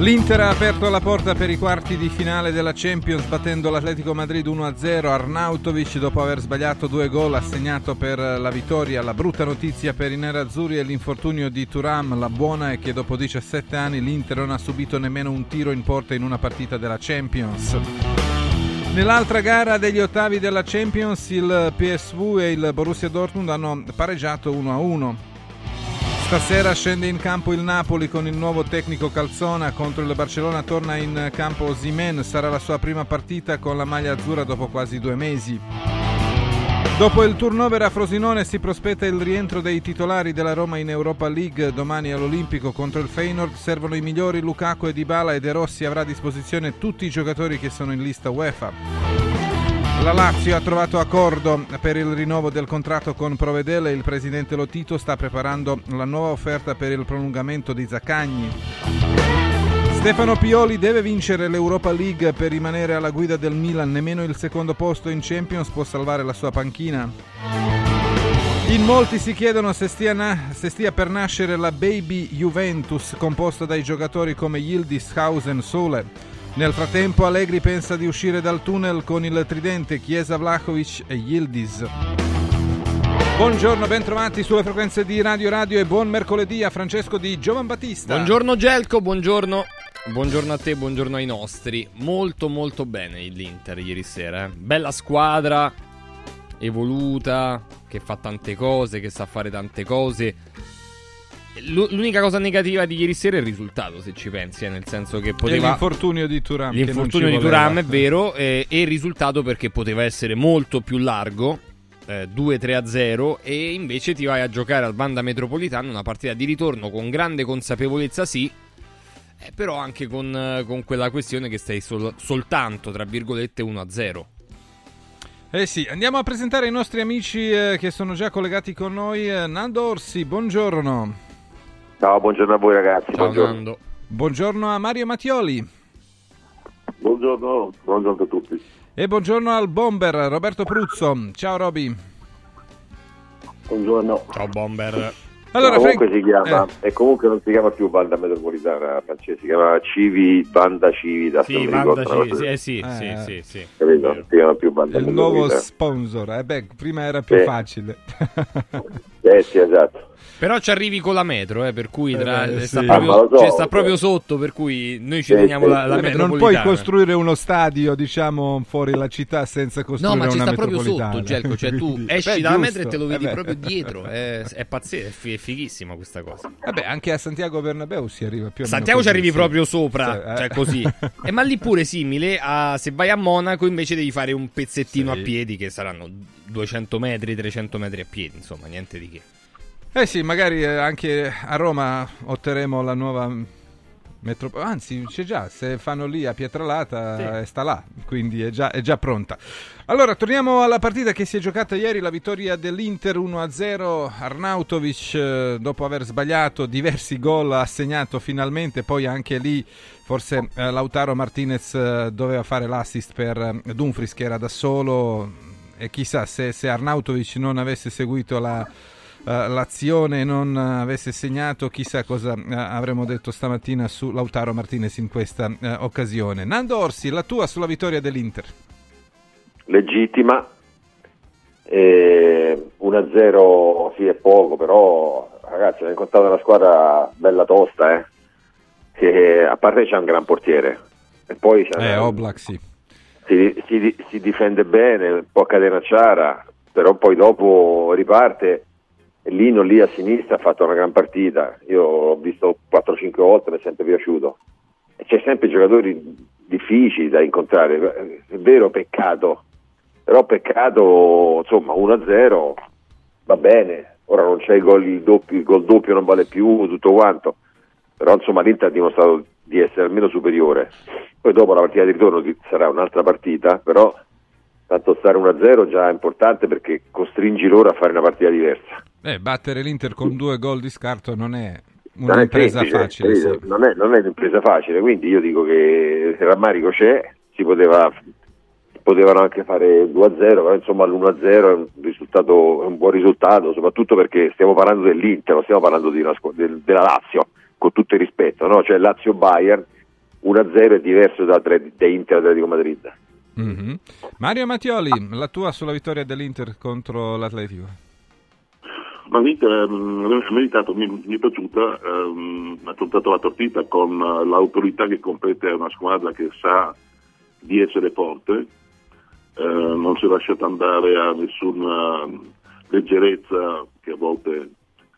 L'Inter ha aperto la porta per i quarti di finale della Champions battendo l'Atletico Madrid 1-0. Arnautovic, dopo aver sbagliato 2 gol, ha segnato per la vittoria. La brutta notizia per i nerazzurri è l'infortunio di Thuram. La buona è che dopo 17 anni l'Inter non ha subito nemmeno un tiro in porta in una partita della Champions. Nell'altra gara degli ottavi della Champions il PSV e il Borussia Dortmund hanno pareggiato 1-1. Stasera scende in campo il Napoli con il nuovo tecnico Calzona. Contro il Barcellona torna in campo Osimhen. Sarà la sua prima partita con la maglia azzurra dopo quasi 2 mesi. Dopo il turnover a Frosinone si prospetta il rientro dei titolari della Roma in Europa League. Domani all'Olimpico contro il Feyenoord servono i migliori Lukaku e Dybala, e De Rossi avrà a disposizione tutti i giocatori che sono in lista UEFA. La Lazio ha trovato accordo per il rinnovo del contratto con Provedel e il presidente Lotito sta preparando la nuova offerta per il prolungamento di Zaccagni. Stefano Pioli deve vincere l'Europa League per rimanere alla guida del Milan. Nemmeno il secondo posto in Champions può salvare la sua panchina. In molti si chiedono se stia per nascere la Baby Juventus, composta dai giocatori come Yildiz, Hausen, Sole. Nel frattempo Allegri pensa di uscire dal tunnel con il tridente Chiesa, Vlahovic e Yildiz. Buongiorno, ben trovati sulle frequenze di Radio Radio e buon mercoledì a Francesco Di Giovanbattista. Buongiorno Gelco, buongiorno a te, buongiorno ai nostri. Molto molto bene l'Inter ieri sera, Bella squadra, evoluta, che fa tante cose, che sa fare tante cose. L'unica cosa negativa di ieri sera è il risultato, se ci pensi, nel senso che poteva... L'infortunio di Thuram. L'infortunio di Thuram è vero, e il risultato perché poteva essere molto più largo, 2-3-0, e invece ti vai a giocare al Wanda Metropolitano una partita di ritorno con grande consapevolezza, sì, però anche con quella questione che stai soltanto, tra virgolette, 1-0. Sì, andiamo a presentare i nostri amici che sono già collegati con noi. Nando Orsi, buongiorno. Ciao, buongiorno a voi ragazzi. Ciao Nando. Buongiorno a Mario Mattioli. Buongiorno a tutti. E buongiorno al bomber Roberto Pruzzo. Ciao Roby. Buongiorno. Ciao bomber. Allora, comunque si chiama e comunque non si chiama più Banda Metropolitana, Francesco, si chiama Banda Civita. Sì, Banda Civita, sì. Capito? Non si chiama più Banda il nuovo sponsor. Prima era più facile. Sì, esatto. Però ci arrivi con la metro, per cui sta proprio sotto, per cui noi ci teniamo la metropolitana. Non puoi costruire uno stadio, diciamo, fuori la città senza costruire una metropolitana. No, ma ci sta proprio sotto, Gelco, cioè tu esci dalla metro e te lo vedi proprio dietro, è pazzesco, è fighissima questa cosa. Vabbè, anche a Santiago Bernabéu si arriva più o meno Santiago ci arrivi proprio sopra, cioè così. Ma lì pure simile, se vai a Monaco invece devi fare un pezzettino a piedi, che saranno 200 metri, 300 metri a piedi, insomma, niente di che. Sì, magari anche a Roma otterremo la nuova metropolitana, anzi c'è già, se fanno lì a Pietralata sta là, quindi è già pronta. Allora, torniamo alla partita che si è giocata ieri, la vittoria dell'Inter 1-0, Arnautovic dopo aver sbagliato diversi gol ha segnato finalmente, poi anche lì forse Lautaro Martinez doveva fare l'assist per Dumfries che era da solo, e chissà se Arnautovic non avesse seguito l'azione, non avesse segnato, chissà cosa avremmo detto stamattina su Lautaro Martinez in questa occasione. Nando Orsi, la tua sulla vittoria dell'Inter? Legittima, 1-0 sì è poco, però ragazzi ho incontrato una squadra bella tosta, che a parte c'è un gran portiere e poi c'è Oblak, sì. Si difende bene, un po' catenacciara, però poi dopo riparte. Lino lì a sinistra ha fatto una gran partita, io l'ho visto 4-5 volte, mi è sempre piaciuto, e c'è sempre giocatori difficili da incontrare, è vero, peccato, insomma 1-0 va bene, ora non c'è il gol doppio non vale più, tutto quanto, però insomma l'Inter ha dimostrato di essere almeno superiore, poi dopo la partita di ritorno sarà un'altra partita, però tanto stare 1-0 già è importante perché costringi loro a fare una partita diversa. Battere l'Inter con 2 gol di scarto non è un'impresa facile. Sì. Non è un'impresa facile, quindi io dico che il rammarico c'è, potevano anche fare 2-0, però insomma l'1-0 è un buon risultato, soprattutto perché stiamo parlando dell'Inter, non stiamo parlando della Lazio, con tutto il rispetto, no? Cioè Lazio-Bayern 1-0 è diverso da Inter Atletico Madrid. Mm-hmm. Mario Mattioli, la tua sulla vittoria dell'Inter contro l'Atletico? Ma l'Inter ha meritato, mi è piaciuta, ha affrontato la partita con l'autorità che compete a una squadra che sa di essere forte, non si è lasciata andare a nessuna leggerezza che a volte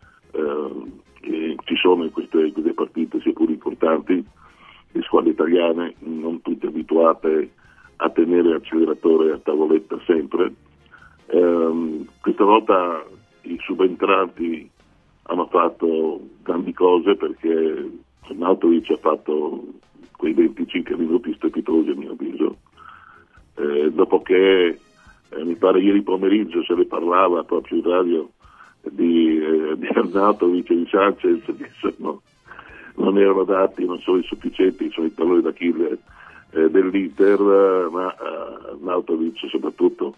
che ci sono in queste partite, sia pure importanti. Le squadre italiane non tutte abituate a tenere l'acceleratore a tavoletta sempre. Questa volta i subentranti hanno fatto grandi cose, perché Arnautovic ha fatto quei 25 minuti strepitosi a mio avviso, dopo che mi pare ieri pomeriggio se ne parlava proprio in radio di Arnautovic e di Sanchez, che non erano adatti, non sono sufficienti, sono i talloni d'Achille dell'Inter, ma Arnautovic soprattutto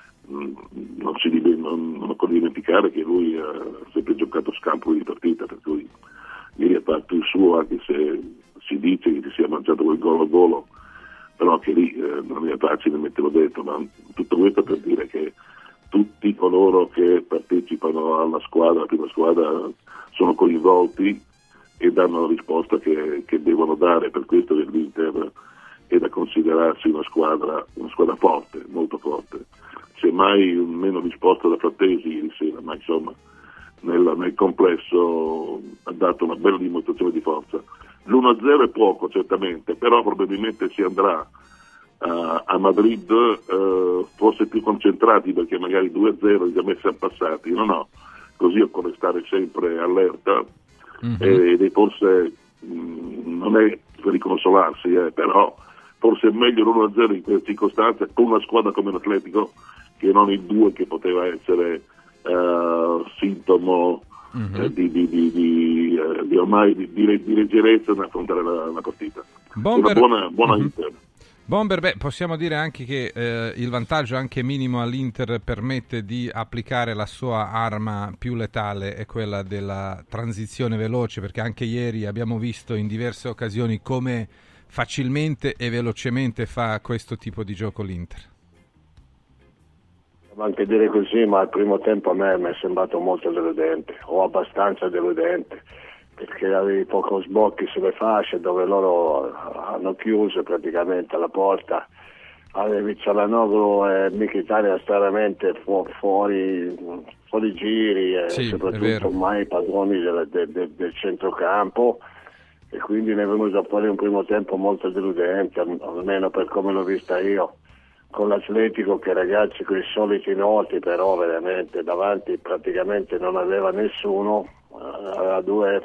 non può dimenticare che lui ha sempre giocato scampo di partita, per cui ieri ha fatto il suo, anche se si dice che si sia mangiato quel gol al volo, però che lì non è facile metterlo dentro. Ma tutto questo per dire che tutti coloro che partecipano alla prima squadra, sono coinvolti e danno la risposta che devono dare. Per questo che l'Inter è da considerarsi una squadra forte, molto forte. Semmai meno risposta da Frattesi ieri sera, ma insomma nel complesso ha dato una bella dimostrazione di forza. L'1-0 è poco certamente, però probabilmente si andrà a Madrid forse più concentrati, perché magari 2-0 già messi siamo passati. No, così occorre stare sempre allerta. Ed forse non è per consolarsi, però forse è meglio l'1-0 in quelle circostanze con una squadra come l'Atletico che non il 2 che poteva essere sintomo di ormai di leggerezza nell'affrontare la partita. Bomber. Una buona Inter. Bomber, possiamo dire anche che il vantaggio anche minimo all'Inter permette di applicare la sua arma più letale, è quella della transizione veloce, perché anche ieri abbiamo visto in diverse occasioni come facilmente e velocemente fa questo tipo di gioco l'Inter. Devo anche dire così, ma il primo tempo a me mi è sembrato molto deludente, o abbastanza deludente, perché avevi poco sbocchi sulle fasce dove loro hanno chiuso praticamente la porta, avevi Cialanoglu e Mkhitaryan stranamente fuori giri e sì, soprattutto mai padroni del centrocampo, e quindi ne è venuto fuori un primo tempo molto deludente, almeno per come l'ho vista io, con l'Atletico che ragazzi con i soliti noti, però veramente davanti praticamente non aveva nessuno, aveva due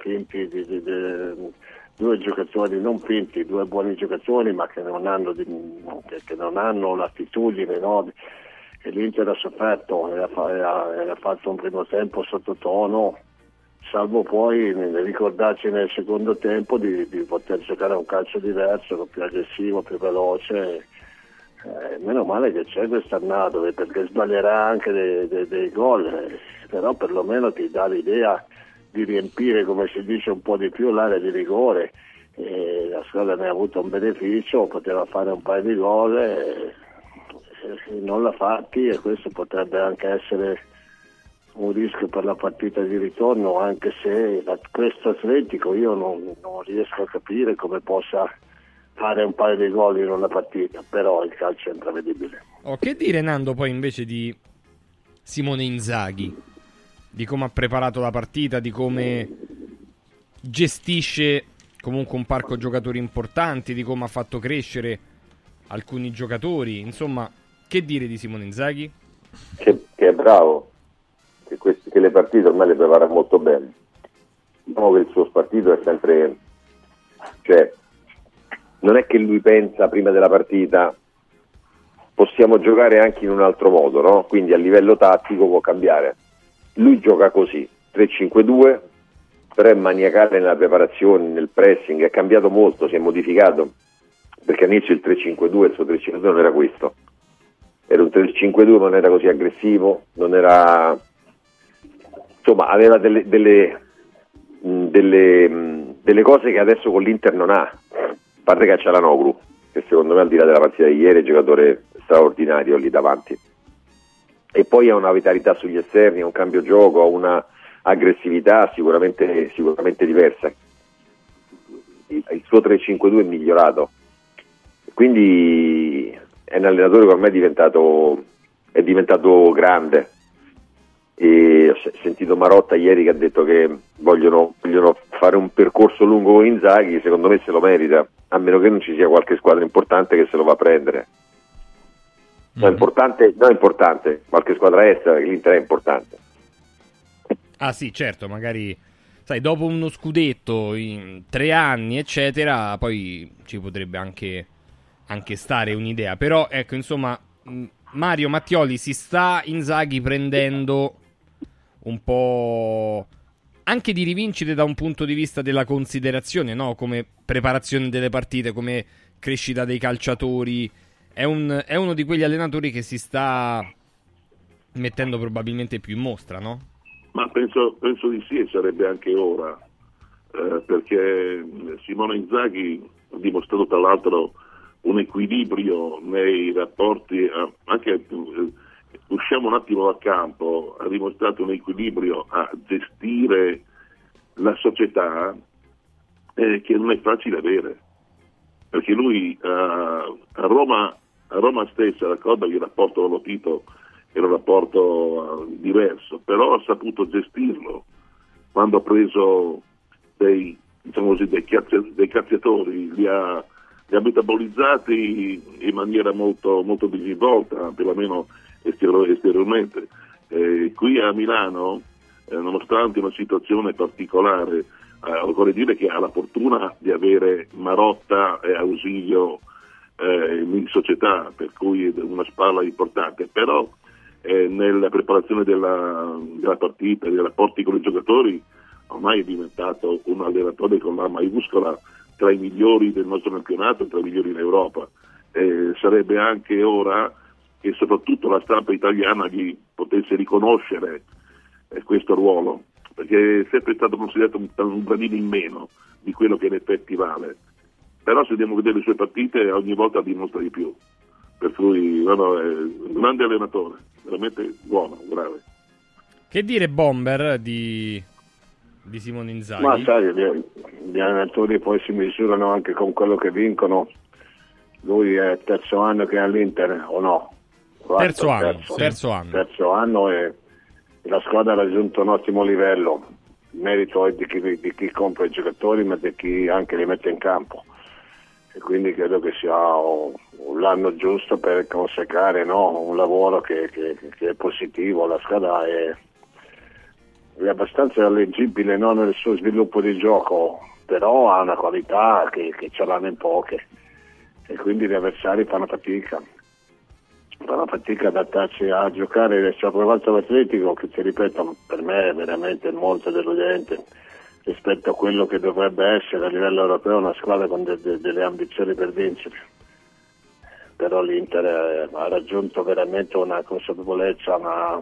giocatori non finti, due buoni giocatori ma che non hanno l'attitudine, no? E l'Inter ha sofferto, ha fatto un primo tempo sottotono, salvo poi ricordarci nel secondo tempo di poter giocare a un calcio diverso, più aggressivo, più veloce. Meno male che c'è quest'annato, perché sbaglierà anche dei gol, però perlomeno ti dà l'idea di riempire, come si dice, un po' di più l'area di rigore. La squadra ne ha avuto un beneficio, poteva fare un paio di gol e non l'ha fatti, e questo potrebbe anche essere un rischio per la partita di ritorno, anche se questo Atletico io non riesco a capire come possa fare un paio di gol in una partita, però il calcio è imprevedibile. Che dire, Nando, poi invece di Simone Inzaghi, di come ha preparato la partita, di come gestisce comunque un parco giocatori importanti, di come ha fatto crescere alcuni giocatori, insomma, che dire di Simone Inzaghi? Che è bravo, che le partite ormai le prepara molto bene. Diciamo che il suo partito è sempre, cioè non è che lui pensa prima della partita possiamo giocare anche in un altro modo, no? Quindi a livello tattico può cambiare. Lui gioca così, 3-5-2, però è maniacale nella preparazione, nel pressing, è cambiato molto, si è modificato, perché all'inizio il 3-5-2, il suo 3-5-2 non era questo, era un 3-5-2 ma non era così aggressivo, non era, insomma aveva delle cose che adesso con l'Inter non ha. parte che c'è Çalhanoğlu, che secondo me al di là della partita di ieri è un giocatore straordinario lì davanti, e poi ha una vitalità sugli esterni, ha un cambio gioco, ha una aggressività sicuramente diversa. Il suo 3-5-2 è migliorato, quindi è un allenatore che ormai è diventato grande. E ho sentito Marotta ieri che ha detto che vogliono fare un percorso lungo con Inzaghi. Secondo me se lo merita, a meno che non ci sia qualche squadra importante che se lo va a prendere. No, importante, qualche squadra estera, perché l'Inter è importante. Ah sì, certo, magari sai, dopo uno scudetto in 3 anni eccetera, poi ci potrebbe anche stare un'idea. Però ecco, insomma, Mario Mattioli si sta Inzaghi prendendo un po' anche di rivincite da un punto di vista della considerazione, no? Come preparazione delle partite, come crescita dei calciatori. È uno di quegli allenatori che si sta mettendo probabilmente più in mostra, no? Ma penso di sì, e sarebbe anche ora, perché Simone Inzaghi ha dimostrato tra l'altro un equilibrio nei rapporti, anche usciamo un attimo dal campo, ha dimostrato un equilibrio a gestire la società che non è facile avere, perché lui a Roma stessa, d'accordo che il rapporto con lo Tito era un rapporto diverso, però ha saputo gestirlo quando ha preso dei cazziatori, li ha metabolizzati in maniera molto, molto disinvolta, perlomeno esteriormente. Qui a Milano, nonostante una situazione particolare, occorre dire che ha la fortuna di avere Marotta e Ausilio in società, per cui è una spalla importante, però nella preparazione della partita, dei rapporti con i giocatori, ormai è diventato un allenatore con la maiuscola, tra i migliori del nostro campionato, tra i migliori in Europa. Sarebbe anche ora che soprattutto la stampa italiana gli potesse riconoscere questo ruolo, perché è sempre stato considerato un gradino in meno di quello che in effetti vale. Però se andiamo a vedere le sue partite, ogni volta dimostra di più. Per cui è un grande allenatore, veramente buono, bravo. Che dire, Bomber, di Simone Inzaghi? Ma sai, gli allenatori poi si misurano anche con quello che vincono. Lui è il terzo anno che è all'Inter, o no? Terzo anno e la squadra ha raggiunto un ottimo livello. Il merito è di chi compra i giocatori, ma di chi anche li mette in campo. E quindi credo che sia l'anno giusto per consacrare, no? Un lavoro che è positivo. La squadra è abbastanza leggibile, no? Nel suo sviluppo di gioco, però ha una qualità che ce l'hanno in poche, e quindi gli avversari fanno fatica ad adattarsi a giocare. Ci ha provato l'Atletico, che ti ripeto, per me è veramente molto deludente rispetto a quello che dovrebbe essere a livello europeo una squadra con delle ambizioni per vincere. Però l'Inter ha raggiunto veramente una consapevolezza,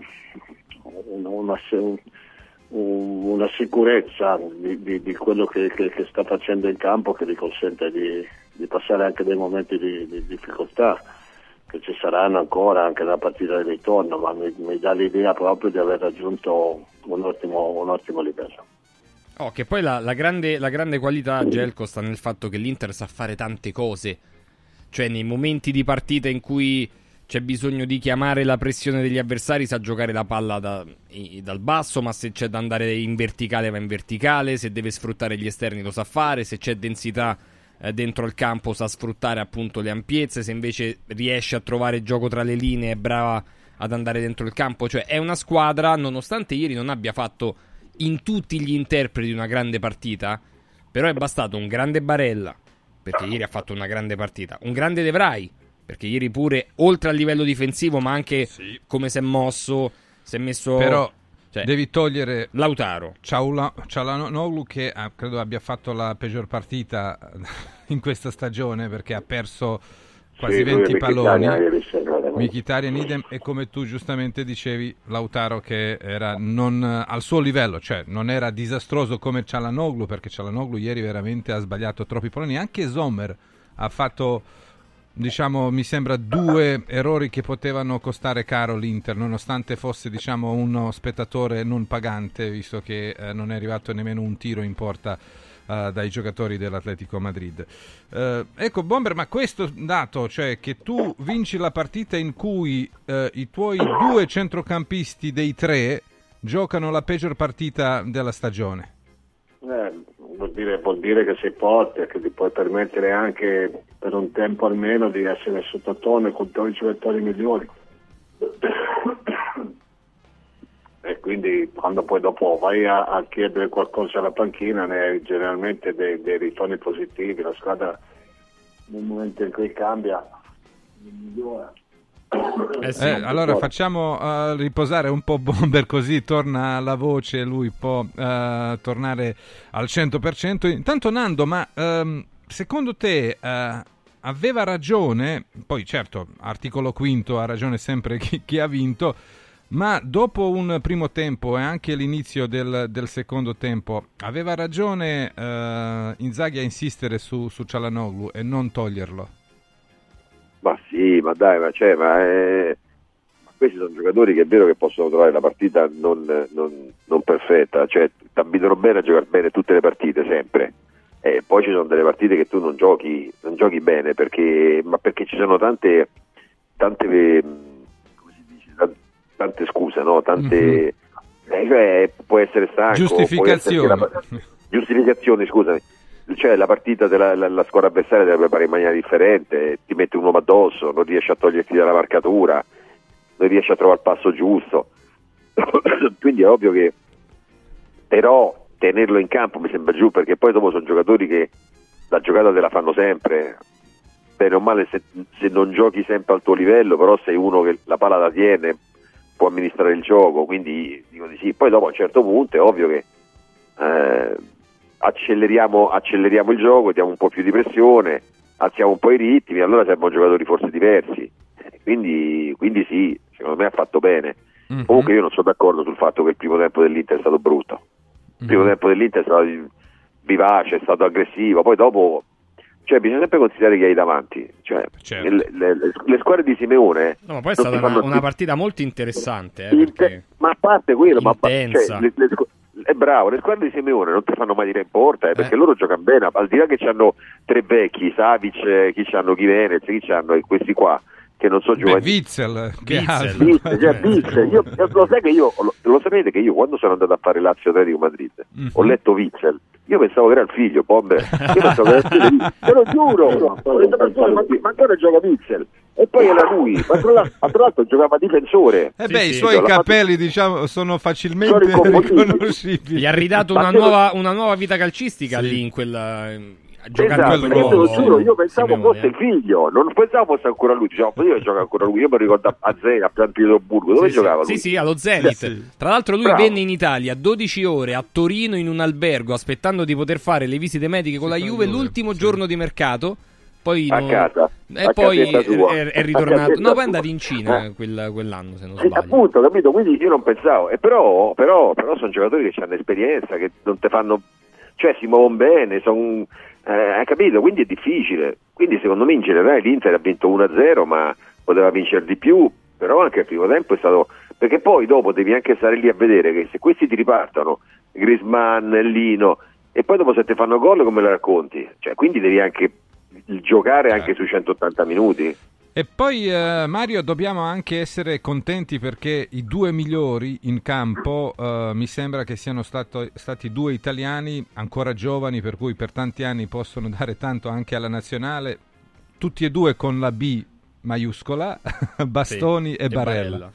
una sicurezza di quello che sta facendo in campo, che gli consente di passare anche dei momenti di difficoltà che ci saranno ancora anche nella partita di ritorno, ma mi dà l'idea proprio di aver raggiunto un ottimo livello. Che poi la grande qualità, Gelco, sta nel fatto che l'Inter sa fare tante cose, cioè nei momenti di partita in cui c'è bisogno di chiamare la pressione degli avversari, sa giocare la palla dal basso, ma se c'è da andare in verticale va in verticale, se deve sfruttare gli esterni lo sa fare, se c'è densità dentro il campo sa sfruttare appunto le ampiezze, se invece riesce a trovare gioco tra le linee è brava ad andare dentro il campo. Cioè è una squadra, nonostante ieri non abbia fatto in tutti gli interpreti una grande partita, però è bastato un grande Barella, perché ieri ha fatto una grande partita, un grande De Vrij, perché ieri pure, oltre al livello difensivo, ma anche come si è mosso, si è messo... Però cioè, devi togliere Lautaro. Çalhanoğlu, che credo abbia fatto la peggior partita in questa stagione, perché ha perso quasi 20 palloni. Mkhitaryan idem, e come tu giustamente dicevi, Lautaro che era non al suo livello, cioè non era disastroso come Çalhanoğlu, perché Çalhanoğlu ieri veramente ha sbagliato troppi palloni. Anche Sommer ha fatto, diciamo, mi sembra 2 errori che potevano costare caro l'Inter, nonostante fosse, diciamo, uno spettatore non pagante, visto che non è arrivato nemmeno un tiro in porta dai giocatori dell'Atletico Madrid. Ecco, Bomber, ma questo dato, cioè che tu vinci la partita in cui i tuoi 2 centrocampisti dei 3 giocano la peggior partita della stagione. Vuol dire che sei forte, che ti puoi permettere anche per un tempo almeno di essere sottotono con 12 giocatori migliori. E quindi quando poi dopo vai a chiedere qualcosa alla panchina ne hai generalmente dei ritorni positivi. La squadra nel momento in cui cambia migliora. Allora facciamo riposare un po' Bomber, così torna la voce e lui può tornare al 100%. Intanto Nando, ma secondo te aveva ragione, poi certo articolo quinto, ha ragione sempre chi ha vinto, ma dopo un primo tempo e anche l'inizio del secondo tempo aveva ragione Inzaghi a insistere su Çalhanoğlu e non toglierlo? Ma sì, ma dai, ma questi sono giocatori che è vero che possono trovare la partita non perfetta, cioè t'abituano bene a giocare bene tutte le partite sempre, e poi ci sono delle partite che tu non giochi bene perché ci sono tante come si dice, tante scuse, no? Tante cioè, può essere stanco, giustificazioni, scusami. Cioè la partita la squadra avversaria deve preparare in maniera differente, ti mette un uomo addosso, non riesci a toglierti dalla marcatura, non riesci a trovare il passo giusto. Quindi è ovvio che però tenerlo in campo mi sembra giù, perché poi dopo sono giocatori che la giocata te la fanno sempre, bene o male, se non giochi sempre al tuo livello, però sei uno che la palla la tiene, può amministrare il gioco, quindi dico di sì. Poi dopo a un certo punto è ovvio che acceleriamo il gioco, diamo un po' più di pressione, alziamo un po' i ritmi, allora servono giocatori forse diversi, quindi sì, secondo me ha fatto bene. Comunque io non sono d'accordo sul fatto che il primo tempo dell'Inter è stato brutto. Il primo tempo dell'Inter è stato vivace, è stato aggressivo, poi dopo, cioè, bisogna sempre considerare chi hai davanti, cioè, certo. le squadre di Simeone, no, ma poi è stata una partita molto interessante, ma a parte quello, intensa. È bravo, le squadre di Simeone non ti fanno mai dire in porta, perché loro giocano bene, al di là che c'hanno 3 vecchi, Savic, chi c'hanno Gimenez, chi c'hanno e questi qua che non so giovanili. Witzel, io lo sai che lo sapete che io quando sono andato a fare Lazio Atletico Madrid ho letto Witzel, io pensavo che era il figlio Bomber, io pensavo che era il figlio, te lo giuro, ma ancora gioca Witzel. E poi era lui, ma tra l'altro giocava difensore. I suoi capelli diciamo sono facilmente riconoscibili. Gli ha ridato una nuova vita calcistica lì in quella giocando esatto, io te lo giuro, io pensavo fosse il figlio, non pensavo fosse ancora lui, diciamo, io gioco ancora lui, io mi ricordo a San Pietroburgo, dove giocava lui? Sì, allo Zenit. Tra l'altro lui venne in Italia 12 ore a Torino in un albergo aspettando di poter fare le visite mediche con la Juve l'ultimo giorno di mercato. Poi casa e poi è ritornato. No, poi è andato in Cina quell'anno, se non sbaglio. Appunto, capito? Quindi io non pensavo. E però sono giocatori che hanno esperienza, che non te fanno, cioè si muovono bene, hai capito? Quindi è difficile. Quindi secondo me in generale l'Inter ha vinto 1-0, ma poteva vincere di più. Però anche il primo tempo è stato, perché poi dopo devi anche stare lì a vedere che se questi ti ripartono, Griezmann, Lino, e poi dopo se ti fanno gol come lo racconti? Cioè, quindi devi anche giocare anche sui 180 minuti. E poi Mario, dobbiamo anche essere contenti perché i 2 migliori in campo mi sembra che siano stati 2 italiani ancora giovani, per cui per tanti anni possono dare tanto anche alla nazionale, tutti e 2 con la B maiuscola, Bastoni e Barella.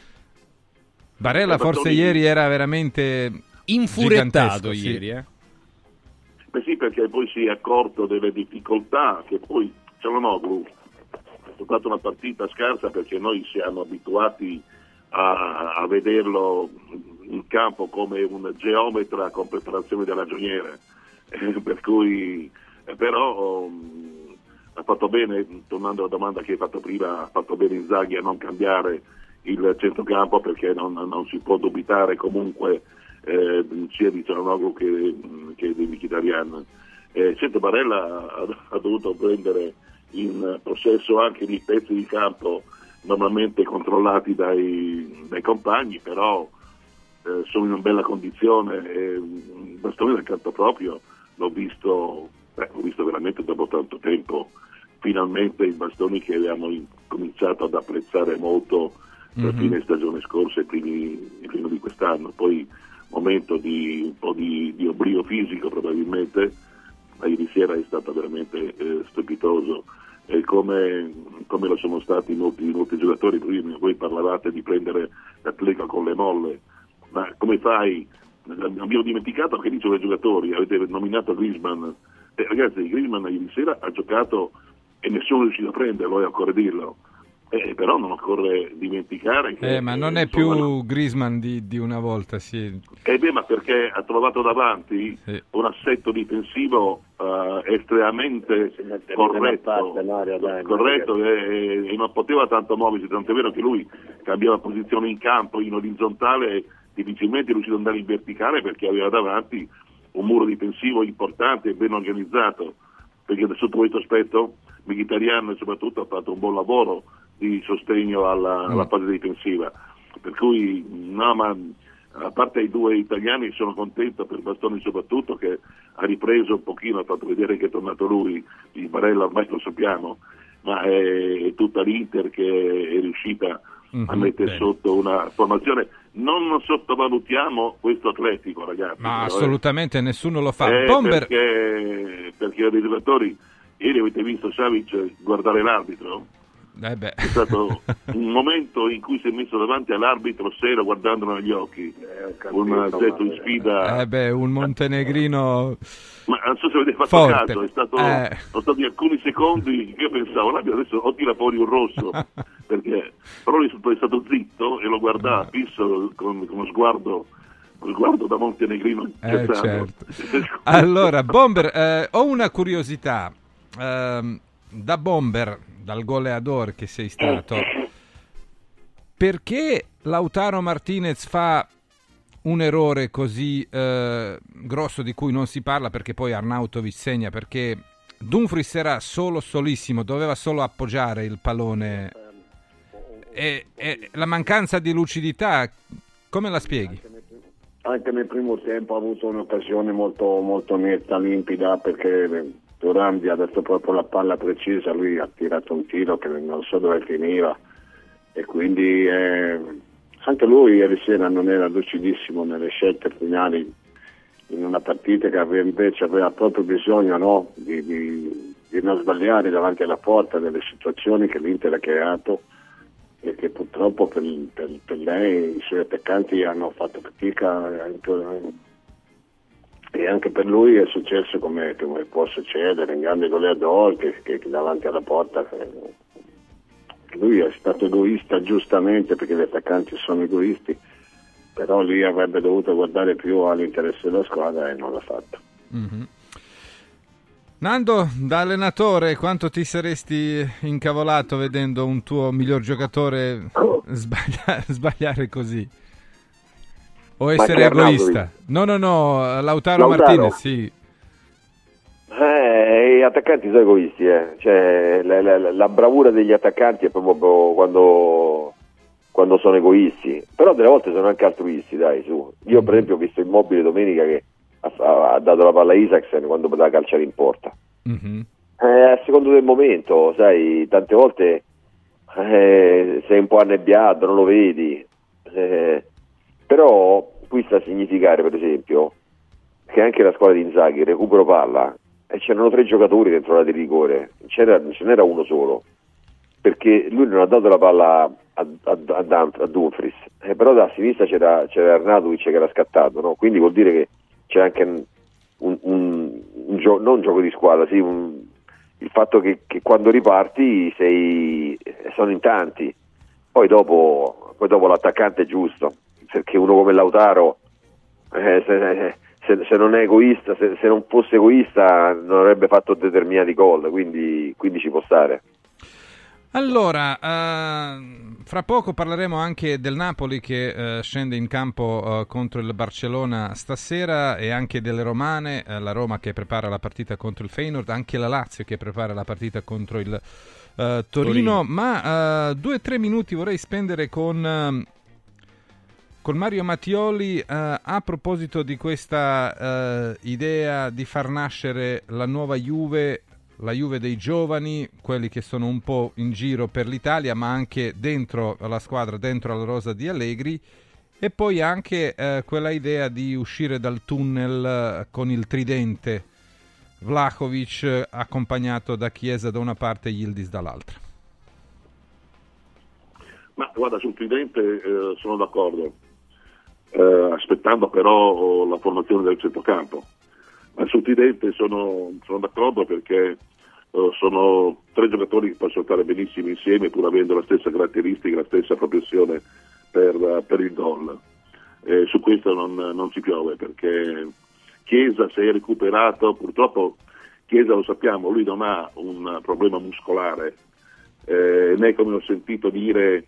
Barella forse ieri era veramente infurettato ieri, Beh sì, perché poi si è accorto delle difficoltà che poi Çalhanoğlu ha giocato una partita scarsa, perché noi siamo abituati a vederlo in campo come un geometra con preparazione da ragioniere, per cui però ha fatto bene, tornando alla domanda che hai fatto prima, ha fatto bene Inzaghi a non cambiare il centrocampo, perché non si può dubitare comunque sia di Çalhanoğlu che di Mkhitaryan. Certo, Barella ha dovuto prendere in possesso anche di pezzi di campo normalmente controllati dai compagni, però sono in una bella condizione. Il bastone del canto proprio l'ho visto veramente dopo tanto tempo, finalmente i bastoni che abbiamo cominciato ad apprezzare molto la fine stagione scorsa e prima di quest'anno. Poi momento di un po' di oblio fisico probabilmente, ma ieri sera è stato veramente strepitoso, come lo sono stati molti giocatori. Voi parlavate di prendere l'Atletico con le molle, ma come fai? Abbiamo dimenticato che lì sono i giocatori, avete nominato Griezmann, ragazzi, Griezmann ieri sera ha giocato e nessuno è riuscito a prenderlo, e occorre dirlo. Però non occorre dimenticare che ma non è più Griezmann di una volta, sì. Ma perché ha trovato davanti un assetto difensivo estremamente corretto e non poteva tanto muoversi, tanto è vero che lui cambiava posizione in campo in orizzontale, difficilmente è riuscito ad andare in verticale perché aveva davanti un muro difensivo importante e ben organizzato, perché sotto questo aspetto Mkhitaryan soprattutto ha fatto un buon lavoro di sostegno alla fase difensiva, per cui ma a parte i due italiani sono contento per Bastoni soprattutto, che ha ripreso un pochino, ha fatto vedere che è tornato lui, il Barella ormai lo sappiamo, ma è tutta l'Inter che è riuscita a mettere sotto una formazione. Non sottovalutiamo questo Atletico, ragazzi, ma assolutamente nessuno lo fa. Bomber... perché i giocatori, ieri avete visto Savic guardare l'arbitro? È stato un momento in cui si è messo davanti all'arbitro serio guardandolo negli occhi, un gesto di sfida, un montenegrino, ma non so se avete fatto forte. Caso, sono stati alcuni secondi che io pensavo l'arbitro adesso o tira fuori un rosso perché però è stato zitto e lo guardava fisso con uno sguardo da montenegrino. Certo. Allora Bomber, ho una curiosità, da Bomber, dal goleador che sei stato, perché Lautaro Martinez fa un errore così grosso di cui non si parla, perché poi Arnautovic segna, perché Dumfries era solissimo, doveva solo appoggiare il pallone, e la mancanza di lucidità come la spieghi? Anche nel primo tempo ha avuto un'occasione molto, molto netta, limpida, perché Thuram ha dato proprio la palla precisa, lui ha tirato un tiro che non so dove finiva, e quindi anche lui ieri sera non era lucidissimo nelle scelte finali in una partita che aveva proprio bisogno, no? di non sbagliare davanti alla porta, delle situazioni che l'Inter ha creato e che purtroppo per lei i suoi attaccanti hanno fatto fatica, e anche per lui è successo come può succedere in grande goleador che davanti alla porta lui è stato egoista, giustamente, perché gli attaccanti sono egoisti, però lì avrebbe dovuto guardare più all'interesse della squadra e non l'ha fatto. Nando, da allenatore, quanto ti saresti incavolato vedendo un tuo miglior giocatore sbagliare così? O essere egoista? No, Lautaro Martinez, sì. Gli attaccanti sono egoisti, Cioè, la bravura degli attaccanti è proprio quando sono egoisti, però delle volte sono anche altruisti, dai, su. Io per esempio ho visto Immobile domenica che ha dato la palla a Isaacsen quando poteva calciare in porta. A secondo del momento, sai, tante volte sei un po' annebbiato, non lo vedi, però qui sta a significare, per esempio, che anche la squadra di Inzaghi, recupero palla, e c'erano 3 giocatori dentro l'area di rigore, ce n'era uno solo, perché lui non ha dato la palla a Dumfries, però da sinistra c'era Arnautovic che era scattato, no? Quindi vuol dire che c'è anche non un gioco di squadra, sì, il fatto che quando riparti sono in tanti, poi dopo l'attaccante è giusto, perché uno come Lautaro se non è egoista, se non fosse egoista non avrebbe fatto determinati gol, quindi ci può stare. Allora, fra poco parleremo anche del Napoli che scende in campo contro il Barcellona stasera, e anche delle romane, la Roma che prepara la partita contro il Feyenoord, anche la Lazio che prepara la partita contro il Torino. Ma 2-3 minuti vorrei spendere con Mario Mattioli a proposito di questa idea di far nascere la nuova Juve, la Juve dei giovani, quelli che sono un po' in giro per l'Italia, ma anche dentro la squadra, dentro la rosa di Allegri, e poi anche quella idea di uscire dal tunnel con il tridente, Vlahovic accompagnato da Chiesa da una parte e Yildiz dall'altra. Ma guarda, sul tridente sono d'accordo, aspettando però la formazione del centrocampo. Ma sul tridente sono d'accordo perché sono 3 giocatori che possono stare benissimo insieme pur avendo la stessa caratteristica, la stessa propensione per il gol. Su questo non si piove, perché Chiesa, se è recuperato, purtroppo Chiesa lo sappiamo, lui non ha un problema muscolare, né, come ho sentito dire,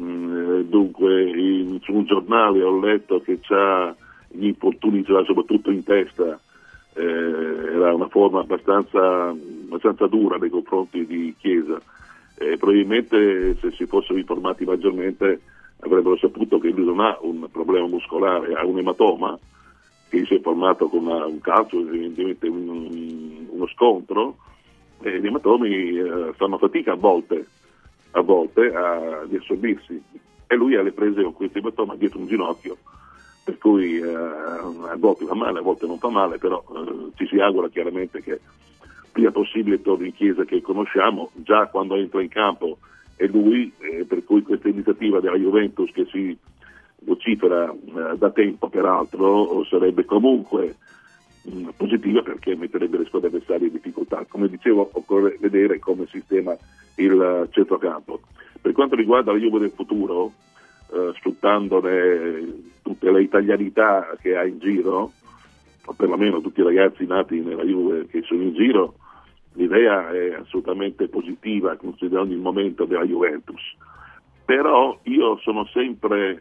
dunque su un giornale ho letto che c'ha gli infortuni, soprattutto in testa. Era una forma abbastanza dura nei confronti di Chiesa. Probabilmente se si fossero informati maggiormente avrebbero saputo che lui non ha un problema muscolare, ha un ematoma che si è formato con un calcio, evidentemente uno scontro, e gli ematomi fanno fatica a volte a riassorbirsi, e lui ha le prese con questo ematoma dietro un ginocchio, per cui a volte fa male, a volte non fa male, però ci si augura chiaramente che prima possibile torni in Chiesa, che conosciamo, già quando entra in campo è lui, per cui questa iniziativa della Juventus, che si vocifera da tempo peraltro, sarebbe comunque positiva, perché metterebbe le squadre avversarie in difficoltà. Come dicevo, occorre vedere come sistema il centrocampo. Per quanto riguarda la Juve del futuro, sfruttandone tutte le italianità che ha in giro, o perlomeno tutti i ragazzi nati nella Juve che sono in giro, l'idea è assolutamente positiva considerando il momento della Juventus. Però io sono sempre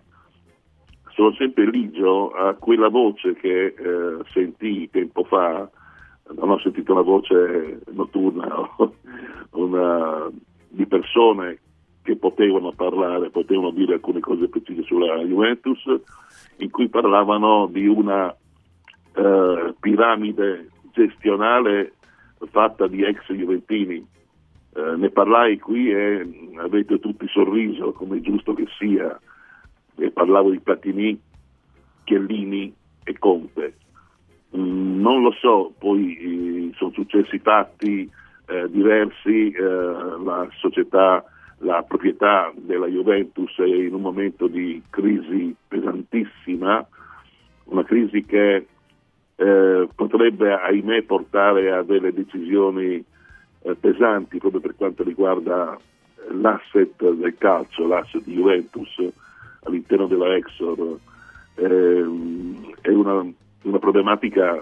ligio a quella voce che sentii tempo fa. Non ho sentito una voce notturna di persone che potevano dire alcune cose precise sulla Juventus, in cui parlavano di una piramide gestionale fatta di ex juventini. Ne parlai qui e avete tutti sorriso, come è giusto che sia, e parlavo di Platini, Chiellini e Conte. Non lo so, poi sono successi fatti diversi, la società, la proprietà della Juventus è in un momento di crisi pesantissima, una crisi che potrebbe, ahimè, portare a delle decisioni pesanti proprio per quanto riguarda l'asset del calcio, l'asset di Juventus all'interno della Exor. È una problematica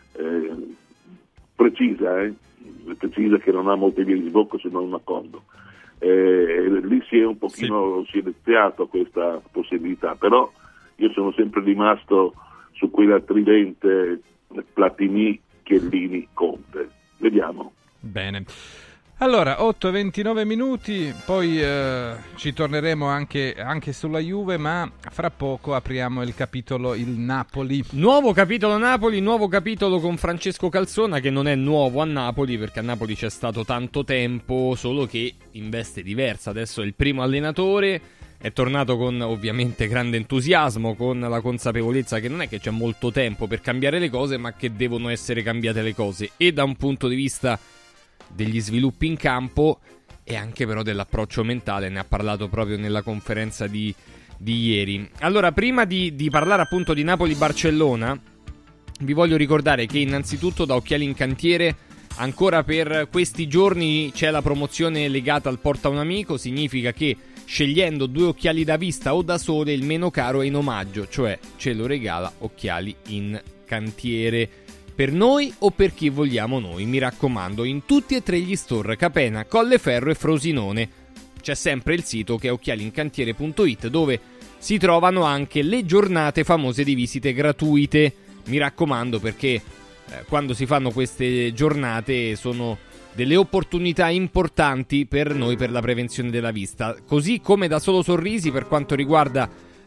precisa che non ha molte vie di sbocco se non un accordo. Lì si è un pochino silenziato questa possibilità, però io sono sempre rimasto su quella tridente Platini, Chiellini, Conte. Vediamo. Bene. Allora, 8:29 minuti, poi ci torneremo anche sulla Juve, ma fra poco apriamo il capitolo il Napoli. Nuovo capitolo Napoli, nuovo capitolo con Francesco Calzona, che non è nuovo a Napoli, perché a Napoli c'è stato tanto tempo, solo che in veste diversa. Adesso è il primo allenatore, è tornato con ovviamente grande entusiasmo, con la consapevolezza che non è che c'è molto tempo per cambiare le cose, ma che devono essere cambiate le cose, e da un punto di vista degli sviluppi in campo e anche però dell'approccio mentale. Ne ha parlato proprio nella conferenza di ieri. Allora, prima di parlare appunto di Napoli-Barcellona, vi voglio ricordare che innanzitutto da Occhiali in Cantiere ancora per questi giorni c'è la promozione legata al Porta un Amico. Significa che scegliendo 2 occhiali da vista o da sole, il meno caro è in omaggio, cioè ce lo regala Occhiali in Cantiere. Per noi o per chi vogliamo noi, mi raccomando, in tutti e 3 gli store: Capena, Colleferro e Frosinone. c'è sempre il sito che è occhialincantiere.it, dove si trovano anche le giornate famose di visite gratuite. Mi raccomando, perché quando si fanno queste giornate sono delle opportunità importanti per noi, per la prevenzione della vista. Così come da Solo Sorrisi, per quanto riguarda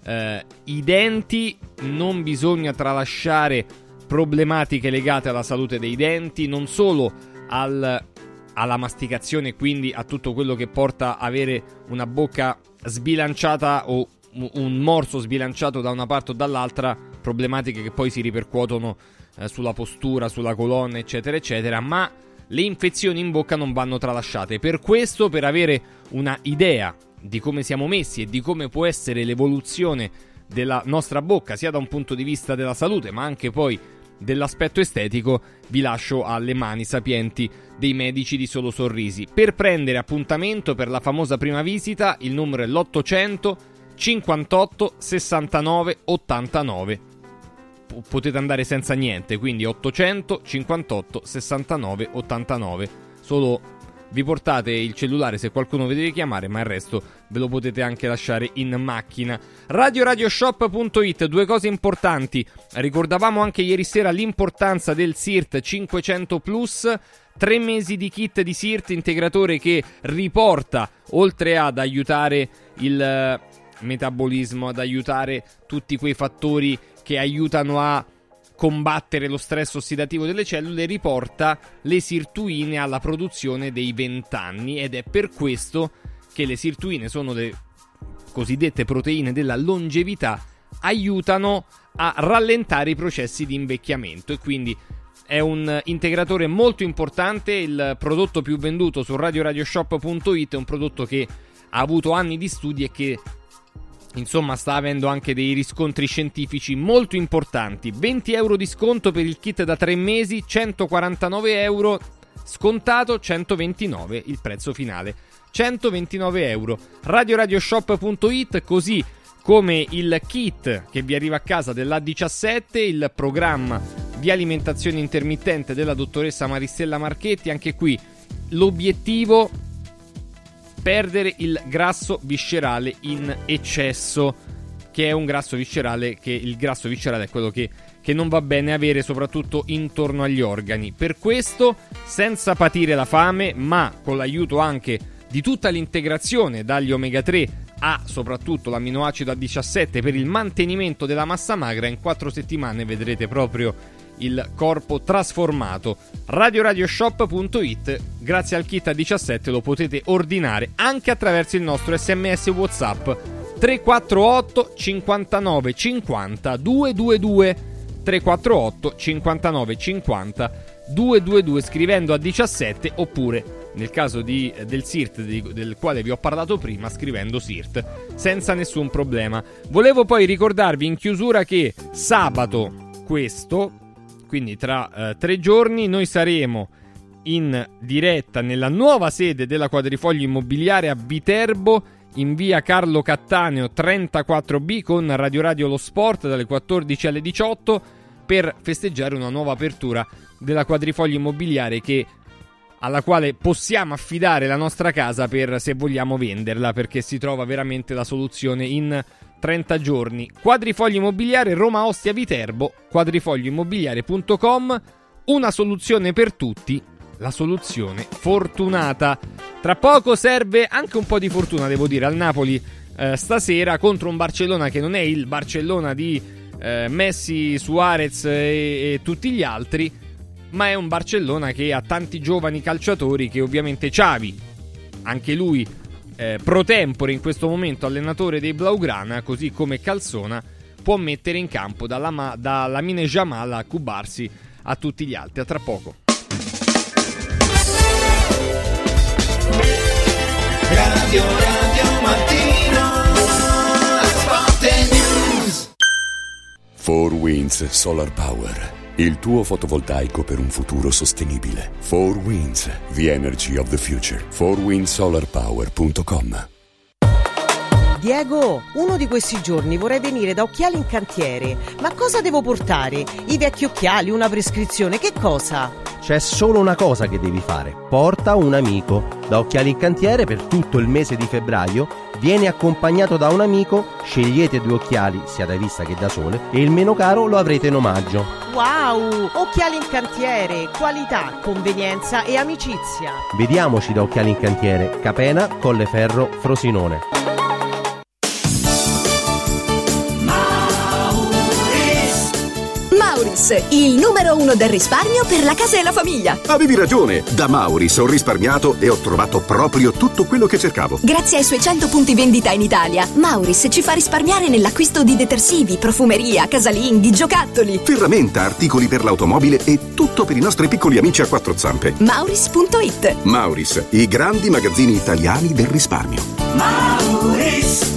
i denti, non bisogna tralasciare problematiche legate alla salute dei denti, non solo alla masticazione, quindi a tutto quello che porta a avere una bocca sbilanciata o un morso sbilanciato da una parte o dall'altra, problematiche che poi si ripercuotono sulla postura, sulla colonna, eccetera eccetera, ma le infezioni in bocca non vanno tralasciate. Per questo, per avere una idea di come siamo messi e di come può essere l'evoluzione della nostra bocca, sia da un punto di vista della salute ma anche poi dell'aspetto estetico, vi lascio alle mani sapienti dei medici di Solo Sorrisi. Per prendere appuntamento per la famosa prima visita, il numero è l'800 58 69 89. Potete andare senza niente, quindi 800 58 69 89. Solo vi portate il cellulare se qualcuno vi deve chiamare, ma il resto ve lo potete anche lasciare in macchina. RadioRadioShop.it, due cose importanti. Ricordavamo anche ieri sera l'importanza del SIRT 500 Plus, 3 mesi di kit di SIRT, integratore che riporta, oltre ad aiutare il metabolismo, ad aiutare tutti quei fattori che aiutano a combattere lo stress ossidativo delle cellule, riporta le sirtuine alla produzione dei 20 anni, ed è per questo che le sirtuine sono le cosiddette proteine della longevità, aiutano a rallentare i processi di invecchiamento, e quindi è un integratore molto importante. Il prodotto più venduto su RadioRadioShop.it è un prodotto che ha avuto anni di studi e che insomma sta avendo anche dei riscontri scientifici molto importanti. 20 euro di sconto per il kit da 3 mesi, 149 euro, scontato 129 il prezzo finale, 129 euro. RadioRadioShop.it, così come il kit che vi arriva a casa dell'A17, il programma di alimentazione intermittente della dottoressa Maristella Marchetti. Anche qui l'obiettivo: perdere il grasso viscerale in eccesso, che è un grasso viscerale, che il grasso viscerale è quello che non va bene avere, soprattutto intorno agli organi. Per questo, senza patire la fame, ma con l'aiuto anche di tutta l'integrazione dagli omega 3 a soprattutto l'amminoacido A17 per il mantenimento della massa magra, in 4 settimane vedrete proprio il corpo trasformato. RadioRadioShop.it, grazie al kit A17 lo potete ordinare anche attraverso il nostro SMS WhatsApp 348 59 50 222, 348 59 50 222, scrivendo A17, oppure nel caso del SIRT del quale vi ho parlato prima, scrivendo SIRT senza nessun problema. Volevo poi ricordarvi in chiusura che sabato questo, quindi tra 3 giorni, noi saremo in diretta nella nuova sede della Quadrifoglio Immobiliare a Viterbo, in via Carlo Cattaneo 34B, con Radio Radio Lo Sport dalle 14 alle 18, per festeggiare una nuova apertura della Quadrifoglio Immobiliare, alla quale possiamo affidare la nostra casa per se vogliamo venderla, perché si trova veramente la soluzione in 30 giorni. Quadrifoglio Immobiliare, Roma Ostia Viterbo, quadrifoglioimmobiliare.com, una soluzione per tutti, la soluzione fortunata. Tra poco serve anche un po' di fortuna, devo dire, al Napoli stasera contro un Barcellona che non è il Barcellona di Messi, Suarez e tutti gli altri, ma è un Barcellona che ha tanti giovani calciatori, che ovviamente Xavi, anche lui pro tempore in questo momento allenatore dei Blaugrana, così come Calzona, può mettere in campo da Lamine Yamal a cubarsi a tutti gli altri. A tra poco. Radio Mattino, Sport News. 4 Winds Solar Power, il tuo fotovoltaico per un futuro sostenibile. 4 Winds, the energy of the future. 4windsolarpower.com. Diego, uno di questi giorni vorrei venire da Occhiali in Cantiere. Ma cosa devo portare? I vecchi occhiali, una prescrizione, che cosa? C'è solo una cosa che devi fare: porta un amico. Da Occhiali in Cantiere per tutto il mese di febbraio vieni accompagnato da un amico, scegliete 2 occhiali sia da vista che da sole e il meno caro lo avrete in omaggio. Wow! Occhiali in Cantiere, qualità, convenienza e amicizia. Vediamoci da Occhiali in Cantiere, Capena, Colleferro, Frosinone. Mauris, il numero 1 del risparmio per la casa e la famiglia. Avevi ragione, da Mauris ho risparmiato e ho trovato proprio tutto quello che cercavo. Grazie ai suoi 100 punti vendita in Italia, Mauris ci fa risparmiare nell'acquisto di detersivi, profumeria, casalinghi, giocattoli, ferramenta, articoli per l'automobile e tutto per i nostri piccoli amici a 4 zampe. Mauris.it. Mauris, i grandi magazzini italiani del risparmio. Mauris.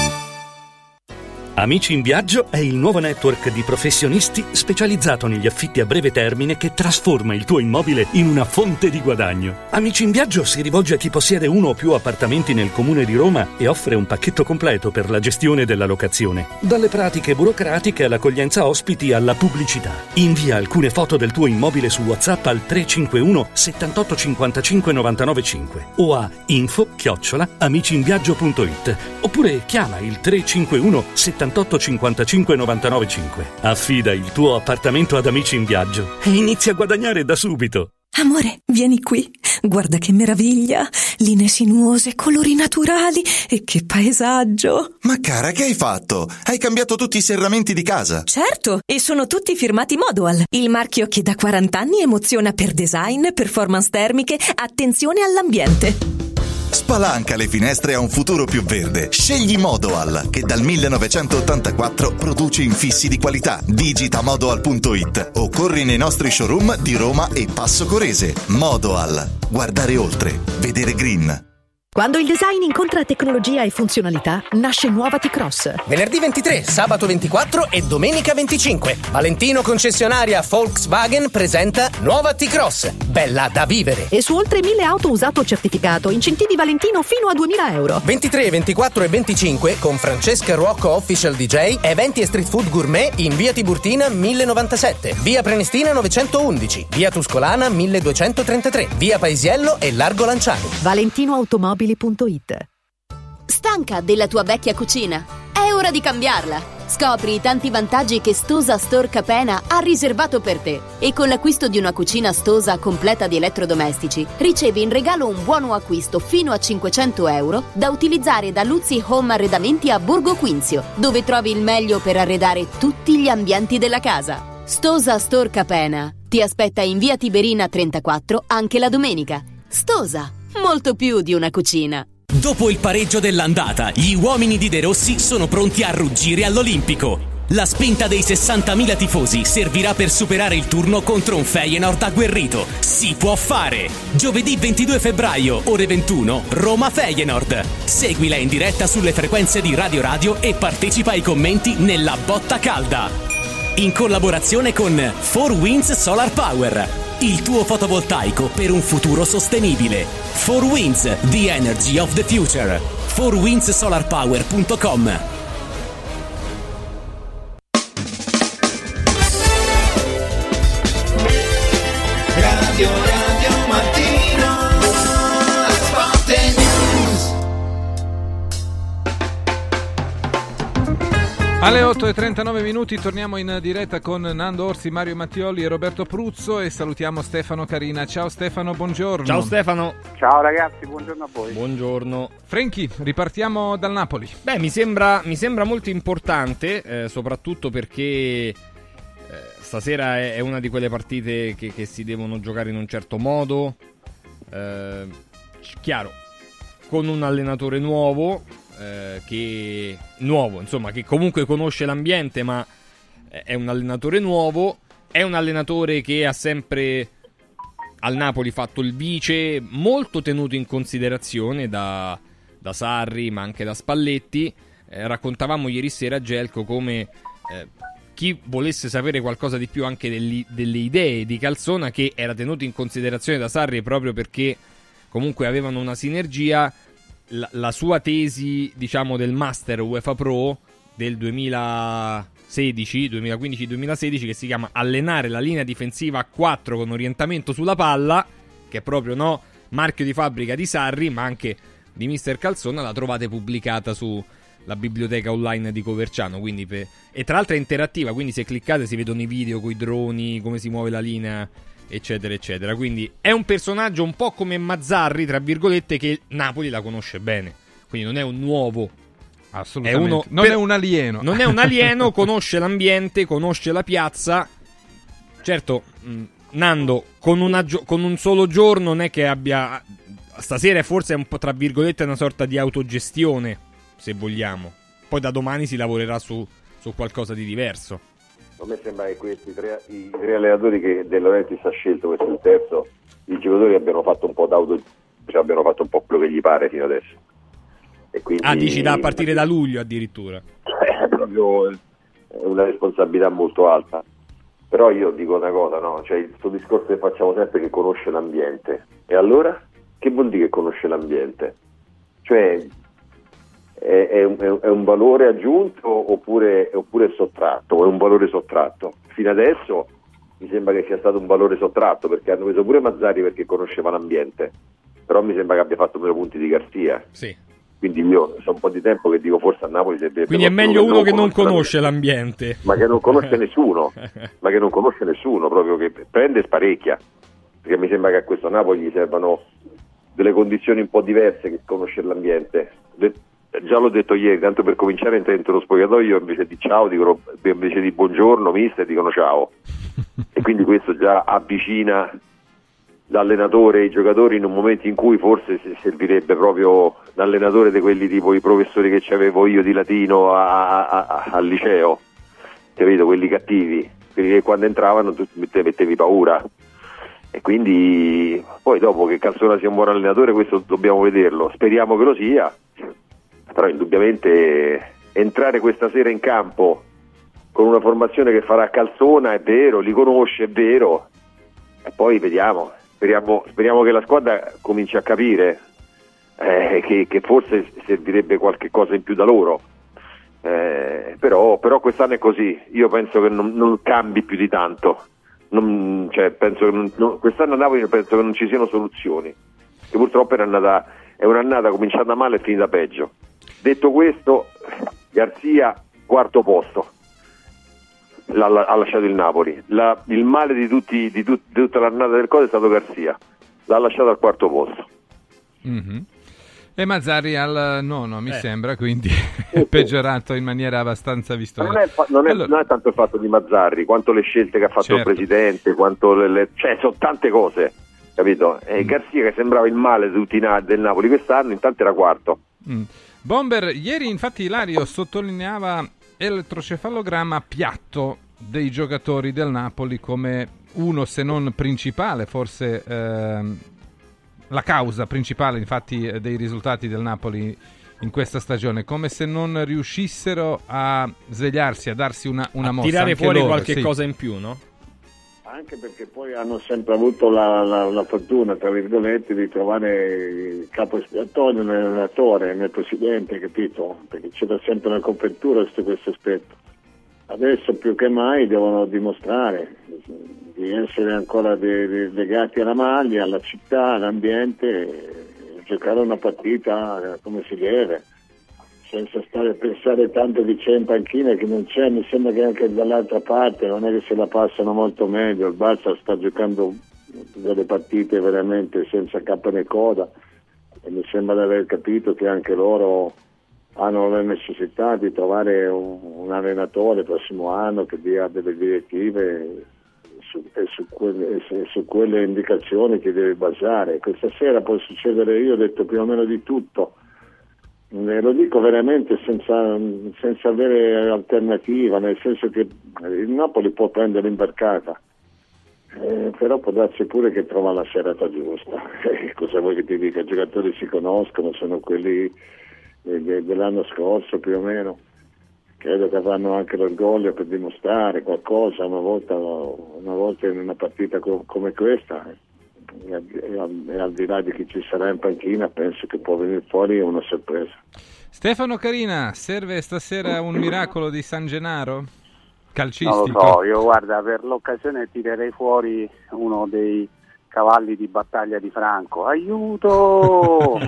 Amici in Viaggio è il nuovo network di professionisti specializzato negli affitti a breve termine che trasforma il tuo immobile in una fonte di guadagno. Amici in Viaggio si rivolge a chi possiede 1 o più appartamenti nel comune di Roma e offre un pacchetto completo per la gestione della locazione. Dalle pratiche burocratiche all'accoglienza ospiti alla pubblicità. Invia alcune foto del tuo immobile su WhatsApp al 351 78 55 99 5 o a info@amiciinviaggio.it oppure chiama il 351 78 55 99 5. Affida il tuo appartamento ad Amici in Viaggio e inizia a guadagnare da subito. Amore, vieni qui. Guarda che meraviglia. Linee sinuose, colori naturali e che paesaggio. Ma cara, che hai fatto? Hai cambiato tutti i serramenti di casa? Certo, e sono tutti firmati Modoal, il marchio che da 40 anni emoziona per design, performance termiche, attenzione all'ambiente. Spalanca le finestre a un futuro più verde. Scegli Modoal, che dal 1984 produce infissi di qualità. Digita modoal.it o corri nei nostri showroom di Roma e Passo Corese. Modoal. Guardare oltre. Vedere green. Quando il design incontra tecnologia e funzionalità, nasce nuova T-Cross. Venerdì 23, sabato 24 e domenica 25. Valentino concessionaria Volkswagen presenta nuova T-Cross. Bella da vivere. E su oltre 1000 auto usato certificato, incentivi Valentino fino a 2000 euro. 23, 24 e 25 con Francesca Ruocco Official DJ, eventi e street food gourmet in via Tiburtina 1097, via Prenestina 911, via Tuscolana 1233, via Paesiello e Largo Lanciani. ValentinoAutomobili.it. Stanca della tua vecchia cucina? È ora di cambiarla! Scopri i tanti vantaggi che Stosa Store Capena ha riservato per te e con l'acquisto di una cucina Stosa completa di elettrodomestici ricevi in regalo un buono acquisto fino a 500 euro da utilizzare da Luzzi Home Arredamenti a Borgo Quinzio, dove trovi il meglio per arredare tutti gli ambienti della casa. Stosa Store Capena ti aspetta in via Tiberina 34 anche la domenica. Stosa, molto più di una cucina. Dopo il pareggio dell'andata, gli uomini di De Rossi sono pronti a ruggire all'Olimpico. La spinta dei 60.000 tifosi servirà per superare il turno contro un Feyenoord agguerrito. Si può fare! Giovedì 22 febbraio, ore 21, Roma-Feyenoord. Seguila in diretta sulle frequenze di Radio Radio e partecipa ai commenti nella botta calda. In collaborazione con 4Winds Solar Power, il tuo fotovoltaico per un futuro sostenibile. 4Winds, the energy of the future. 4windsolarpower.com. Radio Mattino, Sport News. Alle 8:39 torniamo in diretta con Nando Orsi, Mario Mattioli e Roberto Pruzzo e salutiamo Stefano Carina. Ciao Stefano, buongiorno. Ciao Stefano. Ciao ragazzi, buongiorno a voi. Buongiorno. Franchi, ripartiamo dal Napoli. Beh, mi sembra molto importante, soprattutto perché stasera è una di quelle partite che si devono giocare in un certo modo, chiaro, con un allenatore nuovo, che comunque conosce l'ambiente, ma è un allenatore nuovo, è un allenatore che ha sempre al Napoli fatto il vice, molto tenuto in considerazione da Sarri, ma anche da Spalletti. Raccontavamo ieri sera a Gelco come chi volesse sapere qualcosa di più anche delle idee di Calzona, che era tenuto in considerazione da Sarri proprio perché comunque avevano una sinergia. La sua tesi, diciamo, del Master UEFA Pro del 2015-2016, che si chiama allenare la linea difensiva a 4 con orientamento sulla palla, che è proprio marchio di fabbrica di Sarri, ma anche di Mister Calzona, la trovate pubblicata su la biblioteca online di Coverciano, quindi e tra l'altro è interattiva, quindi se cliccate si vedono i video con i droni, come si muove la linea, eccetera eccetera. Quindi è un personaggio un po' come Mazzarri, tra virgolette, che Napoli la conosce bene, quindi non è un nuovo, assolutamente non è un alieno, non è un alieno, conosce l'ambiente, conosce la piazza. Certo, Nando con un solo giorno non è che abbia, stasera forse è un po' tra virgolette una sorta di autogestione, se vogliamo, poi da domani si lavorerà su qualcosa di diverso. A me sembra che questi i tre allenatori che De Laurentiis ha scelto, questo è il terzo, i giocatori abbiano fatto un po' abbiano fatto un po' quello che gli pare fino adesso. E quindi, dici da partire da luglio addirittura? È proprio una responsabilità molto alta. Però io dico una cosa, no? Cioè il suo discorso che facciamo sempre, che conosce l'ambiente. E allora? Che vuol dire che conosce l'ambiente? Cioè è un valore aggiunto oppure è sottratto? È un valore sottratto? Fino adesso mi sembra che sia stato un valore sottratto, perché hanno preso pure Mazzarri perché conosceva l'ambiente, però mi sembra che abbia fatto meno punti di Garzia. Sì. Quindi io so un po' di tempo che dico forse a Napoli servirebbe. Quindi è meglio uno che non conosce l'ambiente, ma che non conosce nessuno, proprio che prende e sparecchia, perché mi sembra che a questo Napoli gli servano delle condizioni un po' diverse che conoscere l'ambiente. Già l'ho detto ieri, tanto per cominciare entro lo spogliatoio, invece di ciao dicono, invece di buongiorno mister dicono ciao, e quindi questo già avvicina l'allenatore e i giocatori in un momento in cui forse servirebbe proprio l'allenatore di quelli tipo i professori che c'avevo io di latino al liceo, capito? Quelli cattivi, quelli che quando entravano tu mettevi paura. E quindi poi dopo che Calzona sia un buon allenatore, questo dobbiamo vederlo, speriamo che lo sia, però indubbiamente entrare questa sera in campo con una formazione che farà Calzona, è vero, li conosce, è vero, e poi vediamo. Speriamo che la squadra cominci a capire che forse servirebbe qualche cosa in più da loro, però quest'anno è così. Io penso che non cambi più di tanto, penso che quest'anno a Napoli penso che non ci siano soluzioni, che purtroppo è un'annata cominciata male e finita peggio. Detto questo, Garzia quarto posto ha lasciato il Napoli, il male di tutta l'annata del Colle è stato Garzia, l'ha lasciato al quarto posto. Mm-hmm. E Mazzarri al nono mi sembra, quindi è peggiorato in maniera abbastanza vistosa. Non è tanto il fatto di Mazzarri quanto le scelte che ha fatto il presidente, quanto cioè sono tante cose, capito? E Garzia, che sembrava il male del Napoli quest'anno, intanto era quarto. Bomber, ieri infatti Ilario sottolineava elettrocefalogramma piatto dei giocatori del Napoli come uno, se non principale, forse la causa principale infatti dei risultati del Napoli in questa stagione, come se non riuscissero a svegliarsi, a darsi una mossa, tirare anche fuori loro, qualche cosa in più, no? Anche perché poi hanno sempre avuto la fortuna, tra virgolette, di trovare il capo espiatorio nell'allenatore, nel presidente, capito? Perché c'era sempre una copertura su questo aspetto. Adesso più che mai devono dimostrare di essere ancora legati alla maglia, alla città, all'ambiente, e giocare una partita come si deve, senza stare a pensare tanto di c'è in panchina che non c'è. Mi sembra che anche dall'altra parte non è che se la passano molto meglio. Il Barça sta giocando delle partite veramente senza cappa né coda, e mi sembra di aver capito che anche loro hanno la necessità di trovare un allenatore il prossimo anno che dia delle direttive su quelle indicazioni che deve basare. Questa sera può succedere, io ho detto più o meno di tutto, lo dico veramente senza avere alternativa, nel senso che il Napoli può prendere l'imbarcata, però può darsi pure che trova la serata giusta. Cosa vuoi che ti dica? I giocatori si conoscono, sono quelli dell'anno scorso più o meno, credo che avranno anche l'orgoglio per dimostrare qualcosa una volta in una partita come questa, e al di là di chi ci sarà in panchina penso che può venire fuori una sorpresa. Stefano Carina, serve stasera un miracolo di San Gennaro calcistico? Non lo so, io guarda, per l'occasione tirerei fuori uno dei cavalli di battaglia di Franco, aiuto!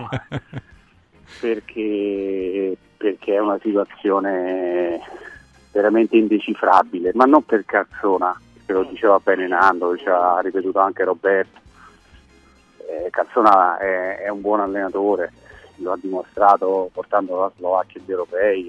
perché è una situazione veramente indecifrabile, ma non per Calzona, che lo diceva bene Nando, ci ha ripetuto anche Roberto. Calzona è un buon allenatore, lo ha dimostrato portando la Slovacchia agli europei,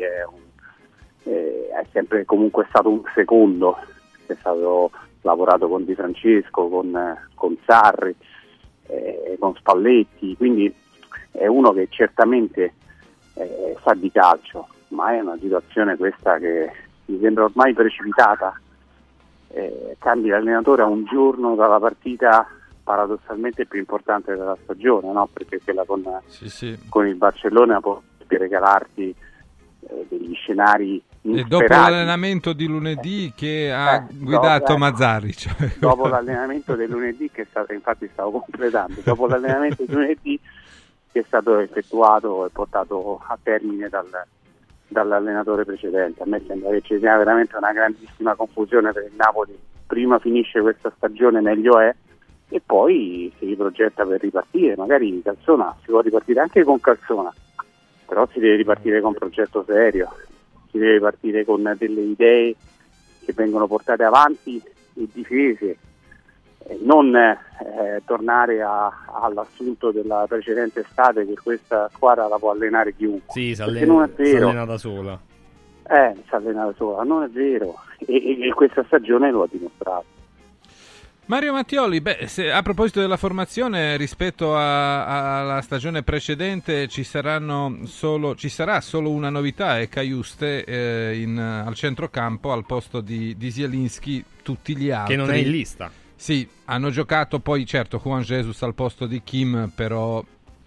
è sempre comunque stato un secondo, è stato lavorato con Di Francesco, con Sarri, con Spalletti, quindi è uno che certamente sa di calcio, ma è una situazione questa che mi sembra ormai precipitata. Cambia l'allenatore a un giorno dalla partita paradossalmente più importante della stagione, no? Perché quella con il Barcellona può regalarti degli scenari insperati. E dopo l'allenamento di lunedì che ha guidato Mazzarri, cioè. Dopo l'allenamento del lunedì che infatti stavo completando, dopo l'allenamento di lunedì che è stato effettuato e portato a termine dall'allenatore precedente. A me sembra che ci sia veramente una grandissima confusione per il Napoli. Prima finisce questa stagione, meglio è, e poi si riprogetta per ripartire. Magari Calzona si può ripartire anche con Calzona, però si deve ripartire con un progetto serio, si deve partire con delle idee che vengono portate avanti e difese, non tornare all'assunto della precedente estate che questa squadra la può allenare chiunque. Sì, si allena da sola. Si allena da sola, non è vero, e questa stagione lo ha dimostrato. Mario Mattioli, a proposito della formazione, rispetto alla stagione precedente ci sarà solo una novità, è Cajuste al centrocampo al posto di Zielinski. Tutti gli altri che non è in lista. Sì, hanno giocato poi certo Juan Jesus al posto di Kim, però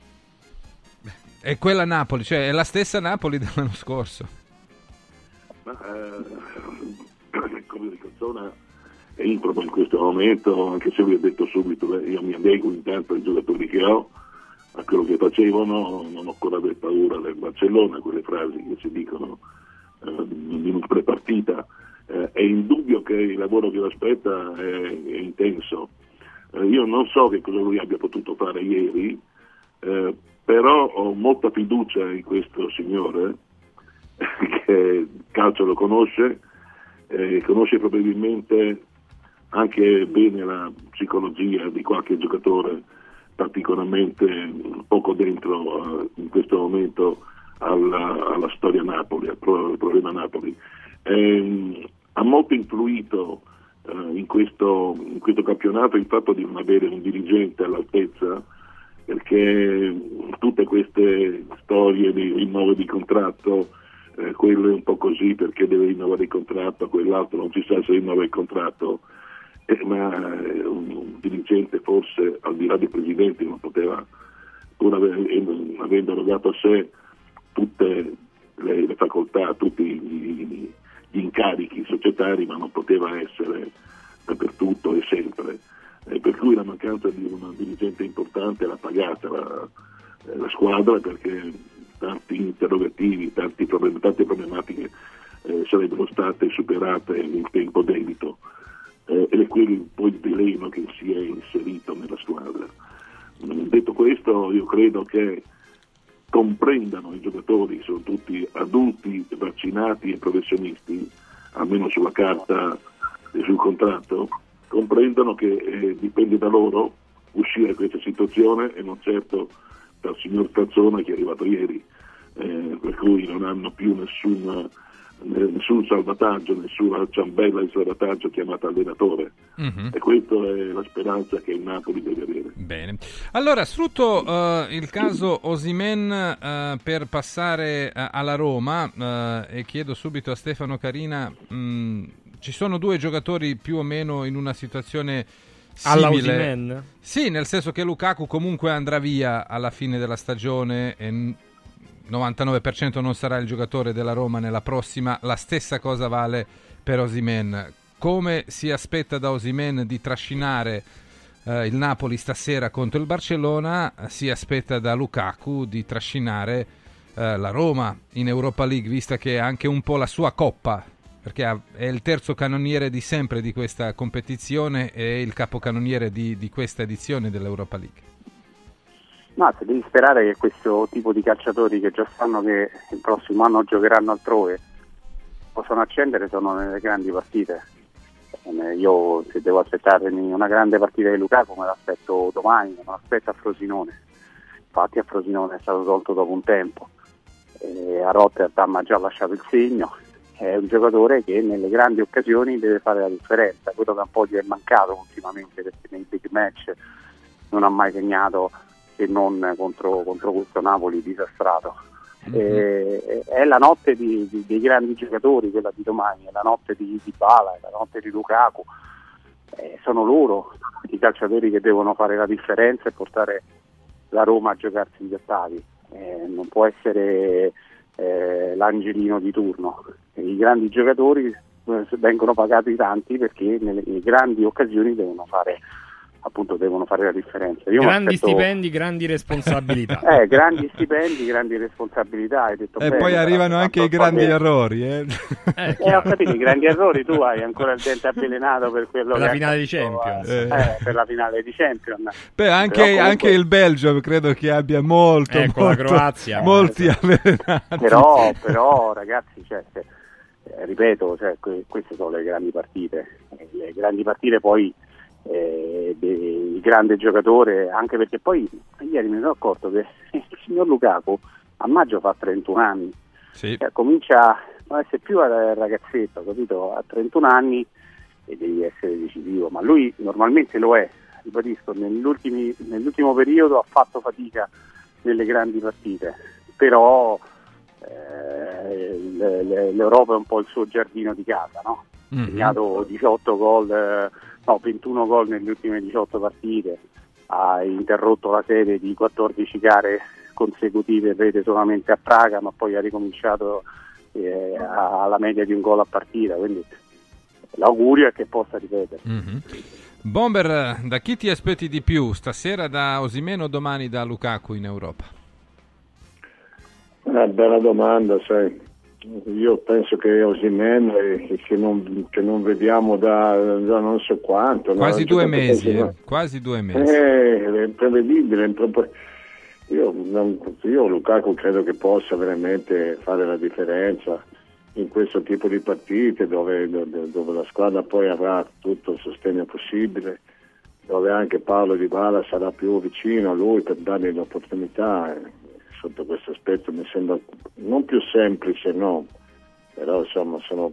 è quella Napoli, cioè è la stessa Napoli dell'anno scorso. Come di Calzona è improbo in questo momento, anche se lui ha detto subito io mi adeguo intanto ai giocatori che ho, a quello che facevano, non ho ancora aver paura del Barcellona, quelle frasi che si dicono in prepartita. È indubbio che il lavoro che lo aspetta è intenso. Io non so che cosa lui abbia potuto fare ieri, però ho molta fiducia in questo signore che il calcio lo conosce, conosce probabilmente anche bene la psicologia di qualche giocatore particolarmente poco dentro in questo momento alla storia Napoli, al problema Napoli. Ha molto influito in questo campionato il fatto di non avere un dirigente all'altezza, perché tutte queste storie di rinnovo di contratto, quello è un po' così perché deve rinnovare il contratto, quell'altro non si sa se rinnova il contratto, ma un dirigente forse al di là dei presidenti non poteva, pur avendo erogato a sé tutte le facoltà, tutti gli incarichi societari, ma non poteva essere dappertutto e sempre, per cui la mancanza di un dirigente importante l'ha pagata la squadra, perché tanti interrogativi, tante problematiche sarebbero state superate in tempo debito, ed è quello poi il veleno che si è inserito nella squadra. Detto questo, io credo che comprendano i giocatori, sono tutti adulti, vaccinati e professionisti, almeno sulla carta e sul contratto, comprendano che dipende da loro uscire da questa situazione e non certo dal signor Calzona che è arrivato ieri, per cui non hanno più nessun salvataggio, nessuna ciambella di salvataggio chiamata allenatore. E questa è la speranza che il Napoli deve avere. Bene, allora sfrutto il caso Osimhen per passare alla Roma e chiedo subito a Stefano Carina, ci sono due giocatori più o meno in una situazione simile. Alla Osimhen? Sì, nel senso che Lukaku comunque andrà via alla fine della stagione e 99% non sarà il giocatore della Roma nella prossima. La stessa cosa vale per Osimhen. Come si aspetta da Osimhen di trascinare il Napoli stasera contro il Barcellona, si aspetta da Lukaku di trascinare la Roma in Europa League, vista che è anche un po' la sua coppa perché è il terzo cannoniere di sempre di questa competizione e il capocannoniere di questa edizione dell'Europa League. Ma se devi sperare che questo tipo di calciatori che già sanno che il prossimo anno giocheranno altrove possono accendere sono nelle grandi partite. Io se devo aspettarmi una grande partita di Lukaku me l'aspetto domani, me l'aspetto a Frosinone. Infatti a Frosinone è stato tolto dopo un tempo, a Rotterdam ha già lasciato il segno, è un giocatore che nelle grandi occasioni deve fare la differenza, quello che un po' gli è mancato ultimamente perché nei big match non ha mai segnato se non contro questo Napoli disastrato. È la notte dei grandi giocatori, quella di domani, è la notte di Dybala, è la notte di Lukaku, sono loro i calciatori che devono fare la differenza e portare la Roma a giocarsi gli ottavi, non può essere l'angelino di turno. I grandi giocatori vengono pagati tanti perché nelle grandi occasioni devono fare la differenza. Grandi stipendi, grandi responsabilità. Grandi stipendi, grandi responsabilità. Hai detto e bene, poi arrivano anche i grandi errori. Ho capito, i grandi errori. Tu hai ancora il dente avvelenato per quello per che la finale di Champions. Per la finale di Champions. Beh, anche il Belgio credo che abbia la Croazia, molti avvelenati. Però ragazzi, ripeto, queste sono le grandi partite. Le grandi partite poi del grande giocatore, anche perché poi ieri mi sono accorto che il signor Lukaku a maggio fa 31 anni, comincia a non essere più il ragazzetto, capito? A 31 anni e devi essere decisivo, ma lui normalmente lo è, ribadisco, nell'ultimo periodo ha fatto fatica nelle grandi partite, però l'Europa è un po' il suo giardino di casa, no? Ha segnato 21 gol nelle ultime 18 partite, ha interrotto la serie di 14 gare consecutive in rete solamente a Praga, ma poi ha ricominciato alla media di un gol a partita, quindi l'augurio è che possa ripetere. Bomber, da chi ti aspetti di più? Stasera da Osimhen o domani da Lukaku in Europa? Una bella domanda, sai. Io penso che Osimhen che non vediamo da non so quanto, quasi 2 mesi, quasi 2 mesi. È imprevedibile. Io Lukaku credo che possa veramente fare la differenza in questo tipo di partite dove la squadra poi avrà tutto il sostegno possibile, dove anche Paolo Dybala sarà più vicino a lui per dargli l'opportunità. Sotto questo aspetto mi sembra non più semplice, no, però insomma sono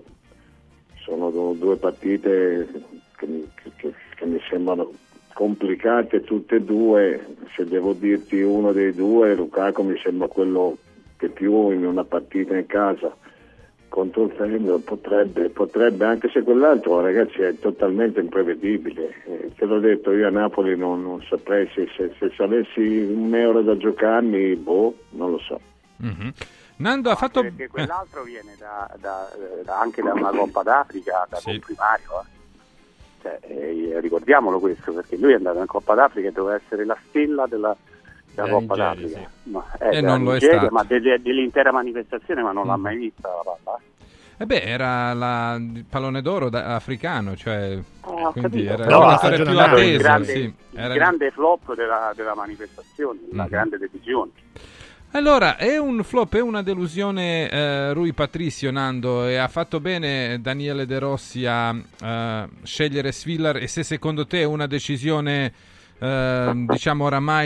2 partite che mi sembrano complicate tutte e due. Se devo dirti uno dei due, Lukaku mi sembra quello che più in una partita in casa contro il Feyenoord potrebbe, anche se quell'altro, ragazzi, è totalmente imprevedibile. Te l'ho detto, io a Napoli non saprei se avessi un euro da giocarmi, non lo so. Nando ha fatto... Perché quell'altro viene anche da una Coppa d'Africa, da comprimario. Ricordiamolo questo, perché lui è andato in Coppa d'Africa e doveva essere la stella della Coppa d'Africa, e non lo è stato, ma dell'intera manifestazione, ma non l'ha mai vista la palla. Era il pallone d'oro africano, quindi era la storia più attesa. Il grande flop della manifestazione, la grande decisione. Allora, è un flop, è una delusione Rui Patricio, Nando, e ha fatto bene Daniele De Rossi a scegliere Svillar, e se secondo te è una decisione diciamo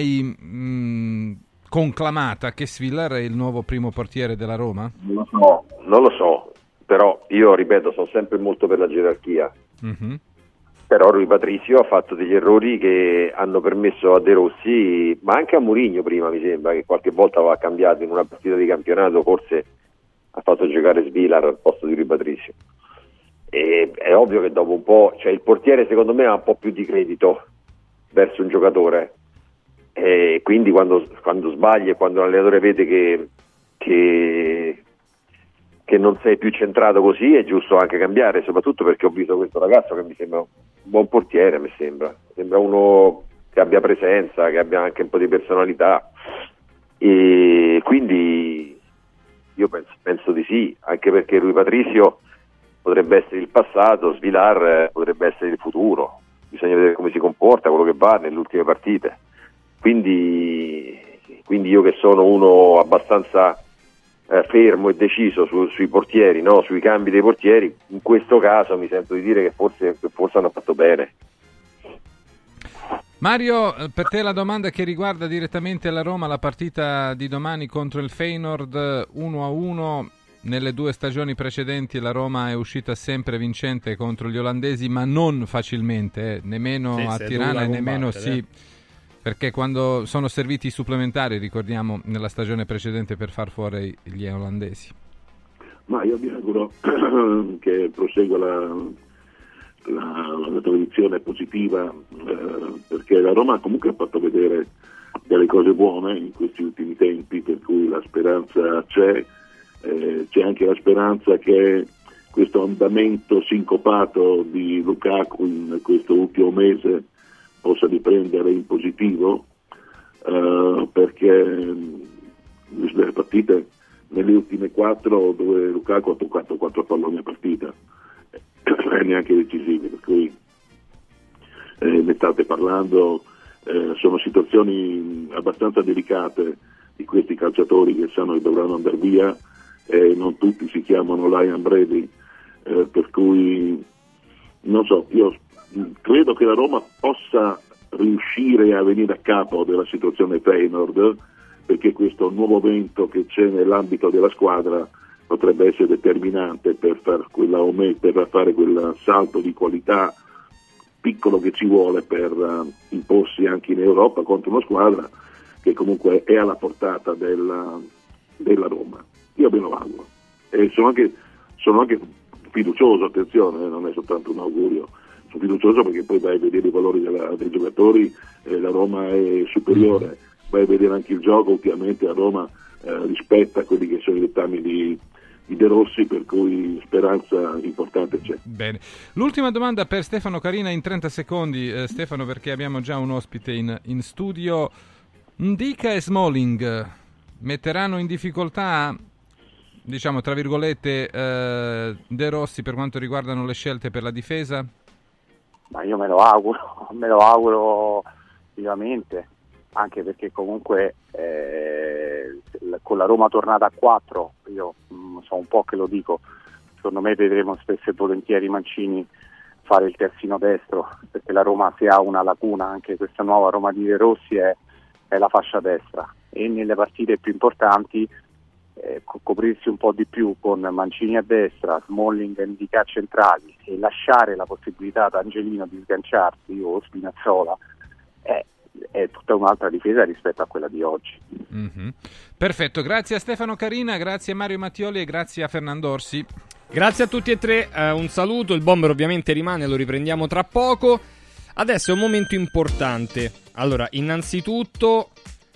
oramai conclamata che Svillar è il nuovo primo portiere della Roma? Non lo so, però io ripeto, sono sempre molto per la gerarchia. Però Rui Patricio ha fatto degli errori che hanno permesso a De Rossi, ma anche a Mourinho prima, mi sembra, che qualche volta aveva cambiato in una partita di campionato, forse ha fatto giocare Svillar al posto di Rui Patricio. E è ovvio che dopo un po', il portiere secondo me ha un po' più di credito verso un giocatore, e quindi quando sbagli e quando l'allenatore vede che non sei più centrato così, è giusto anche cambiare, soprattutto perché ho visto questo ragazzo che mi sembra un buon portiere, mi sembra uno che abbia presenza, che abbia anche un po' di personalità, e quindi io penso di sì, anche perché Rui Patricio potrebbe essere il passato, Svilar potrebbe essere il futuro, bisogna vedere come si comporta, quello che va nelle ultime partite. Quindi io che sono uno abbastanza fermo e deciso sui portieri, no? Sui cambi dei portieri, in questo caso mi sento di dire che forse hanno fatto bene. Mario, per te la domanda che riguarda direttamente la Roma, la partita di domani contro il Feyenoord 1-1. Nelle 2 stagioni precedenti la Roma è uscita sempre vincente contro gli olandesi, ma non facilmente, nemmeno a Tirana e nemmeno perché quando sono serviti i supplementari, ricordiamo, nella stagione precedente per far fuori gli olandesi. Ma io mi auguro che prosegua la tradizione positiva, perché la Roma comunque ha fatto vedere delle cose buone in questi ultimi tempi, per cui la speranza c'è anche la speranza che questo andamento sincopato di Lukaku in questo ultimo mese possa riprendere in positivo, perché le partite nelle ultime 4 dove Lukaku ha toccato 4 palloni a partita neanche decisivi, per cui ne state parlando, sono situazioni abbastanza delicate di questi calciatori che sanno che dovranno andare via, e non tutti si chiamano Lion Brady, per cui non so, io credo che la Roma possa riuscire a venire a capo della situazione Feyenoord, perché questo nuovo vento che c'è nell'ambito della squadra potrebbe essere determinante per fare quel salto di qualità piccolo che ci vuole per imporsi anche in Europa contro una squadra che comunque è alla portata della Roma. Io me lo auguro e sono anche fiducioso, attenzione, non è soltanto un augurio, sono fiducioso perché poi vai a vedere i valori dei giocatori, la Roma è superiore, vai a vedere anche il gioco, ultimamente la Roma rispetta quelli che sono i dettami di De Rossi, per cui speranza importante c'è. Bene, l'ultima domanda per Stefano Carina in 30 secondi, Stefano, perché abbiamo già un ospite in studio. Ndicka e Smalling metteranno in difficoltà, diciamo tra virgolette, De Rossi per quanto riguardano le scelte per la difesa? Ma io me lo auguro vivamente, anche perché comunque con la Roma tornata a 4, io so un po' che lo dico, secondo me vedremo spesso e volentieri Mancini fare il terzino destro, perché la Roma, se ha una lacuna, anche questa nuova Roma di De Rossi, è la fascia destra, e nelle partite più importanti coprirsi un po' di più con Mancini a destra, Smalling e Ndicka centrali, e lasciare la possibilità ad Angelino di sganciarsi o Spinazzola è tutta un'altra difesa rispetto a quella di oggi. Mm-hmm. Perfetto, grazie a Stefano Carina, grazie a Mario Mattioli e grazie a Fernando Orsi. Grazie a tutti e tre, un saluto, il bomber ovviamente rimane, lo riprendiamo tra poco. Adesso è un momento importante. Allora, innanzitutto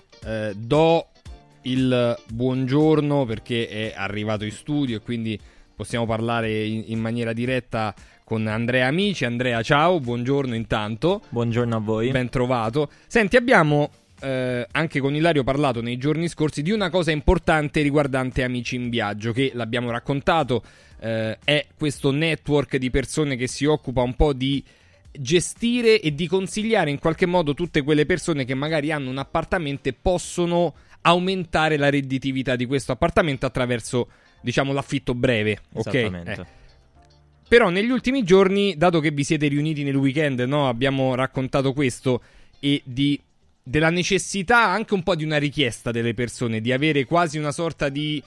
do il buongiorno perché è arrivato in studio e quindi possiamo parlare in maniera diretta con Andrea Amici. Andrea, ciao, buongiorno intanto. Buongiorno a voi. Ben trovato. Senti, abbiamo anche con Ilario parlato nei giorni scorsi di una cosa importante riguardante Amici in Viaggio, che l'abbiamo raccontato, è questo network di persone che si occupa un po' di gestire e di consigliare in qualche modo tutte quelle persone che magari hanno un appartamento e possono aumentare la redditività di questo appartamento attraverso, diciamo, l'affitto breve. Esattamente. Però negli ultimi giorni, dato che vi siete riuniti nel weekend, no, abbiamo raccontato questo, e della necessità, anche un po' di una richiesta delle persone, di avere quasi una sorta di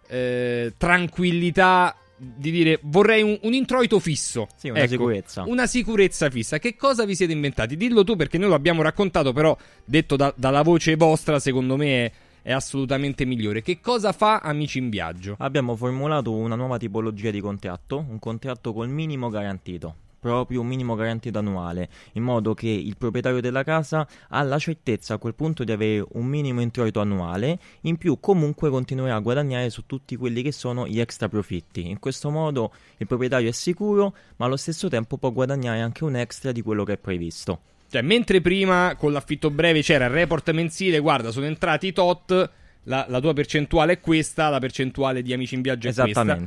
tranquillità, di dire vorrei un introito fisso. Sì, una sicurezza. Una sicurezza fissa. Che cosa vi siete inventati? Dillo tu, perché noi lo abbiamo raccontato, però detto dalla voce vostra, secondo me è assolutamente migliore. Che cosa fa Amici in Viaggio? Abbiamo formulato una nuova tipologia di contratto, un contratto col minimo garantito, proprio un minimo garantito annuale, in modo che il proprietario della casa ha la certezza a quel punto di avere un minimo introito annuale, in più comunque continuerà a guadagnare su tutti quelli che sono gli extra profitti. In questo modo il proprietario è sicuro, ma allo stesso tempo può guadagnare anche un extra di quello che è previsto. Cioè, mentre prima con l'affitto breve c'era il report mensile, guarda, sono entrati tot, la tua percentuale è questa, la percentuale di Amici in Viaggio è questa. Esattamente.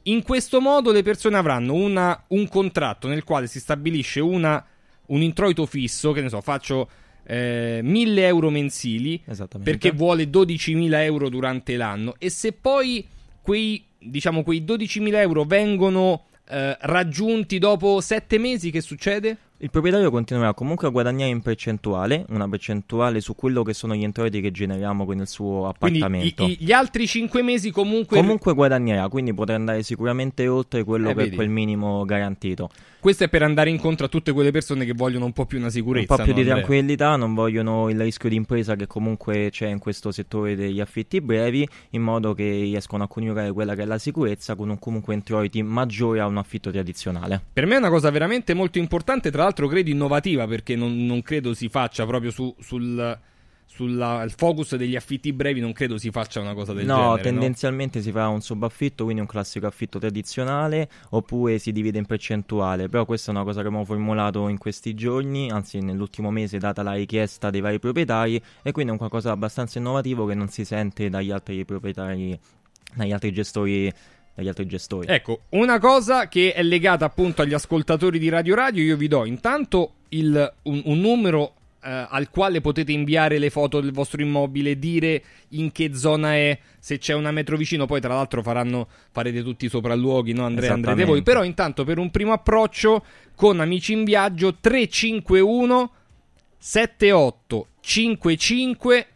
In questo modo le persone avranno un contratto nel quale si stabilisce un introito fisso, che ne so, faccio 1.000 euro mensili perché vuole 12.000 euro durante l'anno, e se poi quei 12.000 euro vengono raggiunti dopo 7 mesi, che succede? Il proprietario continuerà comunque a guadagnare in percentuale, una percentuale su quello che sono gli introiti che generiamo con il suo appartamento. Quindi gli altri 5 mesi comunque guadagnerà, quindi potrà andare sicuramente oltre quello che è quel minimo garantito. Questo è per andare incontro a tutte quelle persone che vogliono un po' più una sicurezza, un po' più di Andrea? Tranquillità, non vogliono il rischio di impresa che comunque c'è in questo settore degli affitti brevi, in modo che riescono a coniugare quella che è la sicurezza con un comunque introiti maggiore a un affitto tradizionale. Per me è una cosa veramente molto importante, tra l'altro credo innovativa, perché non credo si faccia proprio sul focus degli affitti brevi, non credo si faccia una cosa del genere. No, tendenzialmente si fa un subaffitto, quindi un classico affitto tradizionale, oppure si divide in percentuale. Però questa è una cosa che abbiamo formulato in questi giorni, anzi nell'ultimo mese, data la richiesta dei vari proprietari, e quindi è un qualcosa abbastanza innovativo che non si sente dagli altri proprietari, dagli altri gestori. Ecco, una cosa che è legata appunto agli ascoltatori di Radio, io vi do intanto un numero al quale potete inviare le foto del vostro immobile, dire in che zona è, se c'è una metro vicino. Poi tra l'altro farete tutti i sopralluoghi, no Andrea? Andrete voi. Però intanto, per un primo approccio con Amici in Viaggio, 351 78 55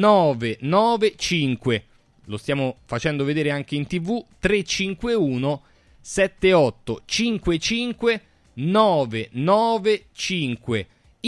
995. Lo stiamo facendo vedere anche in TV. 351 78 55 995.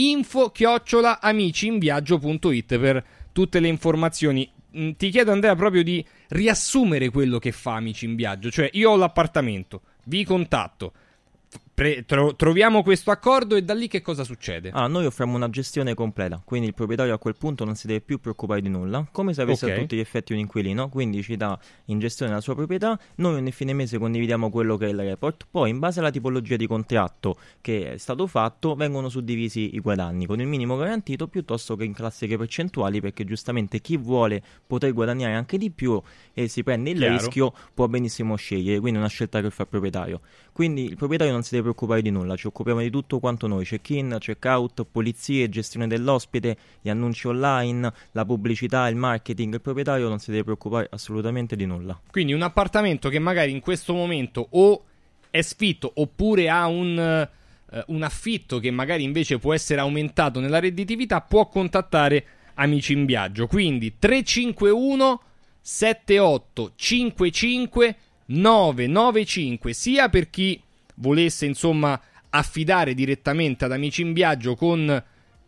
info@amiciinviaggio.it per tutte le informazioni. Ti chiedo, Andrea, proprio di riassumere quello che fa Amici in Viaggio. Cioè, io ho l'appartamento, vi contatto, troviamo questo accordo, e da lì che cosa succede? Noi offriamo una gestione completa, quindi il proprietario a quel punto non si deve più preoccupare di nulla, come se avesse a tutti gli effetti un inquilino, quindi ci dà in gestione la sua proprietà. Noi ogni fine mese condividiamo quello che è il report, poi in base alla tipologia di contratto che è stato fatto vengono suddivisi i guadagni con il minimo garantito, piuttosto che in classiche percentuali, perché giustamente chi vuole poter guadagnare anche di più e si prende il rischio può benissimo scegliere, quindi è una scelta che fa il proprietario. Quindi il proprietario non si deve preoccupare di nulla, ci occupiamo di tutto quanto noi: check-in, check-out, pulizie, gestione dell'ospite, gli annunci online, la pubblicità, il marketing. Il proprietario non si deve preoccupare assolutamente di nulla. Quindi un appartamento che magari in questo momento o è sfitto, oppure ha un affitto che magari invece può essere aumentato nella redditività, può contattare Amici in Viaggio. Quindi 351 78 55 995, sia per chi volesse insomma affidare direttamente ad Amici in Viaggio con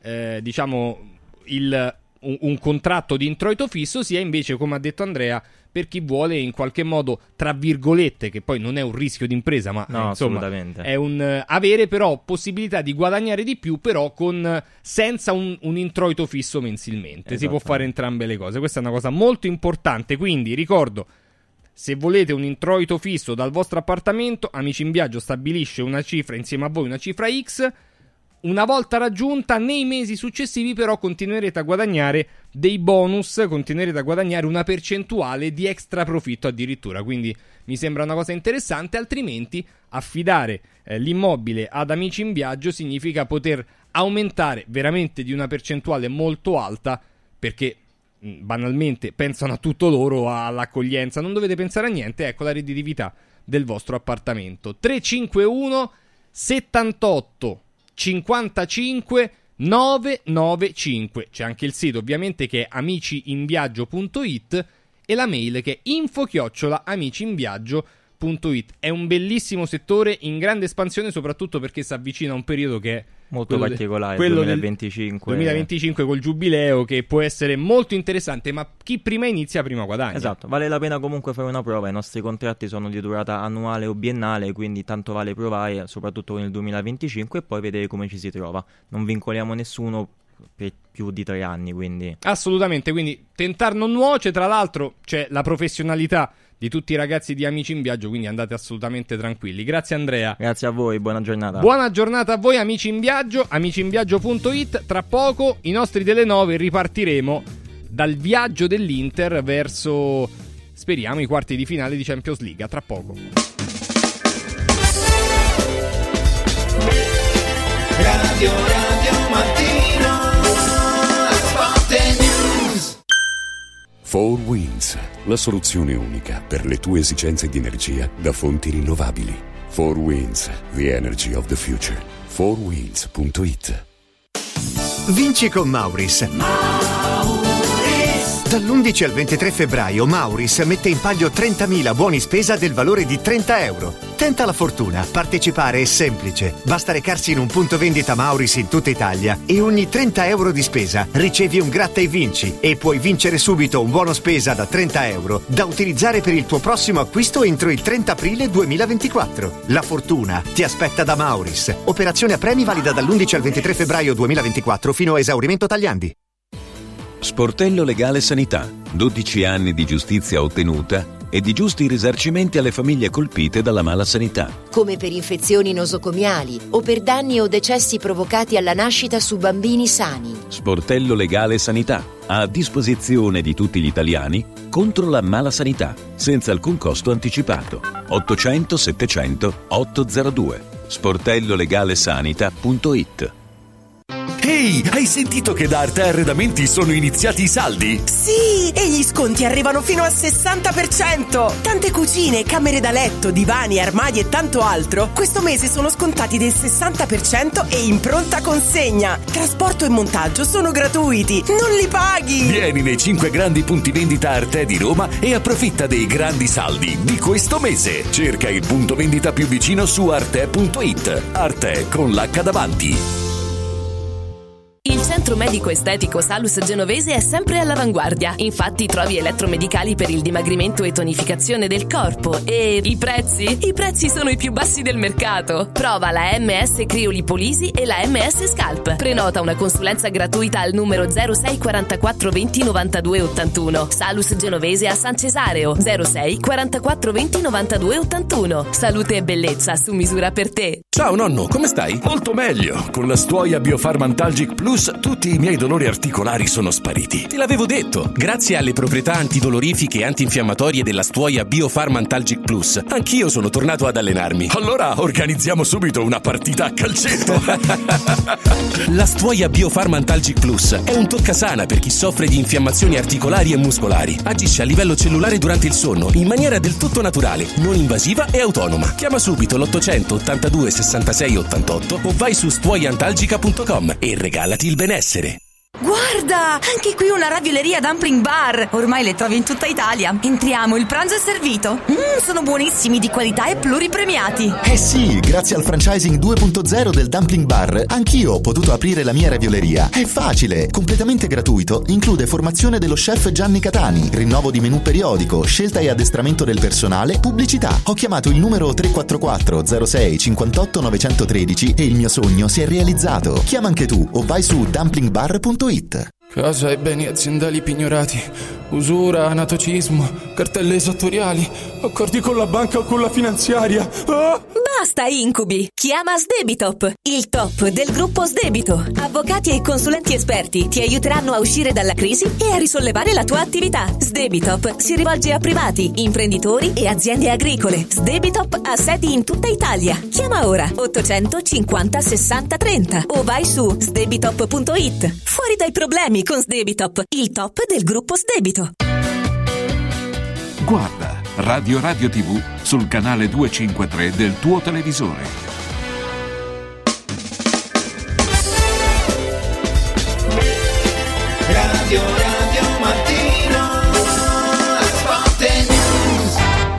un contratto di introito fisso, sia invece, come ha detto Andrea, per chi vuole in qualche modo, tra virgolette, che poi non è un rischio d'impresa, ma insomma è avere però possibilità di guadagnare di più, però senza un introito fisso mensilmente. Si può fare entrambe le cose. Questa è una cosa molto importante. Quindi ricordo, se volete un introito fisso dal vostro appartamento, Amici in Viaggio stabilisce una cifra insieme a voi, una cifra X. Una volta raggiunta, nei mesi successivi però continuerete a guadagnare dei bonus, continuerete a guadagnare una percentuale di extra profitto addirittura. Quindi mi sembra una cosa interessante. Altrimenti affidare l'immobile ad Amici in Viaggio significa poter aumentare veramente di una percentuale molto alta, perché banalmente pensano a tutto loro, all'accoglienza, non dovete pensare a niente, ecco la redditività del vostro appartamento. 351 78 55 995. C'è anche il sito ovviamente, che è amiciinviaggio.it, e la mail che è info@amiciinviaggio.it. È un bellissimo settore in grande espansione, soprattutto perché si avvicina a un periodo che è molto particolare, quello 2025. 2025 col giubileo, che può essere molto interessante, ma chi prima inizia prima guadagna. Esatto, vale la pena comunque fare una prova. I nostri contratti sono di durata annuale o biennale, quindi tanto vale provare, soprattutto con il 2025, e poi vedere come ci si trova. Non vincoliamo nessuno per più di 3 anni, quindi assolutamente, quindi tentar non nuoce. Tra l'altro c'è la professionalità di tutti i ragazzi di Amici in Viaggio, quindi andate assolutamente tranquilli. Grazie Andrea. Grazie a voi, buona giornata. Buona giornata a voi Amici in Viaggio, amiciinviaggio.it. Tra poco i nostri delle 9 ripartiremo dal viaggio dell'Inter verso, speriamo, i quarti di finale di Champions League. A tra poco. Radio Mattino, Sport News. 4 Winds, la soluzione unica per le tue esigenze di energia da fonti rinnovabili. 4 Winds, the energy of the future. 4winds.it. Vinci con Mauris. Dall'11 al 23 febbraio Mauris mette in palio 30.000 buoni spesa del valore di €30. Tenta la fortuna, partecipare è semplice. Basta recarsi in un punto vendita Mauris in tutta Italia e ogni €30 di spesa ricevi un gratta e vinci e puoi vincere subito un buono spesa da €30 da utilizzare per il tuo prossimo acquisto entro il 30 aprile 2024. La fortuna ti aspetta da Mauris. Operazione a premi valida dall'11 al 23 febbraio 2024 fino a esaurimento tagliandi. Sportello Legale Sanità. 12 anni di giustizia ottenuta e di giusti risarcimenti alle famiglie colpite dalla mala sanità. Come per infezioni nosocomiali o per danni o decessi provocati alla nascita su bambini sani. Sportello Legale Sanità. A disposizione di tutti gli italiani contro la mala sanità, senza alcun costo anticipato. 800 700 802. sportellolegalesanita.it. Ehi, hai sentito che da Arte Arredamenti sono iniziati i saldi? Sì, e gli sconti arrivano fino al 60%. Tante cucine, camere da letto, divani, armadi e tanto altro questo mese sono scontati del 60% e in pronta consegna. Trasporto e montaggio sono gratuiti, non li paghi. Vieni nei 5 grandi punti vendita Arte di Roma e approfitta dei grandi saldi di questo mese. Cerca il punto vendita più vicino su arte.it. Arte con l'H davanti. Il centro medico estetico Salus Genovese è sempre all'avanguardia. Infatti trovi elettromedicali per il dimagrimento e tonificazione del corpo. E i prezzi? I prezzi sono i più bassi del mercato. Prova la MS Criolipolisi e la MS Scalp. Prenota una consulenza gratuita al numero 06 44 20 92 81. Salus Genovese a San Cesareo 06 44 20 92 81. Salute e bellezza su misura per te. Ciao nonno, come stai? Molto meglio. Con la Stuoia Biofarmantalgic Plus tutti i miei dolori articolari sono spariti. Te l'avevo detto. Grazie alle proprietà antidolorifiche e antinfiammatorie della Stuoia Biofarmantalgic Plus, anch'io sono tornato ad allenarmi. Allora organizziamo subito una partita a calcetto. La Stuoia Biofarmantalgic Plus è un toccasana per chi soffre di infiammazioni articolari e muscolari. Agisce a livello cellulare durante il sonno in maniera del tutto naturale, non invasiva e autonoma. Chiama subito l'800 82 66 88 o vai su stuoiantalgica.com e regalati il benessere. Guarda, anche qui una ravioleria dumpling bar. Ormai le trovi in tutta Italia. Entriamo, il pranzo è servito. Sono buonissimi, di qualità e pluripremiati. Eh sì, grazie al franchising 2.0 del dumpling bar, anch'io ho potuto aprire la mia ravioleria. È facile, completamente gratuito, include formazione dello chef Gianni Catani, rinnovo di menù periodico, scelta e addestramento del personale, pubblicità. Ho chiamato il numero 344 06 58 913 e il mio sogno si è realizzato. Chiama anche tu o vai su dumplingbar.it. Casa e beni aziendali pignorati, usura, anatocismo, cartelle esattoriali, accordi con la banca o con la finanziaria. Basta incubi! Chiama Sdebitop, il top del gruppo Sdebito. Avvocati e consulenti esperti ti aiuteranno a uscire dalla crisi e a risollevare la tua attività. Sdebitop si rivolge a privati, imprenditori e aziende agricole. Sdebitop ha sedi in tutta Italia. Chiama ora 850 60 30 o vai su sdebitop.it. Fuori dai problemi con Sdebitop, il top del gruppo Sdebito. Guarda Radio TV sul canale 253 del tuo televisore. Radio Mattino, Sport News.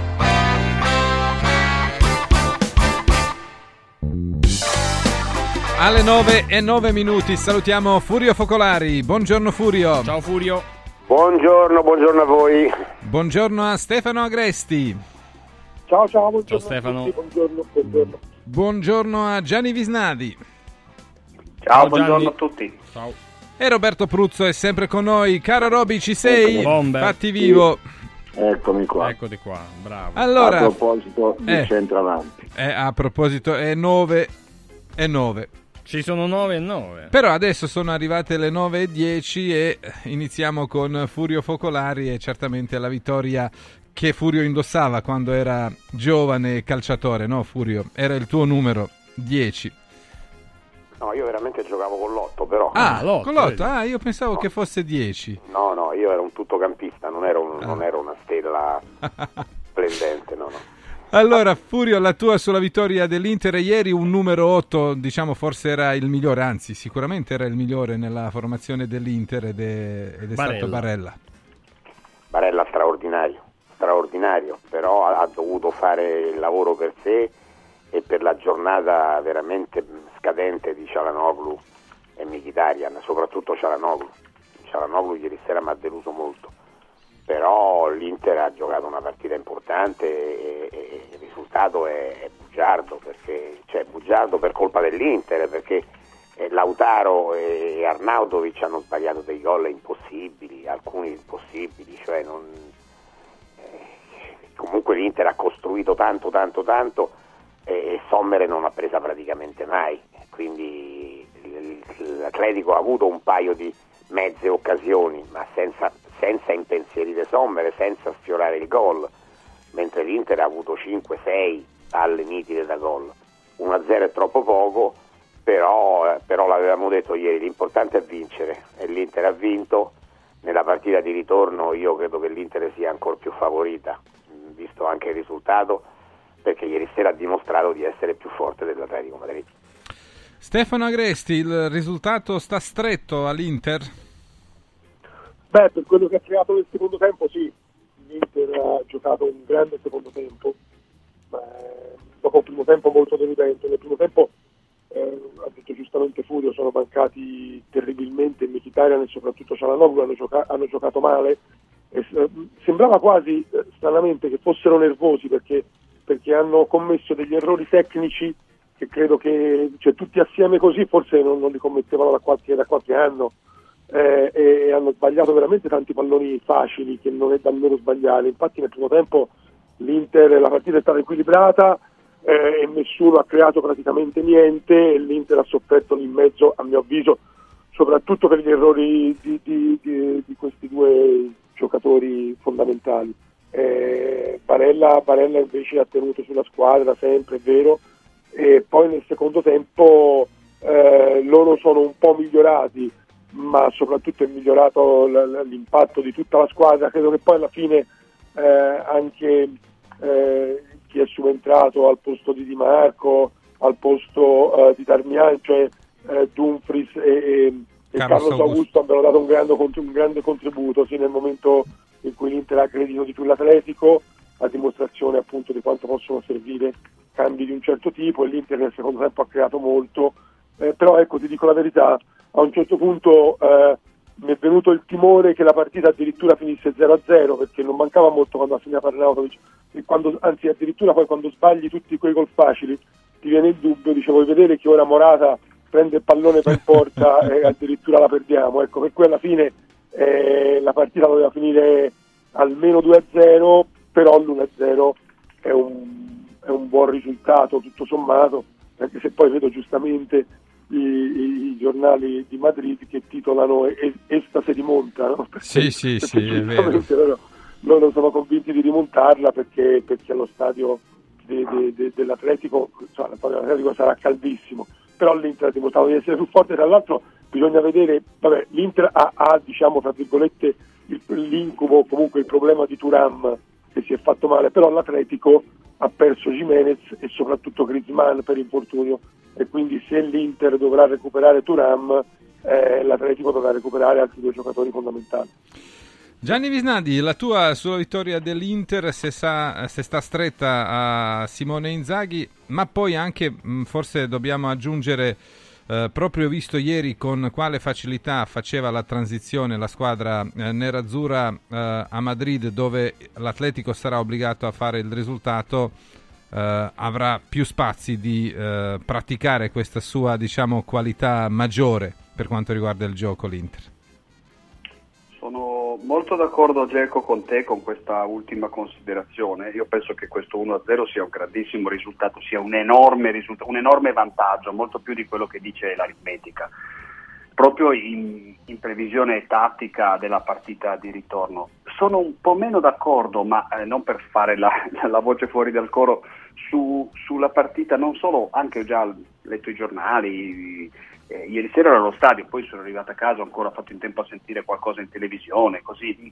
Alle 9:09 salutiamo Furio Focolari. Buongiorno Furio. Ciao Furio. Buongiorno a voi. Buongiorno a Stefano Agresti. Ciao, buongiorno. Ciao Stefano. Buongiorno. Buongiorno a Gianni Visnadi. Ciao, buongiorno a tutti. Ciao. E Roberto Pruzzo è sempre con noi. Caro Roby, ci sei? Bomber. Fatti vivo. Eccomi qua. Eccoti qua, bravo. Allora, a proposito di centravanti. A proposito, è 9 e 9. Ci sono 9 e 9. Però adesso sono arrivate le 9:10 e iniziamo con Furio Focolari e certamente la vittoria che Furio indossava quando era giovane calciatore, no Furio? Era il tuo numero 10. No, io veramente giocavo con l'8, però. L'8, con l'8? Io pensavo che fosse 10. No, io ero un tuttocampista, non ero una stella splendente, no. Allora, Furio, la tua sulla vittoria dell'Inter ieri, un numero 8, diciamo forse era il migliore, anzi sicuramente era il migliore nella formazione dell'Inter ed è stato Barella. Barella straordinario, però ha dovuto fare il lavoro per sé e per la giornata veramente scadente di Çalhanoğlu e Mkhitaryan, soprattutto Çalhanoğlu. Çalhanoğlu ieri sera mi ha deluso molto, però l'Inter ha giocato una partita importante e il risultato è bugiardo, bugiardo per colpa dell'Inter, perché Lautaro e Arnautovic hanno sbagliato dei gol impossibili, alcuni impossibili, comunque l'Inter ha costruito tanto e Sommer non ha presa praticamente mai, quindi l'Atletico ha avuto un paio di mezze occasioni, ma senza impensierire Sommer, senza sfiorare il gol, mentre l'Inter ha avuto 5-6 palle nitide da gol. 1-0 è troppo poco, però l'avevamo detto ieri, l'importante è vincere e l'Inter ha vinto. Nella partita di ritorno io credo che l'Inter sia ancora più favorita, visto anche il risultato, perché ieri sera ha dimostrato di essere più forte dell'Atletico Madrid. Stefano Agresti, il risultato sta stretto all'Inter? Per quello che ha creato nel secondo tempo sì, l'Inter ha giocato un grande secondo tempo, dopo un primo tempo molto deludente. Nel primo tempo, ha detto giustamente Furio, sono mancati terribilmente Mkhitaryan e soprattutto Çalhanoğlu, hanno giocato male. Sembrava quasi stranamente che fossero nervosi perché hanno commesso degli errori tecnici che credo che tutti assieme così forse non li commettevano da qualche anno, e hanno sbagliato veramente tanti palloni facili che non è da loro sbagliare. Infatti nel primo tempo la partita è stata equilibrata e nessuno ha creato praticamente niente e l'Inter ha sofferto lì in mezzo, a mio avviso, soprattutto per gli errori di questi due giocatori fondamentali. Barella invece ha tenuto sulla squadra sempre, è vero, e poi nel secondo tempo loro sono un po' migliorati, ma soprattutto è migliorato l'impatto di tutta la squadra. Credo che poi alla fine anche chi è subentrato al posto di Di Marco, al posto di Darmian, cioè Dumfries e Carlos Augusto abbiano dato un grande contributo, sì, nel momento in cui l'Inter ha aggredito di più l'Atletico, a dimostrazione appunto di quanto possono servire cambi di un certo tipo, e l'Inter nel secondo tempo ha creato molto, però ecco, ti dico la verità, a un certo punto mi è venuto il timore che la partita addirittura finisse 0-0, perché non mancava molto quando ha segnato Arnautovic, e anzi addirittura poi quando sbagli tutti quei gol facili ti viene il dubbio, vuoi vedere che ora Morata prende il pallone per in porta e addirittura la perdiamo. Ecco, per cui alla fine la partita doveva finire almeno 2-0, però l'1-0 è un buon risultato tutto sommato, anche se poi vedo giustamente i giornali di Madrid che titolano "Esta se rimonta", no? Sì, è vero. Loro sono convinti di rimontarla perché allo stadio dell'Atletico, l'Atletico sarà caldissimo, però l'Inter ha dimostrato di essere più forte. Tra l'altro bisogna vedere, l'Inter ha diciamo tra virgolette l'incubo, comunque il problema di Thuram che si è fatto male, però l'Atletico ha perso Giménez e soprattutto Griezmann per infortunio, e quindi se l'Inter dovrà recuperare Thuram, l'Atletico dovrà recuperare altri due giocatori fondamentali. Gianni Visnadi, la tua sulla vittoria dell'Inter, se sta stretta a Simone Inzaghi, ma poi anche forse dobbiamo aggiungere, proprio visto ieri con quale facilità faceva la transizione la squadra nerazzurra a Madrid, dove l'Atletico sarà obbligato a fare il risultato, avrà più spazi di praticare questa sua, diciamo, qualità maggiore per quanto riguarda il gioco l'Inter. Sono molto d'accordo, Gelco, con te con questa ultima considerazione. Io penso che questo 1-0 sia un grandissimo risultato, sia un enorme vantaggio, molto più di quello che dice l'aritmetica, proprio in previsione tattica della partita di ritorno. Sono un po' meno d'accordo, ma non per fare la voce fuori dal coro, sulla partita, non solo, anche già letto i giornali, ieri sera ero allo stadio, poi sono arrivato a casa, ho ancora fatto in tempo a sentire qualcosa in televisione, così.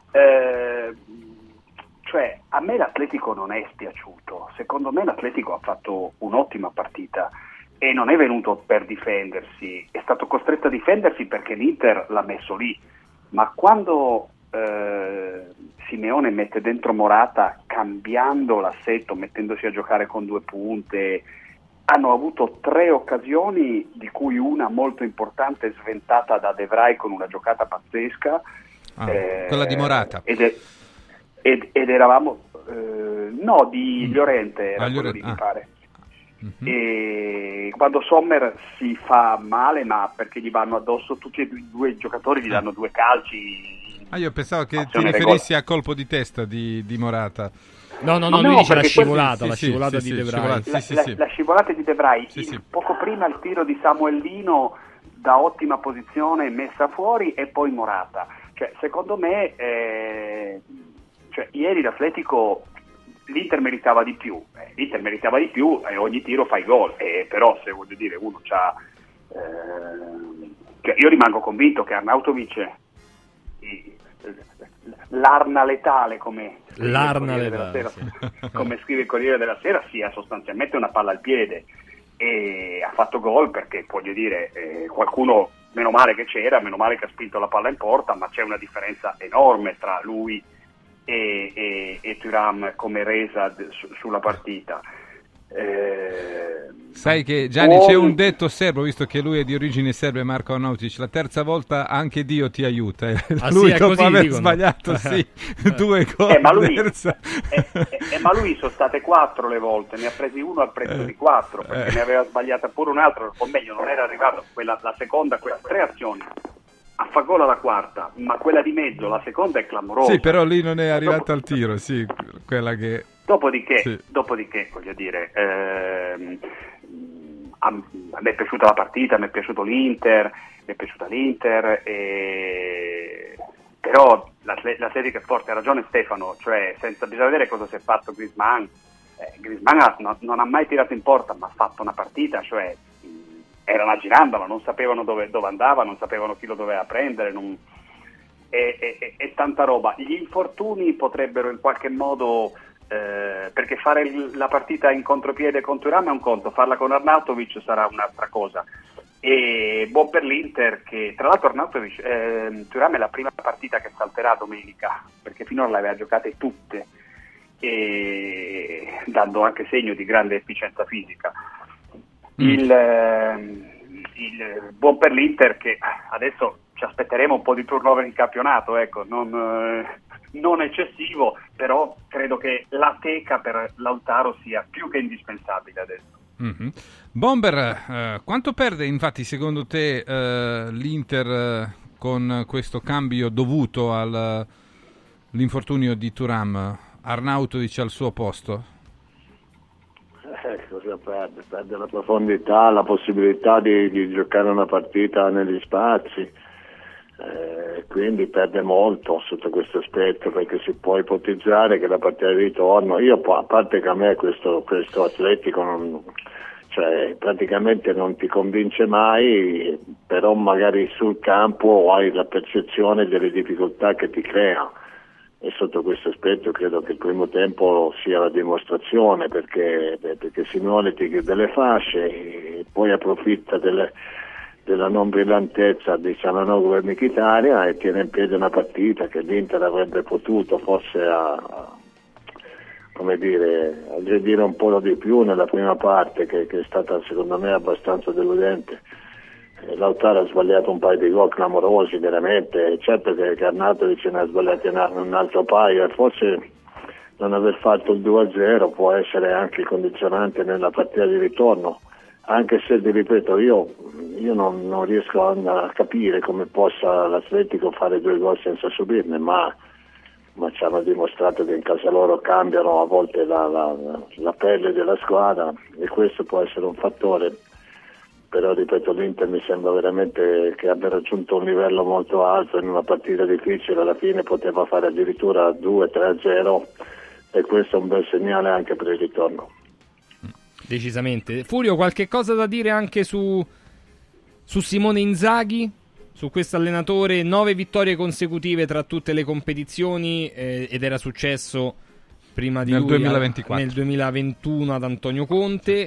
Cioè, a me l'Atletico non è spiaciuto, secondo me l'Atletico ha fatto un'ottima partita e non è venuto per difendersi, è stato costretto a difendersi perché l'Inter l'ha messo lì, ma quando Simeone mette dentro Morata cambiando l'assetto, mettendosi a giocare con 2 punte, hanno avuto 3 occasioni, di cui una molto importante sventata da De Vrij con una giocata pazzesca, quella di Morata ed eravamo no, di Llorente era quello lì, mi pare. E quando Sommer si fa male, ma perché gli vanno addosso tutti e due i giocatori, gli danno 2 calci. Io pensavo che ti riferissi a colpo di testa di Morata. No, lui dice la scivolata di De Vrij. La scivolata di De Vrij, poco prima il tiro di Samuelino da ottima posizione messa fuori e poi Morata. Cioè, secondo me ieri l'Atletico, l'Inter meritava di più e ogni tiro fa i gol, però se voglio dire uno c'ha io rimango convinto che Arnautovic, l'arna letale come scrive il Corriere della Sera, sia sostanzialmente una palla al piede, e ha fatto gol perché, voglio dire, qualcuno, meno male che c'era, meno male che ha spinto la palla in porta, ma c'è una differenza enorme tra lui e Thuram come resa sulla partita. Sai che Gianni c'è un detto serbo, visto che lui è di origine serbe, Marko Arnautovic, la terza volta anche Dio ti aiuta. Lui dopo aver sbagliato 2 gol ma lui sono state 4 le volte, ne ha presi uno al prezzo di 4 perché ne aveva sbagliata pure un altro, o meglio non era arrivato la seconda, 3 azioni a fa gol alla quarta, ma quella di mezzo, la seconda, è clamorosa. Sì, però lì non è arrivata al tiro, quella che... Dopodiché, voglio dire, a me è piaciuta la partita, mi è piaciuta l'Inter, però l'Atletico è forte, ha ragione Stefano, cioè bisogna vedere cosa si è fatto Griezmann. Griezmann non ha mai tirato in porta, ma ha fatto una partita, cioè era una girandola, non sapevano dove andava, non sapevano chi lo doveva prendere, è tanta roba. Gli infortuni potrebbero in qualche modo, perché fare la partita in contropiede con Thuram è un conto, farla con Arnautovic sarà un'altra cosa. E buon per l'Inter, che tra l'altro Thuram è la prima partita che salterà domenica, perché finora le aveva giocate tutte, e dando anche segno di grande efficienza fisica. Il buon per l'Inter, che adesso ci aspetteremo un po' di turnover in campionato, ecco, non eccessivo, però credo che la teca per Lautaro sia più che indispensabile adesso. Mm-hmm. Bomber, quanto perde infatti secondo te l'Inter con questo cambio dovuto all'infortunio di Thuram? Arnautovic al suo posto? Cosa perde? Perde la profondità, la possibilità di giocare una partita negli spazi, quindi perde molto sotto questo aspetto, perché si può ipotizzare che la partita di ritorno, a parte che a me questo Atletico praticamente non ti convince mai, però magari sul campo hai la percezione delle difficoltà che ti crea. E sotto questo aspetto credo che il primo tempo sia la dimostrazione, perché Simeone ti chiude le fasce e poi approfitta della non brillantezza di Çalhanoğlu e Mkhitaryan e tiene in piedi una partita che l'Inter avrebbe potuto forse aggredire un po' di più nella prima parte, che è stata secondo me abbastanza deludente. Lautaro ha sbagliato un paio di gol clamorosi, veramente. Certo che Arnautovic ne ha sbagliato un altro paio, e forse non aver fatto il 2-0 può essere anche condizionante nella partita di ritorno, anche se, ti ripeto, io non riesco a capire come possa l'Atletico fare 2 gol senza subirne, ma ci hanno dimostrato che in casa loro cambiano a volte la pelle della squadra, e questo può essere un fattore. Però ripeto, l'Inter mi sembra veramente che abbia raggiunto un livello molto alto in una partita difficile, alla fine poteva fare addirittura 2-3-0, e questo è un bel segnale anche per il ritorno. Decisamente. Furio, qualche cosa da dire anche su Simone Inzaghi? Su questo allenatore, 9 vittorie consecutive tra tutte le competizioni, ed era successo prima di nel lui 2024. Nel 2021 ad Antonio Conte.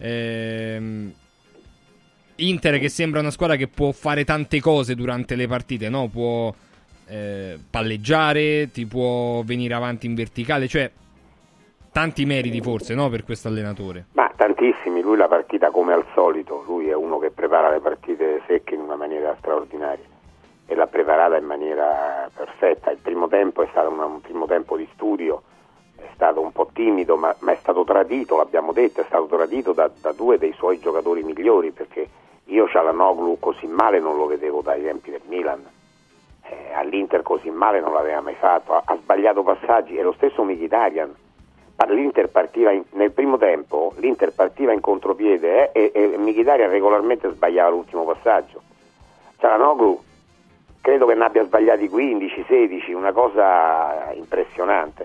Inter che sembra una squadra che può fare tante cose durante le partite, no? Può palleggiare, ti può venire avanti in verticale, cioè tanti meriti forse, no, per questo allenatore. Ma tantissimi, lui la partita come al solito, lui è uno che prepara le partite secche in una maniera straordinaria e l'ha preparata in maniera perfetta. Il primo tempo è stato un primo tempo di studio, è stato un po' timido, ma è stato tradito, l'abbiamo detto, è stato tradito da due dei suoi giocatori migliori, perché io Çalhanoğlu così male non lo vedevo dai tempi del Milan, all'Inter così male non l'aveva mai fatto, ha sbagliato passaggi, e lo stesso Mkhitaryan. L'Inter partiva nel primo tempo, l'Inter partiva in contropiede e Mkhitaryan regolarmente sbagliava l'ultimo passaggio. Çalhanoğlu credo che ne abbia sbagliati 15-16, una cosa impressionante,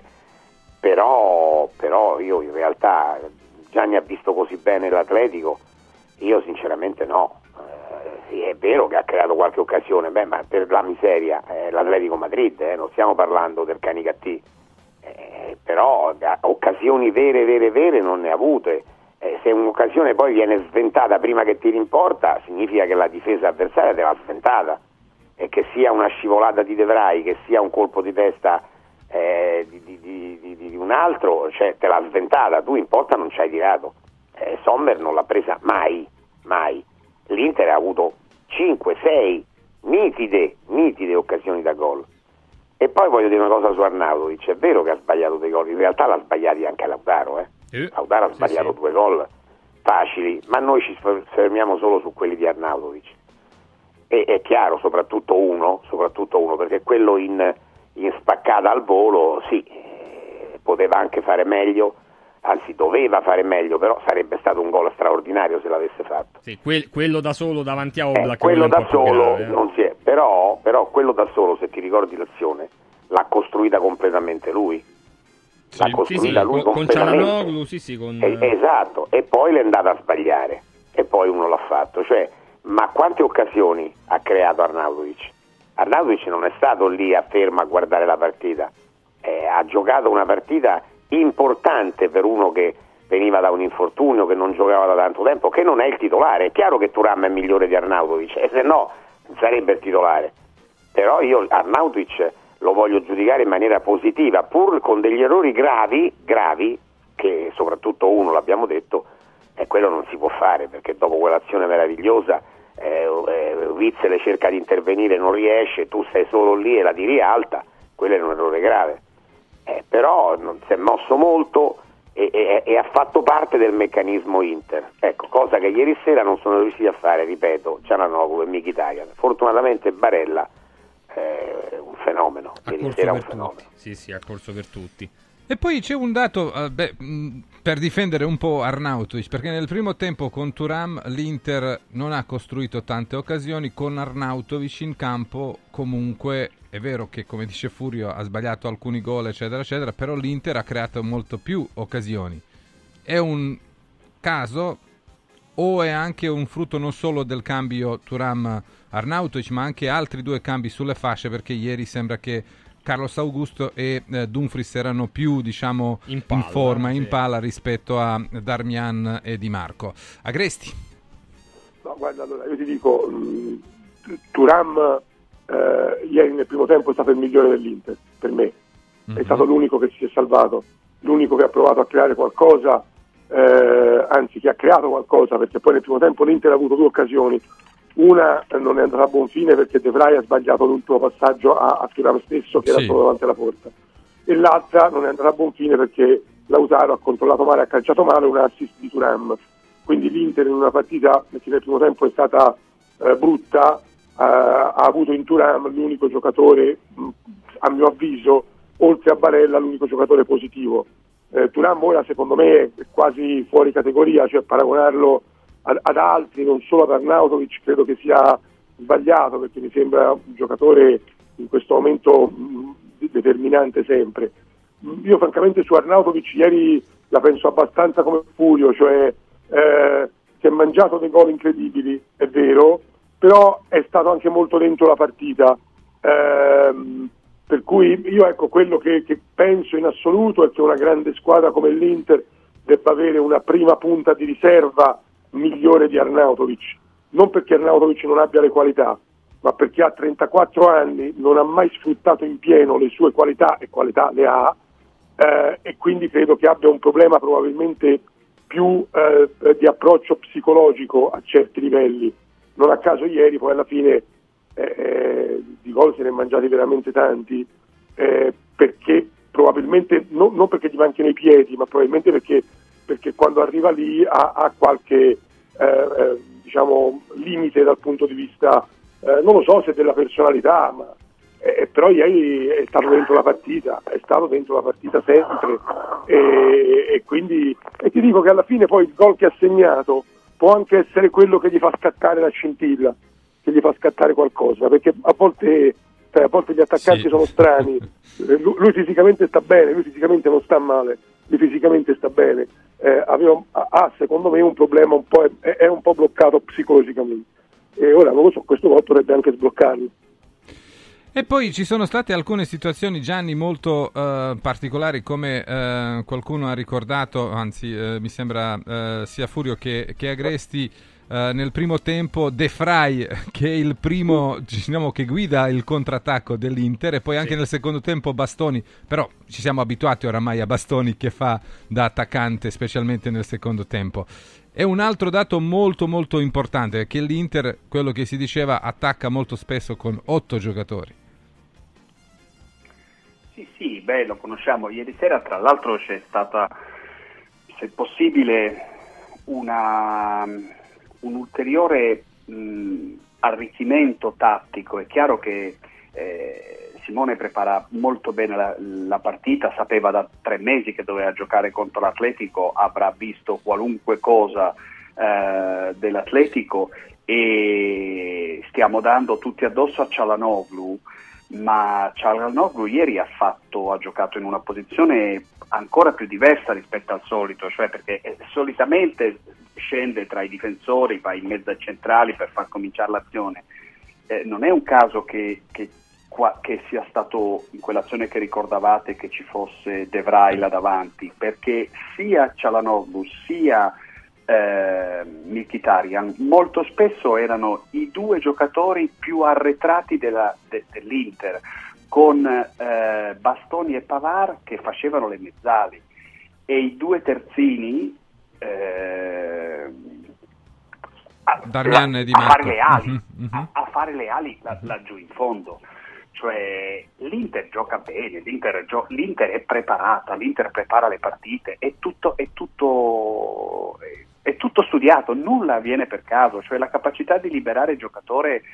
però io in realtà Gianni ha visto così bene l'Atletico, io sinceramente no. Sì, è vero che ha creato qualche occasione, ma per la miseria l'Atletico Madrid, non stiamo parlando del Canicattì. Però occasioni vere non ne ha avute. Se un'occasione poi viene sventata prima che tiri in porta, significa che la difesa avversaria te l'ha sventata, e che sia una scivolata di De Vrij, che sia un colpo di testa di un altro, cioè te l'ha sventata, tu in porta non ci hai tirato. Sommer non l'ha presa mai. L'Inter ha avuto 5-6 nitide occasioni da gol. E poi voglio dire una cosa su Arnautovic, è vero che ha sbagliato dei gol, in realtà l'ha sbagliati anche Lautaro, Lautaro ha sbagliato 2 gol facili, ma noi ci fermiamo solo su quelli di Arnautovic. E è chiaro, soprattutto uno, perché quello in spaccata al volo, sì, poteva anche fare meglio, anzi doveva fare meglio, però sarebbe stato un gol straordinario se l'avesse fatto. Sì, quello da solo davanti a Oblak, quello da solo grave, non si è, però quello da solo, se ti ricordi l'azione, l'ha costruita completamente lui. L'ha costruita lui con completamente. Çalhanoğlu, esatto, e poi l'è andata a sbagliare, e poi uno l'ha fatto, cioè, ma quante occasioni ha creato Arnautovic? Arnautovic non è stato lì a fermo a guardare la partita, ha giocato una partita importante per uno che veniva da un infortunio, che non giocava da tanto tempo, che non è il titolare. È chiaro che Thuram è migliore di Arnautovic, e se no sarebbe il titolare, però io Arnautovic lo voglio giudicare in maniera positiva, pur con degli errori gravi, che soprattutto uno, l'abbiamo detto, e quello non si può fare, perché dopo quell'azione meravigliosa Witsel cerca di intervenire, non riesce, tu sei solo lì e la tiri alta, quello è un errore grave. Però non si è mosso molto e ha fatto parte del meccanismo Inter, ecco, cosa che ieri sera non sono riusciti a fare, ripeto, Çalhanoğlu e Mkhitaryan. Fortunatamente Barella è un fenomeno, ieri sera un fenomeno. Sì, ha corso per tutti. E poi c'è un dato, per difendere un po' Arnautovic, perché nel primo tempo con Thuram l'Inter non ha costruito tante occasioni, con Arnautovic in campo comunque è vero che, come dice Furio, ha sbagliato alcuni gol eccetera, però l'Inter ha creato molto più occasioni. È un caso o è anche un frutto non solo del cambio Thuram-Arnautovic, ma anche altri 2 cambi sulle fasce, perché ieri sembra che Carlos Augusto e Dumfries erano più, diciamo, in forma, in palla rispetto a Darmian e Di Marco. Agresti? No, guarda, allora io ti dico, Thuram ieri nel primo tempo è stato il migliore dell'Inter, per me. È stato l'unico che si è salvato, l'unico che ha provato a creare qualcosa, anzi che ha creato qualcosa, perché poi nel primo tempo l'Inter ha avuto 2 occasioni. Una non è andata a buon fine perché De Vrij ha sbagliato l'ultimo passaggio a Thuram stesso, che era solo davanti alla porta, e l'altra non è andata a buon fine perché Lautaro ha controllato male, ha calciato male un assist di Thuram. Quindi l'Inter in una partita che nel primo tempo è stata brutta ha avuto in Thuram l'unico giocatore, a mio avviso, oltre a Barella, l'unico giocatore positivo. Thuram ora secondo me è quasi fuori categoria, cioè paragonarlo ad altri, non solo ad Arnautovic, credo che sia sbagliato, perché mi sembra un giocatore in questo momento determinante sempre. Io francamente su Arnautovic ieri la penso abbastanza come Furio, cioè si è mangiato dei gol incredibili, è vero, però è stato anche molto dentro la partita, per cui io ecco quello che penso in assoluto è che una grande squadra come l'Inter debba avere una prima punta di riserva migliore di Arnautovic, non perché Arnautovic non abbia le qualità, ma perché ha 34 anni, non ha mai sfruttato in pieno le sue qualità, e qualità le ha, e quindi credo che abbia un problema probabilmente più di approccio psicologico a certi livelli. Non a caso ieri poi alla fine di gol se ne è mangiati veramente tanti, perché probabilmente non perché gli manchino i piedi, ma probabilmente perché quando arriva lì ha qualche diciamo limite dal punto di vista non lo so se della personalità, ma però ieri è stato dentro la partita sempre, e quindi ti dico che alla fine poi il gol che ha segnato può anche essere quello che gli fa scattare la scintilla, che gli fa scattare qualcosa, perché a volte gli attaccanti sono strani, lui fisicamente sta bene, lui fisicamente non sta male, lui fisicamente sta bene, ha secondo me un problema è un po' bloccato psicologicamente, e ora non lo so, questo gol potrebbe anche sbloccarlo. E poi ci sono state alcune situazioni, Gianni, molto particolari, come qualcuno ha ricordato, anzi mi sembra sia Furio che Agresti, nel primo tempo De Vrij che è il primo, diciamo, che guida il contrattacco dell'Inter, e poi anche nel secondo tempo Bastoni, però ci siamo abituati oramai a Bastoni che fa da attaccante, specialmente nel secondo tempo. È un altro dato molto molto importante, che l'Inter, quello che si diceva, attacca molto spesso con 8 giocatori. Sì, lo conosciamo. Ieri sera tra l'altro c'è stata, se possibile, un ulteriore arricchimento tattico. È chiaro che Simone prepara molto bene la partita, sapeva da 3 mesi che doveva giocare contro l'Atletico, avrà visto qualunque cosa dell'Atletico, e stiamo dando tutti addosso a Çalhanoğlu, ma Çalhanoğlu ieri ha giocato in una posizione ancora più diversa rispetto al solito, cioè perché solitamente scende tra i difensori, va in mezzo ai centrali per far cominciare l'azione. Non è un caso che sia stato in quell'azione che ricordavate che ci fosse De Vrij là davanti, perché sia Çalhanoğlu sia Mkhitaryan molto spesso erano i 2 giocatori più arretrati dell'Inter, con Bastoni e Pavard che facevano le mezzali, e i 2 terzini Darmian e Di a Marco fare le ali, a fare le ali laggiù in fondo. Cioè l'Inter gioca bene, l'Inter è preparata, l'Inter prepara le partite, è tutto studiato, nulla avviene per caso, cioè la capacità di liberare il giocatore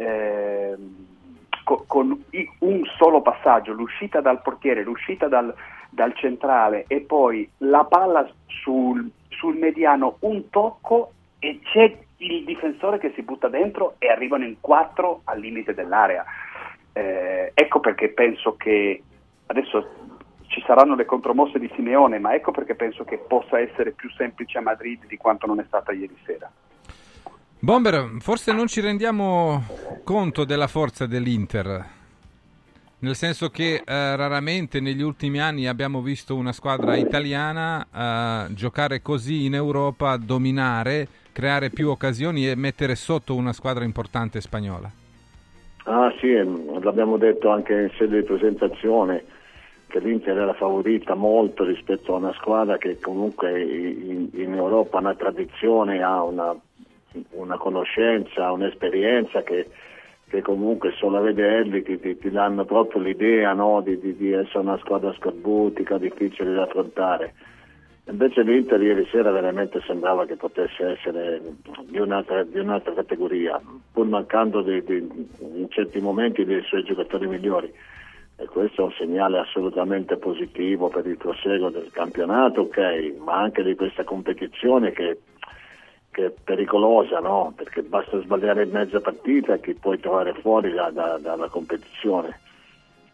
con un solo passaggio, l'uscita dal portiere, l'uscita dal centrale, e poi la palla sul mediano, un tocco e c'è il difensore che si butta dentro e arrivano in 4 al limite dell'area. Ecco perché penso che adesso ci saranno le contromosse di Simeone, ma ecco perché penso che possa essere più semplice a Madrid di quanto non è stata ieri sera. Bomber, forse non ci rendiamo conto della forza dell'Inter, nel senso che raramente negli ultimi anni abbiamo visto una squadra italiana giocare così in Europa, dominare, creare più occasioni e mettere sotto una squadra importante spagnola. Ah sì, l'abbiamo detto anche in sede di presentazione, che l'Inter è la favorita molto rispetto a una squadra che comunque in Europa ha una tradizione, ha una conoscenza, un'esperienza che comunque solo a vederli ti danno proprio l'idea, no, di essere una squadra scorbutica, difficile da affrontare. Invece l'Inter ieri sera veramente sembrava che potesse essere di un'altra categoria, pur mancando in certi momenti dei suoi giocatori migliori. E questo è un segnale assolutamente positivo per il proseguo del campionato, ok, ma anche di questa competizione che è pericolosa, no? Perché basta sbagliare in mezza partita che puoi trovare fuori dalla competizione.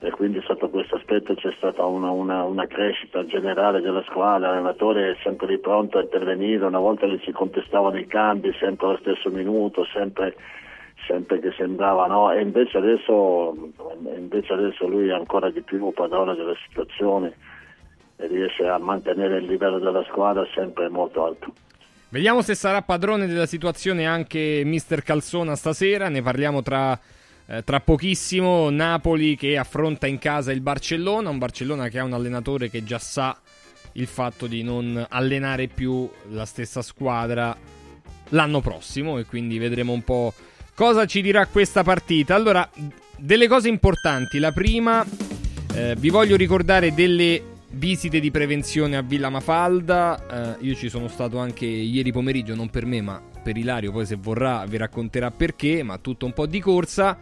e quindi sotto questo aspetto c'è stata una crescita generale della squadra. L'allenatore è sempre lì pronto a intervenire, una volta che si contestavano i cambi sempre allo stesso minuto, sempre che sembrava, no? E invece adesso lui è ancora di più padrone della situazione e riesce a mantenere il livello della squadra sempre molto alto. Vediamo se sarà padrone della situazione anche mister Calzona stasera, ne parliamo tra pochissimo. Napoli che affronta in casa il Barcellona, un Barcellona che ha un allenatore che già sa il fatto di non allenare più la stessa squadra l'anno prossimo, e quindi vedremo un po' cosa ci dirà questa partita. Allora, delle cose importanti. La prima, vi voglio ricordare delle visite di prevenzione a Villa Mafalda. Io ci sono stato anche ieri pomeriggio, non per me ma per Ilario, poi se vorrà vi racconterà perché, ma tutto un po' di corsa.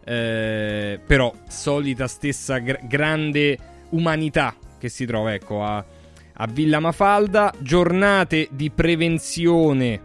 Però solita stessa grande umanità che si trova, ecco, a Villa Mafalda. Giornate di prevenzione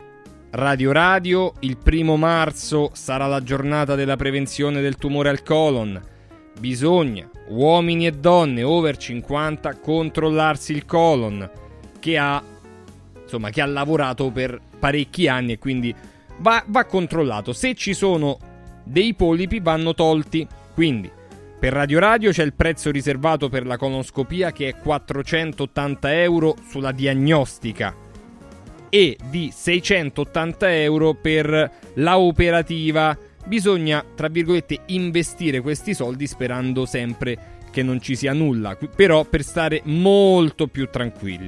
Radio. Il 1 marzo sarà la giornata della prevenzione del tumore al colon. Bisogna, uomini e donne over 50, controllarsi il colon, che ha lavorato per parecchi anni e quindi va controllato. Se ci sono dei polipi vanno tolti. Quindi per Radio c'è il prezzo riservato per la colonscopia, che è 480 euro sulla diagnostica, e di 680 euro per la operativa. Bisogna, tra virgolette, investire questi soldi sperando sempre che non ci sia nulla, però per stare molto più tranquilli.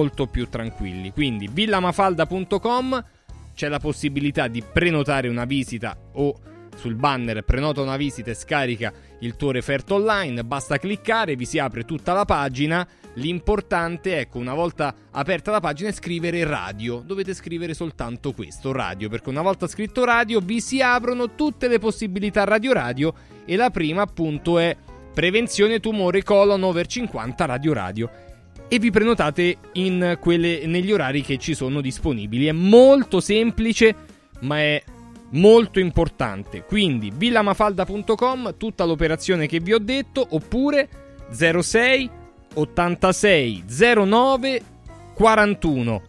Quindi villamafalda.com, c'è la possibilità di prenotare una visita, o sul banner prenota una visita e scarica il tuo referto online, basta cliccare, vi si apre tutta la pagina. L'importante, ecco, una volta aperta la pagina, è scrivere radio. Dovete scrivere soltanto questo, radio, perché una volta scritto radio vi si aprono tutte le possibilità Radio, e la prima appunto è prevenzione tumore colon over 50 Radio, e vi prenotate negli orari che ci sono disponibili. È molto semplice, ma è molto importante. Quindi villamafalda.com, tutta l'operazione che vi ho detto, oppure 06 86 09 41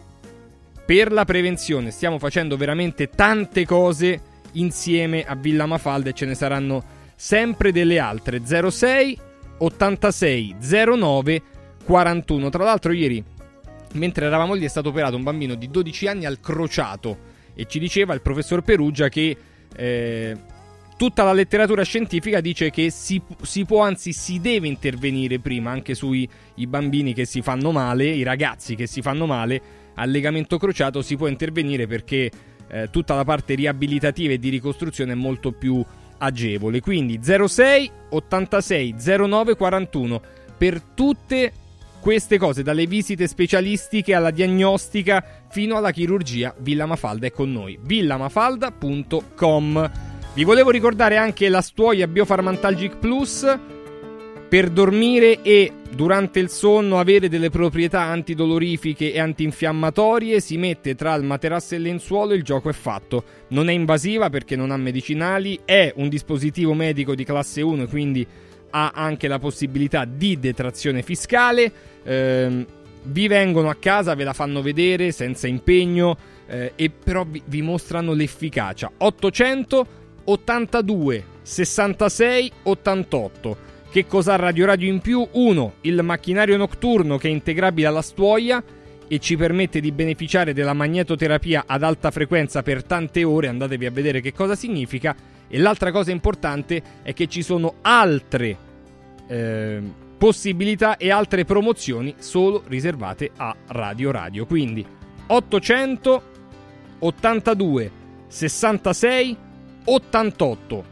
per la prevenzione. Stiamo facendo veramente tante cose insieme a Villa Mafalda e ce ne saranno sempre delle altre. 06 86 09 41. Tra l'altro ieri, mentre eravamo lì, è stato operato un bambino di 12 anni al crociato, e ci diceva il professor Perugia che tutta la letteratura scientifica dice che si può, anzi si deve intervenire prima anche sui bambini che si fanno male, i ragazzi che si fanno male al legamento crociato. Si può intervenire perché tutta la parte riabilitativa e di ricostruzione è molto più agevole. Quindi 06 86 09 41 per tutte queste cose, dalle visite specialistiche alla diagnostica fino alla chirurgia. Villa Mafalda è con noi. villamafalda.com. Vi volevo ricordare anche la stuoia Biofarmantalgic Plus, per dormire e durante il sonno avere delle proprietà antidolorifiche e antinfiammatorie. Si mette tra il materasso e il lenzuolo, il gioco è fatto. Non è invasiva perché non ha medicinali, è un dispositivo medico di classe 1, quindi ha anche la possibilità di detrazione fiscale. Vi vengono a casa, ve la fanno vedere senza impegno, e però vi mostrano l'efficacia. 882 66 88. Che cos'ha Radio in più? 1. Il macchinario notturno, che è integrabile alla stuoia e ci permette di beneficiare della magnetoterapia ad alta frequenza per tante ore. Andatevi a vedere che cosa significa. E l'altra cosa importante è che ci sono altre possibilità e altre promozioni solo riservate a Radio. Quindi 882 66 88,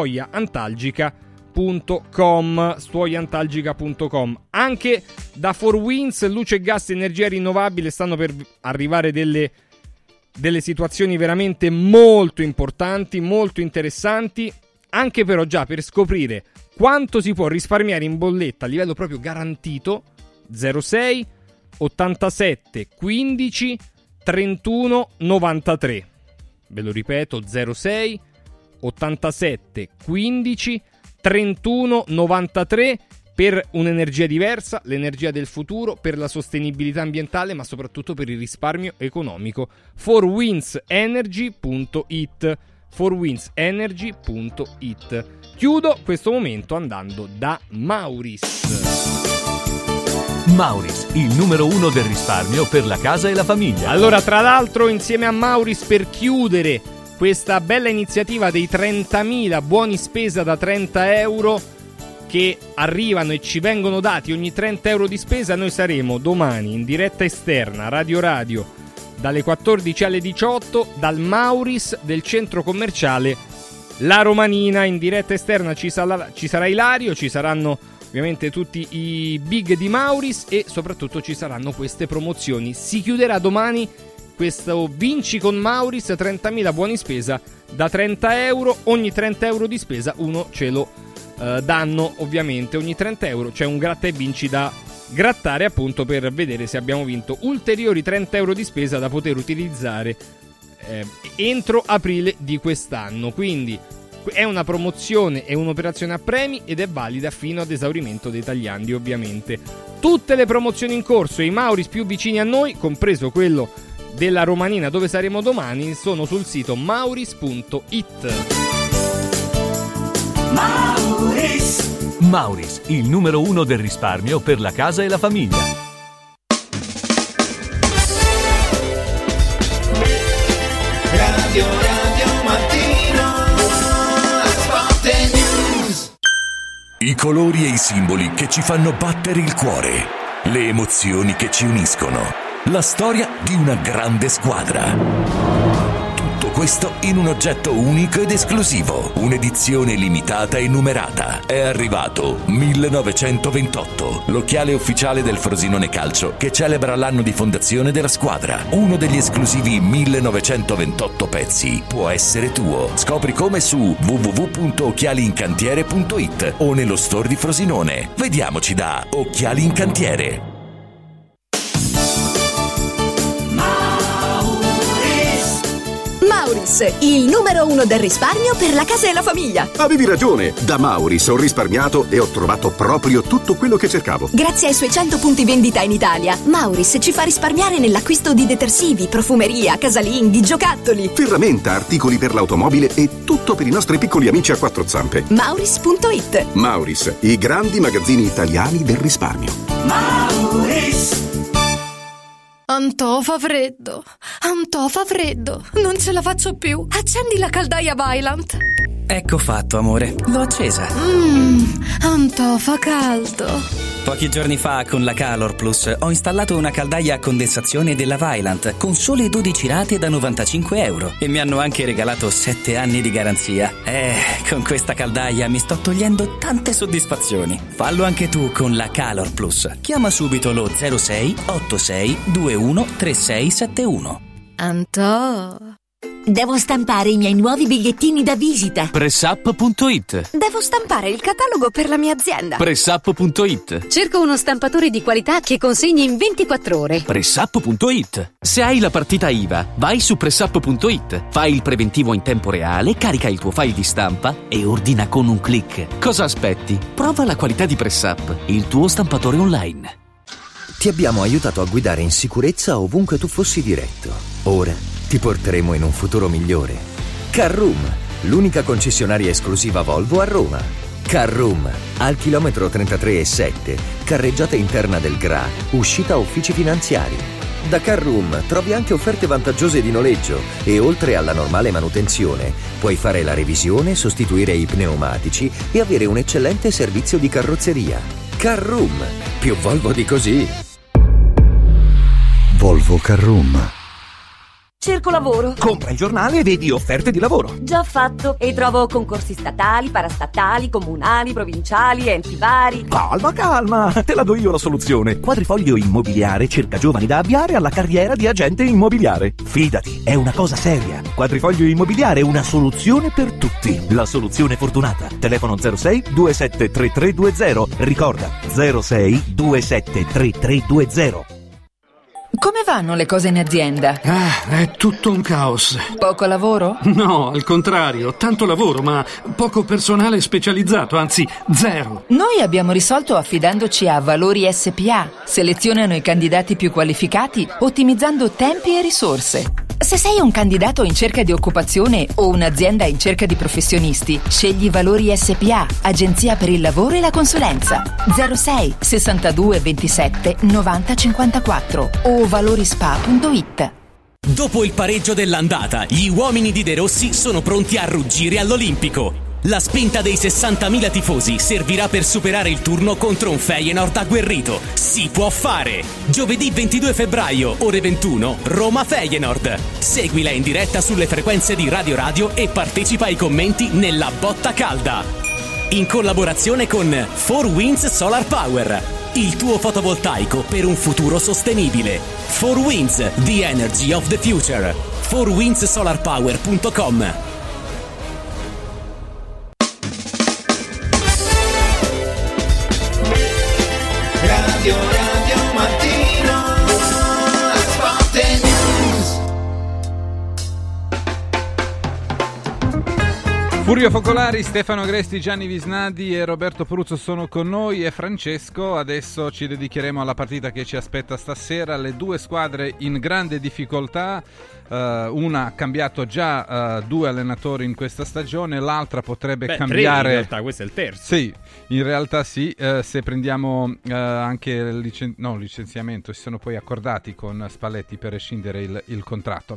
stuoiaantalgica.com. Anche da 4Winds, luce, gas, energia rinnovabile, stanno per arrivare delle situazioni veramente molto importanti, molto interessanti, anche però già per scoprire quanto si può risparmiare in bolletta a livello proprio garantito. 06 87 15 31 93. Ve lo ripeto, 06 87 15 3193 per un'energia diversa, l'energia del futuro, per la sostenibilità ambientale, ma soprattutto per il risparmio economico. 4windsenergy.it 4windsenergy.it. Chiudo questo momento andando da Mauris. Mauris, il numero 1 del risparmio per la casa e la famiglia. Allora, tra l'altro, insieme a Mauris, per chiudere questa bella iniziativa dei 30.000 buoni spesa da 30 euro che arrivano e ci vengono dati ogni 30 euro di spesa, noi saremo domani in diretta esterna Radio dalle 14 alle 18 dal Mauris del centro commerciale La Romanina. In diretta esterna ci sarà Ilario, ci saranno ovviamente tutti i big di Mauris e soprattutto ci saranno queste promozioni. Si chiuderà domani questo Vinci con Mauris, 30.000 buoni spesa da 30 euro. Ogni 30 euro di spesa uno ce lo danno, ovviamente. Ogni 30 euro c'è un gratta e vinci da grattare, appunto, per vedere se abbiamo vinto ulteriori 30 euro di spesa da poter utilizzare entro aprile di quest'anno. Quindi è una promozione, è un'operazione a premi ed è valida fino ad esaurimento dei tagliandi, ovviamente. Tutte le promozioni in corso e i Mauris più vicini a noi, compreso quello della Romanina dove saremo domani, sono sul sito mauris.it. Mauris, il numero 1 del risparmio per la casa e la famiglia. Radio Mattino, Sport News. I colori e i simboli che ci fanno battere il cuore, le emozioni che ci uniscono, la storia di una grande squadra. Tutto questo in un oggetto unico ed esclusivo, un'edizione limitata e numerata. È arrivato 1928, l'occhiale ufficiale del Frosinone Calcio che celebra l'anno di fondazione della squadra. Uno degli esclusivi 1928 pezzi può essere tuo. Scopri come su www.occhialiincantiere.it o nello store di Frosinone. Vediamoci da Occhiali in Cantiere. Mauris, il numero 1 del risparmio per la casa e la famiglia. Avevi ragione, da Mauris ho risparmiato e ho trovato proprio tutto quello che cercavo. Grazie ai suoi 100 punti vendita in Italia, Mauris ci fa risparmiare nell'acquisto di detersivi, profumeria, casalinghi, giocattoli, ferramenta, articoli per l'automobile e tutto per i nostri piccoli amici a quattro zampe. Mauris.it. Mauris, i grandi magazzini italiani del risparmio. Mauris. Antò fa freddo, non ce la faccio più. Accendi la caldaia Vaillant. Ecco fatto, amore, l'ho accesa. Antò fa caldo. Pochi giorni fa con la Calor Plus ho installato una caldaia a condensazione della Vaillant con sole 12 rate da 95 euro e mi hanno anche regalato 7 anni di garanzia. Con questa caldaia mi sto togliendo tante soddisfazioni. Fallo anche tu con la Calor Plus. Chiama subito lo 06 86 21 3671. Antò. Devo stampare i miei nuovi bigliettini da visita. Pressup.it. Devo stampare il catalogo per la mia azienda. Pressup.it. Cerco uno stampatore di qualità che consegni in 24 ore. Pressup.it. Se hai la partita IVA, vai su Pressup.it, fai il preventivo in tempo reale, carica il tuo file di stampa e ordina con un click. Cosa aspetti? Prova la qualità di Pressup, il tuo stampatore online. Ti abbiamo aiutato a guidare in sicurezza ovunque tu fossi diretto. Ora ti porteremo in un futuro migliore. Carroom, l'unica concessionaria esclusiva Volvo a Roma. Carroom, al chilometro 33,7, carreggiata interna del GRA, uscita uffici finanziari. Da Carroom trovi anche offerte vantaggiose di noleggio e oltre alla normale manutenzione puoi fare la revisione, sostituire i pneumatici e avere un eccellente servizio di carrozzeria. Carroom, più Volvo di così. Volvo Carroom. Cerco lavoro. Compra il giornale e vedi offerte di lavoro. Già fatto. E trovo concorsi statali, parastatali, comunali, provinciali, enti vari. Calma, te la do io la soluzione. Quadrifoglio Immobiliare cerca giovani da avviare alla carriera di agente immobiliare. Fidati, è una cosa seria. Quadrifoglio Immobiliare è una soluzione per tutti. La soluzione fortunata. Telefono 06 27 3320. Ricorda, 06 27 3320. come vanno le cose in azienda? È tutto un caos. Poco lavoro? No, al contrario, tanto lavoro, ma poco personale specializzato, anzi zero. Noi abbiamo risolto affidandoci a Valori SPA. Selezionano i candidati più qualificati, ottimizzando tempi e risorse. Se sei un candidato in cerca di occupazione o un'azienda in cerca di professionisti, scegli Valori SPA, agenzia per il lavoro e la consulenza. 06 62 27 90 54 o valorispa.it. Dopo il pareggio dell'andata, gli uomini di De Rossi sono pronti a ruggire all'Olimpico. La spinta dei 60.000 tifosi servirà per superare il turno contro un Feyenoord agguerrito. Si può fare! Giovedì 22 febbraio, ore 21, Roma-Feyenoord. Seguila in diretta sulle frequenze di Radio Radio e partecipa ai commenti nella botta calda. In collaborazione con 4Winds Solar Power, il tuo fotovoltaico per un futuro sostenibile. 4Winds, the energy of the future. 4windsolarpower.com. Radio Mattino, Sport News. Furio Focolari, Stefano Agresti, Gianni Visnadi e Roberto Pruzzo sono con noi, e Francesco. Adesso ci dedicheremo alla partita che ci aspetta stasera. Le due squadre in grande difficoltà. Una ha cambiato già 2 allenatori in questa stagione, l'altra potrebbe cambiare. 3 in realtà, questo è il terzo. Sì, in realtà sì, se prendiamo anche il licenziamento, si sono poi accordati con Spalletti per rescindere il contratto.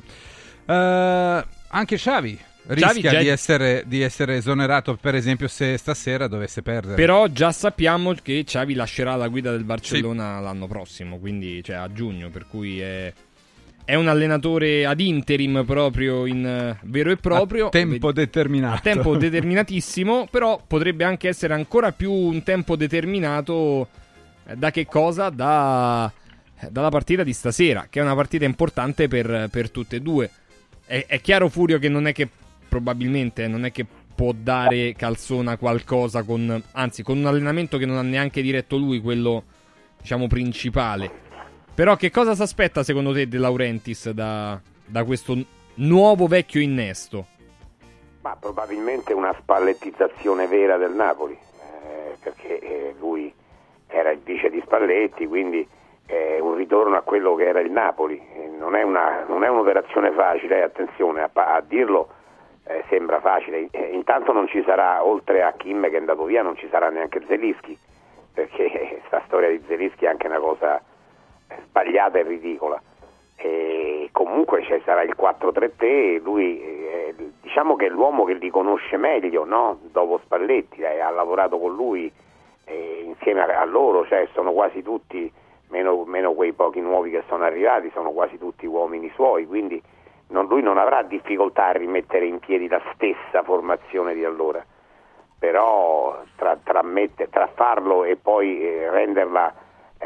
Anche Xavi rischia di essere esonerato, per esempio, se stasera dovesse perdere. Però già sappiamo che Xavi lascerà la guida del Barcellona l'anno prossimo, quindi a giugno, per cui è un allenatore ad interim, proprio in vero e proprio. A tempo determinato. A tempo determinatissimo, però potrebbe anche essere ancora più un tempo determinato da che cosa? Dalla partita di stasera, che è una partita importante per tutte e due. È chiaro, Furio, che non è che probabilmente non è che può dare calzona qualcosa con un allenamento che non ha neanche diretto lui, quello diciamo principale. Però che cosa si aspetta secondo te De Laurentiis da questo nuovo vecchio innesto? Ma probabilmente una spallettizzazione vera del Napoli, perché lui era il vice di Spalletti, quindi un ritorno a quello che era il Napoli. Non è un'operazione facile, attenzione, a dirlo sembra facile. Intanto non ci sarà, oltre a Kim che è andato via, non ci sarà neanche Zelinski, perché sta storia di Zelinski è anche una cosa sbagliata e ridicola. E comunque sarà il 4-3-3, lui diciamo che è l'uomo che li conosce meglio, no? Dopo Spalletti, ha lavorato con lui insieme a loro, sono quasi tutti, meno quei pochi nuovi che sono arrivati, sono quasi tutti uomini suoi, quindi lui non avrà difficoltà a rimettere in piedi la stessa formazione di allora, però tra farlo e poi renderla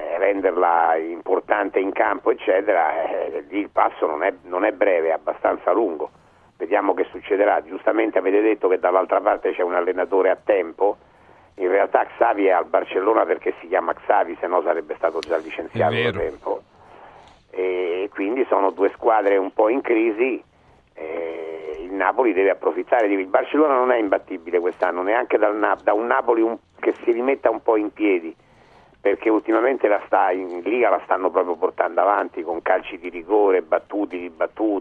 importante in campo, eccetera, lì il passo non è breve, è abbastanza lungo. Vediamo che succederà. Giustamente avete detto che dall'altra parte c'è un allenatore a tempo. In realtà Xavi è al Barcellona perché si chiama Xavi, se no sarebbe stato già licenziato da tempo. E quindi sono due squadre un po' in crisi. Il Napoli deve approfittare. Il Barcellona non è imbattibile quest'anno, neanche da un Napoli che si rimetta un po' in piedi, perché ultimamente in Liga la stanno proprio portando avanti con calci di rigore, battuti.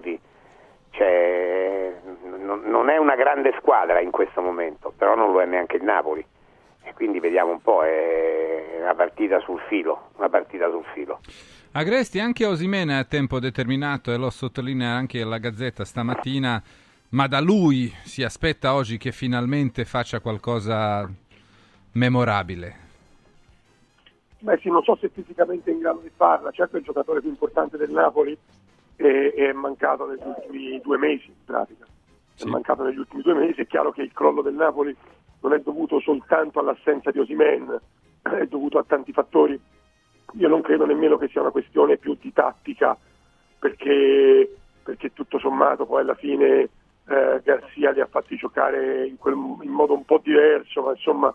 Non è una grande squadra in questo momento, però non lo è neanche il Napoli, e quindi vediamo un po', è una partita sul filo. Agresti, anche Osimhen è a tempo determinato, e lo sottolinea anche la Gazzetta stamattina, ma da lui si aspetta oggi che finalmente faccia qualcosa memorabile. Beh sì, non so se fisicamente è in grado di farla. Certo è il giocatore più importante del Napoli e è mancato negli ultimi 2 mesi in pratica. Sì. È mancato negli ultimi 2 mesi. È chiaro che il crollo del Napoli non è dovuto soltanto all'assenza di Osimhen, è dovuto a tanti fattori. Io non credo nemmeno che sia una questione più di tattica, perché tutto sommato poi alla fine Garcia li ha fatti giocare in modo un po' diverso, ma insomma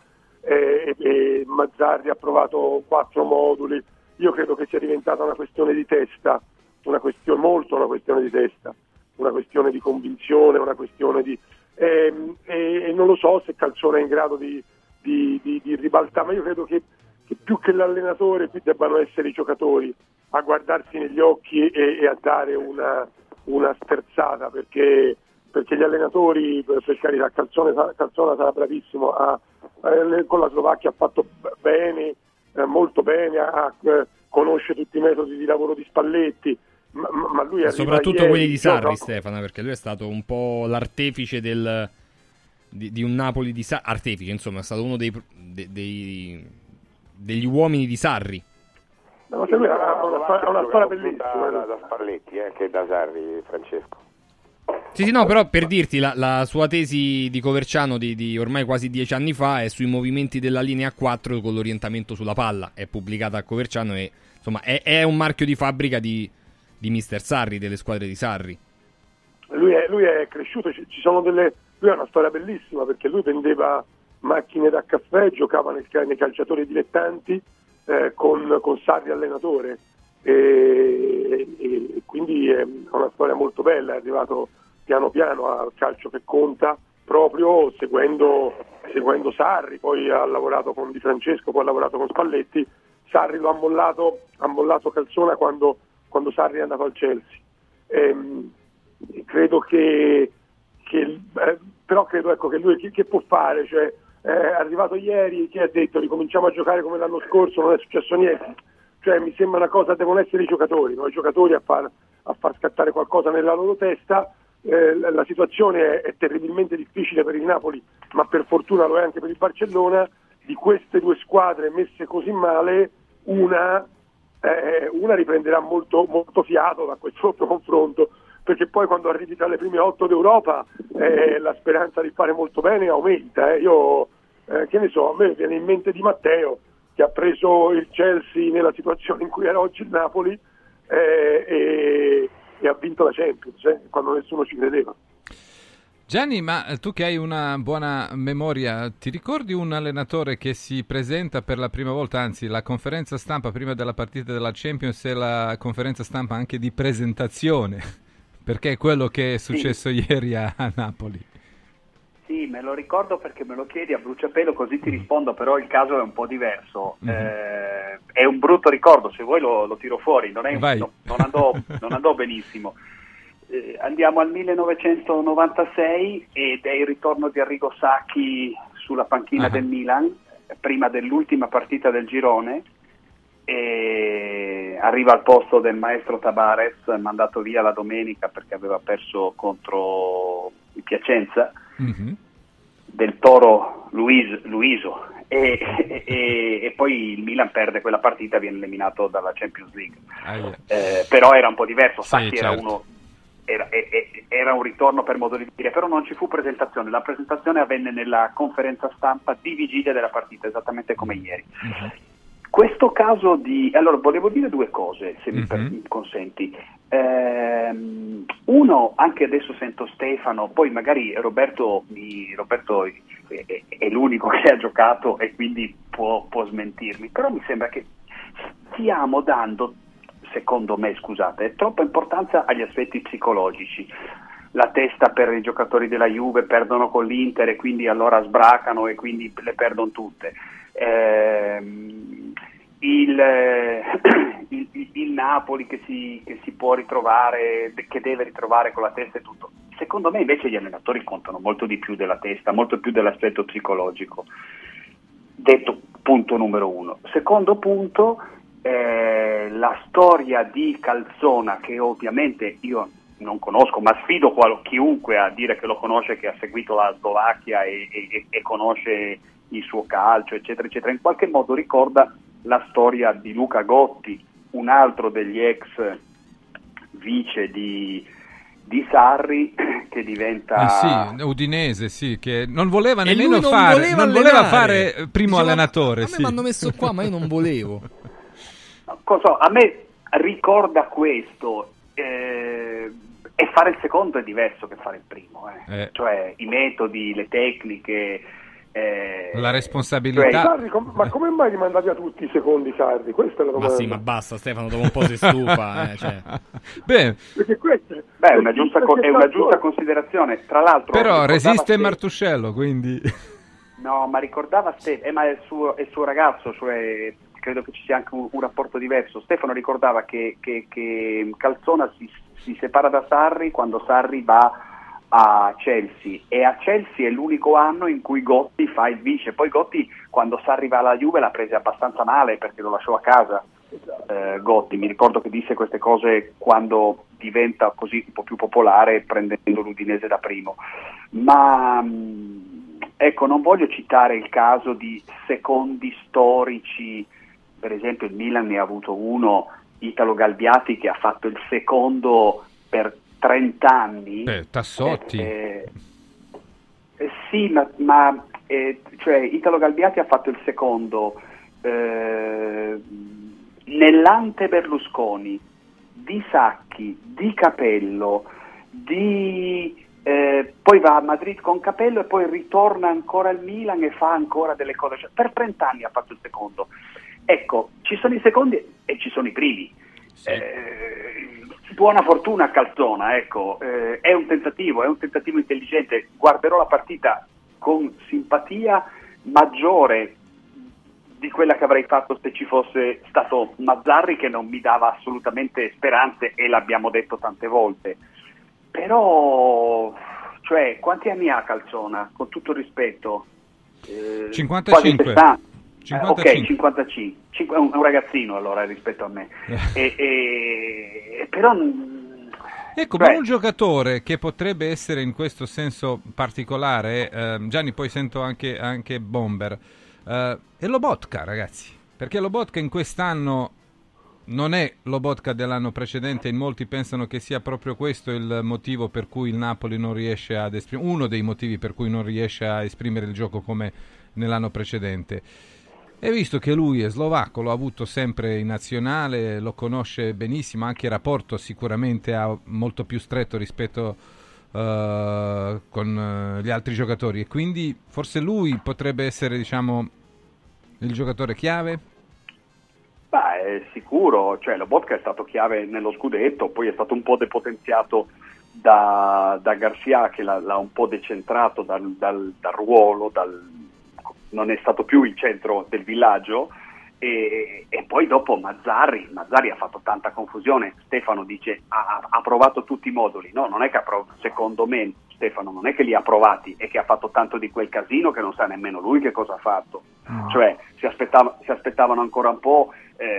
Mazzarri ha provato 4 moduli. Io credo che sia diventata una questione di testa, una questione di testa, una questione di convinzione, una questione di e non lo so se Calzona è in grado di ribaltare, ma io credo che più che l'allenatore qui debbano essere i giocatori a guardarsi negli occhi e a dare una sterzata, perché gli allenatori, per carità, Calzona sarà bravissimo, con la Slovacchia ha fatto bene, molto bene, conosce tutti i metodi di lavoro di Spalletti, ma lui soprattutto quelli di Sarri, Stefano, perché lui è stato un po' l'artefice di un Napoli di Sarri, artefice, insomma, è stato uno degli uomini di Sarri. No, lui ha una storia bellissima da Spalletti che da Sarri, Francesco. Sì, no, però per dirti, la sua tesi di Coverciano di ormai quasi 10 anni fa è sui movimenti della linea 4 con l'orientamento sulla palla, è pubblicata a Coverciano e insomma è un marchio di fabbrica di Mister Sarri, delle squadre di Sarri. Lui è cresciuto, lui ha una storia bellissima, perché lui vendeva macchine da caffè, giocava nei calciatori dilettanti con Sarri allenatore, e quindi è una storia molto bella, è arrivato piano piano al calcio che conta, proprio seguendo Sarri, poi ha lavorato con Di Francesco, poi ha lavorato con Spalletti. Sarri lo ha mollato Calzona quando Sarri è andato al Chelsea. Credo però credo che lui che può fare, cioè è arrivato ieri, che ha detto ricominciamo a giocare come l'anno scorso, non è successo niente, cioè mi sembra una cosa, devono essere i giocatori a far scattare qualcosa nella loro testa. La situazione è terribilmente difficile per il Napoli, ma per fortuna lo è anche per il Barcellona. Di queste due squadre messe così male, una riprenderà molto, molto fiato da questo confronto, perché poi quando arrivi tra le prime 8 d'Europa la speranza di fare molto bene aumenta. Io che ne so, a me viene in mente Di Matteo, che ha preso il Chelsea nella situazione in cui era oggi il Napoli e ha vinto la Champions quando nessuno ci credeva. Gianni, ma tu che hai una buona memoria, ti ricordi un allenatore che si presenta per la prima volta, anzi la conferenza stampa prima della partita della Champions e la conferenza stampa anche di presentazione, perché è quello che è successo ieri a Napoli? Sì, me lo ricordo perché me lo chiedi a bruciapelo, così ti rispondo, però il caso è un po' diverso. È un brutto ricordo, se vuoi lo tiro fuori, non andò benissimo. Andiamo al 1996 ed è il ritorno di Arrigo Sacchi sulla panchina del Milan, prima dell'ultima partita del girone, e arriva al posto del maestro Tabares, mandato via la domenica perché aveva perso contro il Piacenza, del Toro Luiso, e poi il Milan perde quella partita, viene eliminato dalla Champions League. Però era un po' diverso, Sacchi era un ritorno, per modo di dire, però non ci fu presentazione. La presentazione avvenne nella conferenza stampa di vigilia della partita, esattamente come ieri. Questo caso allora volevo dire due cose, se mi consenti. Uno, anche adesso sento Stefano, poi magari Roberto è l'unico che ha giocato e quindi può smentirmi, però mi sembra che stiamo dando, secondo me, scusate, troppa importanza agli aspetti psicologici. La testa per i giocatori della Juve, perdono con l'Inter e quindi allora sbracano e quindi le perdono tutte. Il Napoli che si può ritrovare, che deve ritrovare con la testa e tutto. Secondo me invece gli allenatori contano molto di più della testa, molto più dell'aspetto psicologico. Detto punto numero uno. Secondo punto, la storia di Calzona, che ovviamente io non conosco, ma sfido chiunque a dire che lo conosce, che ha seguito la Slovacchia e conosce il suo calcio, eccetera, eccetera, in qualche modo ricorda la storia di Luca Gotti, un altro degli ex vice di Sarri, che diventa Udinese, sì, che non voleva nemmeno fare primo allenatore. A me mi hanno messo qua, ma io non volevo. A me ricorda questo, e fare il secondo è diverso che fare il primo, cioè i metodi, le tecniche, La responsabilità. Sarri, ma come mai li mandavi a tutti i secondi Sarri? Questa è la domanda. Ma sì, ma basta Stefano, dopo un po' si stufa. Cioè. Beh, è una giusta considerazione. Tra l'altro, però resiste Martuscello, quindi... No, ma ricordava ma è il suo ragazzo, cioè credo che ci sia anche un rapporto diverso. Stefano ricordava che Calzona si separa da Sarri quando Sarri va a Chelsea, e a Chelsea è l'unico anno in cui Gotti fa il vice. Poi Gotti, quando Sarri va alla Juve, l'ha presa abbastanza male perché lo lasciò a casa. Gotti, mi ricordo che disse queste cose quando diventa così un po' più popolare, prendendo l'Udinese da primo. Ma ecco, non voglio citare il caso di secondi storici, per esempio il Milan ne ha avuto uno, Italo Galbiati, che ha fatto il secondo per 30 anni. Tassotti. Sì, ma cioè Italo Galbiati ha fatto il secondo nell'ante Berlusconi, di Sacchi, di Capello, poi va a Madrid con Capello e poi ritorna ancora al Milan e fa ancora delle cose. Cioè, per 30 anni ha fatto il secondo. Ecco, ci sono i secondi e ci sono i primi. Sì. Buona fortuna a Calzona, ecco, è un tentativo intelligente. Guarderò la partita con simpatia maggiore di quella che avrei fatto se ci fosse stato Mazzarri, che non mi dava assolutamente speranze, e l'abbiamo detto tante volte. Però, cioè, quanti anni ha Calzona? Con tutto il rispetto, 55. Ok, 55. È un ragazzino allora rispetto a me. Però ecco, ma un giocatore che potrebbe essere in questo senso particolare, Gianni, poi sento anche Bomber, è Lobotka, ragazzi, perché Lobotka in quest'anno non è Lobotka dell'anno precedente. In molti pensano che sia proprio questo il motivo per cui il Napoli non riesce ad esprimere, uno dei motivi per cui non riesce a esprimere il gioco come nell'anno precedente. E visto che lui è slovacco, l'ho avuto sempre in nazionale, lo conosce benissimo, anche il rapporto sicuramente ha molto più stretto rispetto con gli altri giocatori, e quindi forse lui potrebbe essere, diciamo, il giocatore chiave? Beh, sicuro, cioè Lobotka è stato chiave nello scudetto, poi è stato un po' depotenziato da Garcia, che l'ha un po' decentrato dal ruolo, non è stato più il centro del villaggio, e poi dopo Mazzarri ha fatto tanta confusione. Stefano dice ha provato tutti i moduli. No, non è che secondo me Stefano non è che li ha provati, è che ha fatto tanto di quel casino che non sa nemmeno lui che cosa ha fatto. Cioè si aspettavano ancora un po'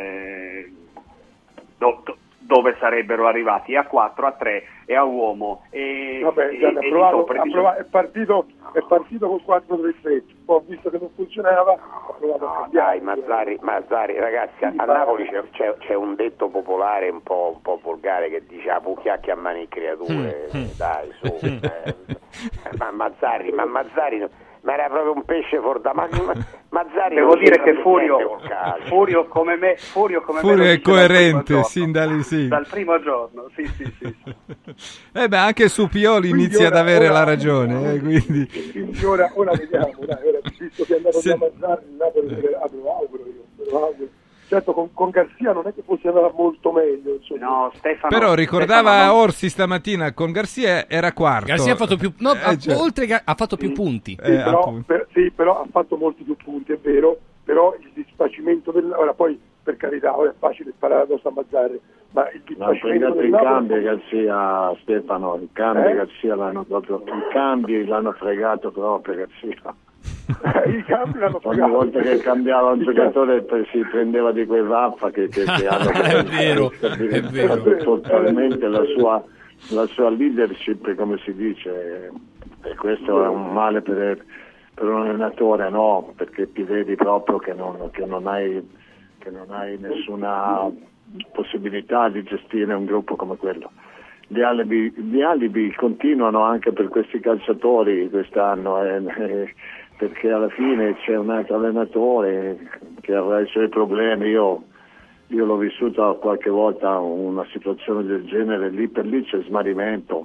dove sarebbero arrivati, a 4, a 3 e a uomo. Vabbè, è partito con 4-3-3, poi ho visto che non funzionava, ha provato a cambiare. Dai, Mazzarri, ragazzi, a Napoli c'è un detto popolare un po' volgare che dice a pucchiacchia a mani creature, dai, su. Ma Mazzarri ma era proprio un pesce fuori da Mazzarri. Devo dire che Furio come me è coerente sin dal primo giorno. Sì. Beh, anche su Pioli inizia ad avere la ragione, quindi ora vediamo, ora visto che è andato da Mazzarri, il Napoli lo auguro. Certo, con Garcia non è che fosse andare molto meglio, insomma. No, Stefano, però ricordava Orsi stamattina, con Garcia era quarto. Garcia ha fatto più, oltre che ha fatto più punti. Però ha fatto molti più punti, è vero, però il disfacimento ora poi, per carità, ora è facile sparare addosso a Mazzarri, ma il disfacimento del cambio Garcia, Stefano, i cambi Garcia l'hanno fregato proprio Garcia. I cambi l'hanno fregato. Ogni volta che cambiava un giocatore si prendeva di quei vaffa che hanno è vero. totalmente la sua leadership, come si dice, e questo è un male per un allenatore, no? Perché ti vedi proprio che non hai nessuna possibilità di gestire un gruppo come quello. Gli alibi continuano anche per questi calciatori quest'anno, perché alla fine c'è un altro allenatore che avrà i suoi problemi. Io l'ho vissuta qualche volta una situazione del genere, lì per lì c'è smarrimento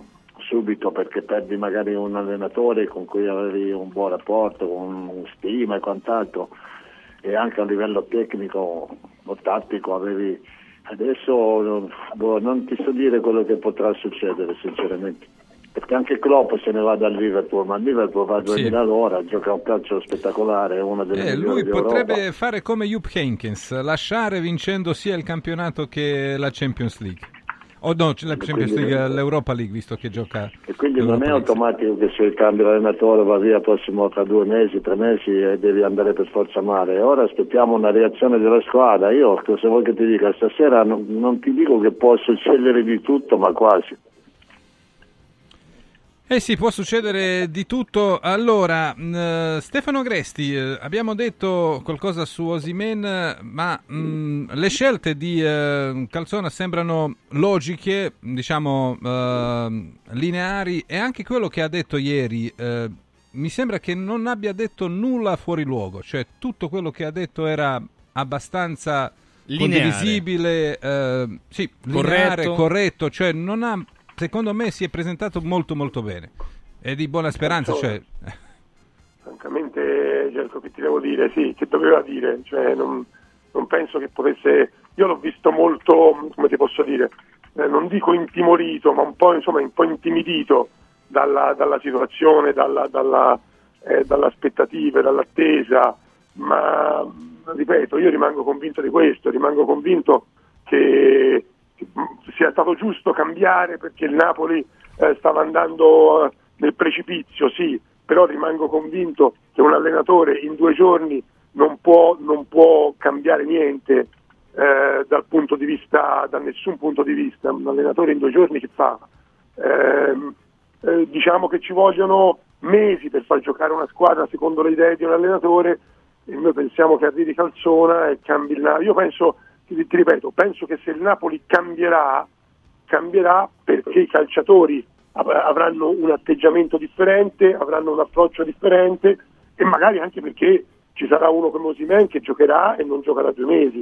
subito, perché perdi magari un allenatore con cui avevi un buon rapporto, con stima e quant'altro, e anche a livello tecnico o tattico avevi. Adesso non ti so dire quello che potrà succedere sinceramente, perché anche Klopp se ne va dal Liverpool, ma il Liverpool va a 2000 all'ora, gioca un calcio spettacolare, è una delle migliori lui potrebbe fare come Jupp Heynckes, lasciare vincendo sia il campionato che la Champions League. O no, la Champions League, l'Europa League, visto che gioca. E quindi non è automatico che se cambia l'allenatore va via prossimo tra 2 mesi, 3 mesi e devi andare per forza male. Ora aspettiamo una reazione della squadra. Io, se vuoi che ti dica, stasera non ti dico che può succedere di tutto, ma quasi. Sì, può succedere di tutto. Allora, Stefano Agresti, abbiamo detto qualcosa su Osimhen, ma le scelte di Calzona sembrano logiche, diciamo lineari, e anche quello che ha detto ieri mi sembra che non abbia detto nulla fuori luogo, cioè tutto quello che ha detto era abbastanza condivisibile, sì, lineare, corretto, cioè non ha... Secondo me si è presentato molto molto bene, è di buona speranza. Francamente, Gerco, che ti devo dire, sì, che doveva dire, cioè non penso che potesse. Io l'ho visto molto, come ti posso dire, non dico intimorito, ma un po' intimidito dalla situazione, dall'aspettativa, dall'attesa, ma ripeto, io rimango convinto di questo, rimango convinto che sia stato giusto cambiare perché il Napoli stava andando nel precipizio, sì, però rimango convinto che un allenatore in 2 giorni non può cambiare niente da nessun punto di vista. Un allenatore in 2 giorni che fa? Diciamo che ci vogliono mesi per far giocare una squadra secondo le idee di un allenatore, e noi pensiamo che arrivi Calzona e cambi il Napoli. Io penso, ti ripeto, penso che se il Napoli cambierà perché i calciatori avranno un atteggiamento differente, avranno un approccio differente, e magari anche perché ci sarà uno come Osimhen che giocherà e non giocherà 2 mesi,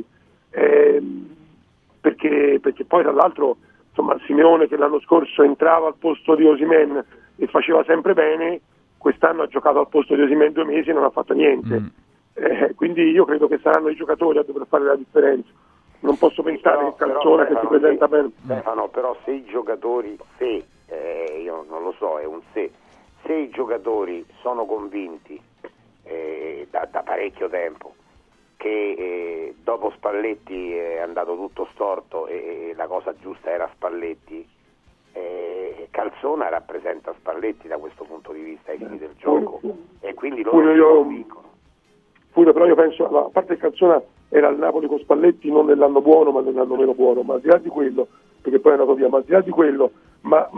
perché poi tra l'altro, insomma, Simeone, che l'anno scorso entrava al posto di Osimhen e faceva sempre bene, quest'anno ha giocato al posto di Osimhen 2 mesi e non ha fatto niente. Quindi io credo che saranno i giocatori a dover fare la differenza. Non posso pensare che Calzona, che si presenta bene. Stefano, però se i giocatori, io non lo so, è un se i giocatori sono convinti da parecchio tempo che dopo Spalletti è andato tutto storto e la cosa giusta era Spalletti, Calzona rappresenta Spalletti da questo punto di vista ai fini del gioco, e quindi loro si convincono. Però io penso, a parte che Calzona era al Napoli con Spalletti non nell'anno buono ma nell'anno meno buono, ma al di là di quello, perché poi è andato via, ma al di là di quello, ma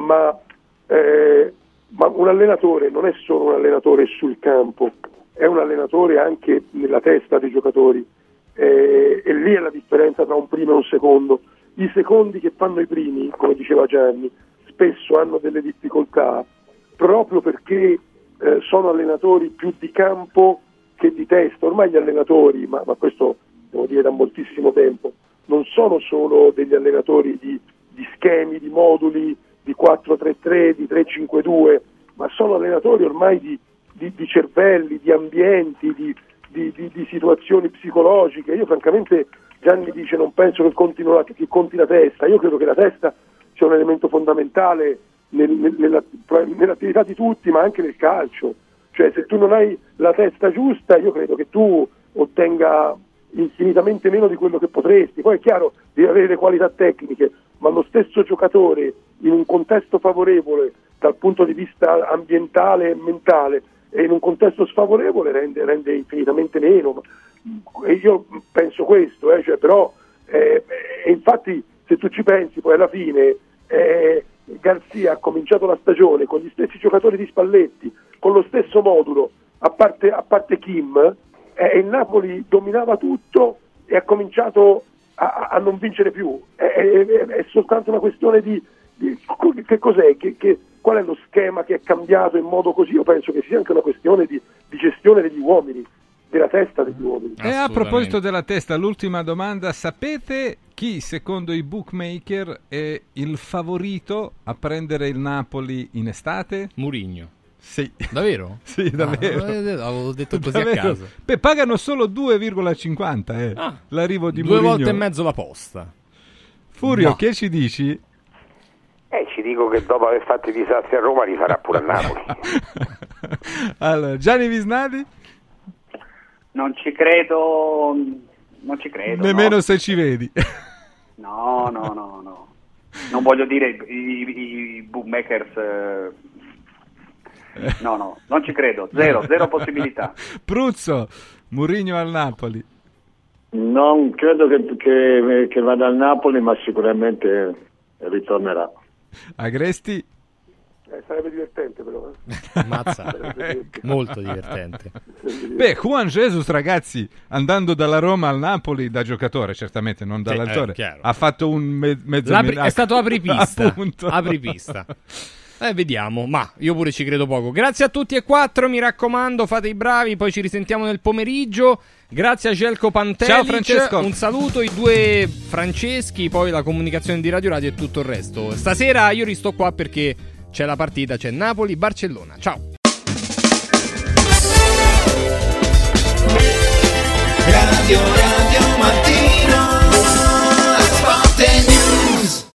un allenatore non è solo un allenatore sul campo, è un allenatore anche nella testa dei giocatori, e lì è la differenza tra un primo e un secondo. I secondi che fanno i primi, come diceva Gianni, spesso hanno delle difficoltà proprio perché sono allenatori più di campo che di testa. Ormai gli allenatori, ma questo devo dire da moltissimo tempo, non sono solo degli allenatori di schemi, di moduli, di 4-3-3, di 3-5-2, ma sono allenatori ormai di cervelli, di ambienti, di situazioni psicologiche. Io francamente, Gianni dice non penso che conti la testa, io credo che la testa sia un elemento fondamentale nell'attività di tutti, ma anche nel calcio. Cioè, se tu non hai la testa giusta, io credo che tu ottenga infinitamente meno di quello che potresti. Poi è chiaro, devi avere le qualità tecniche, ma lo stesso giocatore in un contesto favorevole dal punto di vista ambientale e mentale e in un contesto sfavorevole rende infinitamente meno. E io penso questo, però infatti se tu ci pensi poi alla fine Garzia ha cominciato la stagione con gli stessi giocatori di Spalletti, con lo stesso modulo, a parte Kim, il Napoli dominava tutto e ha cominciato a non vincere più. È soltanto una questione di che cos'è, qual è lo schema che è cambiato in modo così. Io penso che sia anche una questione di gestione degli uomini, della testa degli uomini. E a proposito della testa, l'ultima domanda: sapete chi secondo i bookmaker è il favorito a prendere il Napoli in estate? Mourinho. Sì. Davvero? Sì, davvero. Avevo detto così davvero. a caso. Beh, pagano solo 2,50 l'arrivo di 2 Mourinho. volte e mezzo la posta. Furio, No. che ci dici? Ci dico che dopo aver fatto i disastri a Roma li farà pure a Napoli. Allora, Gianni Visnadi? Non ci credo. Nemmeno no. se ci vedi. No. Non voglio dire i bookmakers. No, non ci credo. Zero possibilità. Pruzzo, Mourinho al Napoli. Non credo che vada al Napoli, ma sicuramente ritornerà. Agresti? Sarebbe divertente però. Mazza, molto divertente. Beh, Juan Jesus, ragazzi, andando dalla Roma al Napoli da giocatore, certamente non da allenatore, ha fatto un mezzo è stato apripista. Appunto. Apripista. Vediamo, ma io pure ci credo poco. Grazie a tutti e 4, mi raccomando, fate i bravi, poi ci risentiamo nel pomeriggio. Grazie a Željko Pantelic. Ciao Francesco. Un saluto, i 2 Franceschi, poi la comunicazione di Radio e tutto il resto. Stasera io risto qua perché c'è la partita, c'è Napoli-Barcellona. Ciao. Radio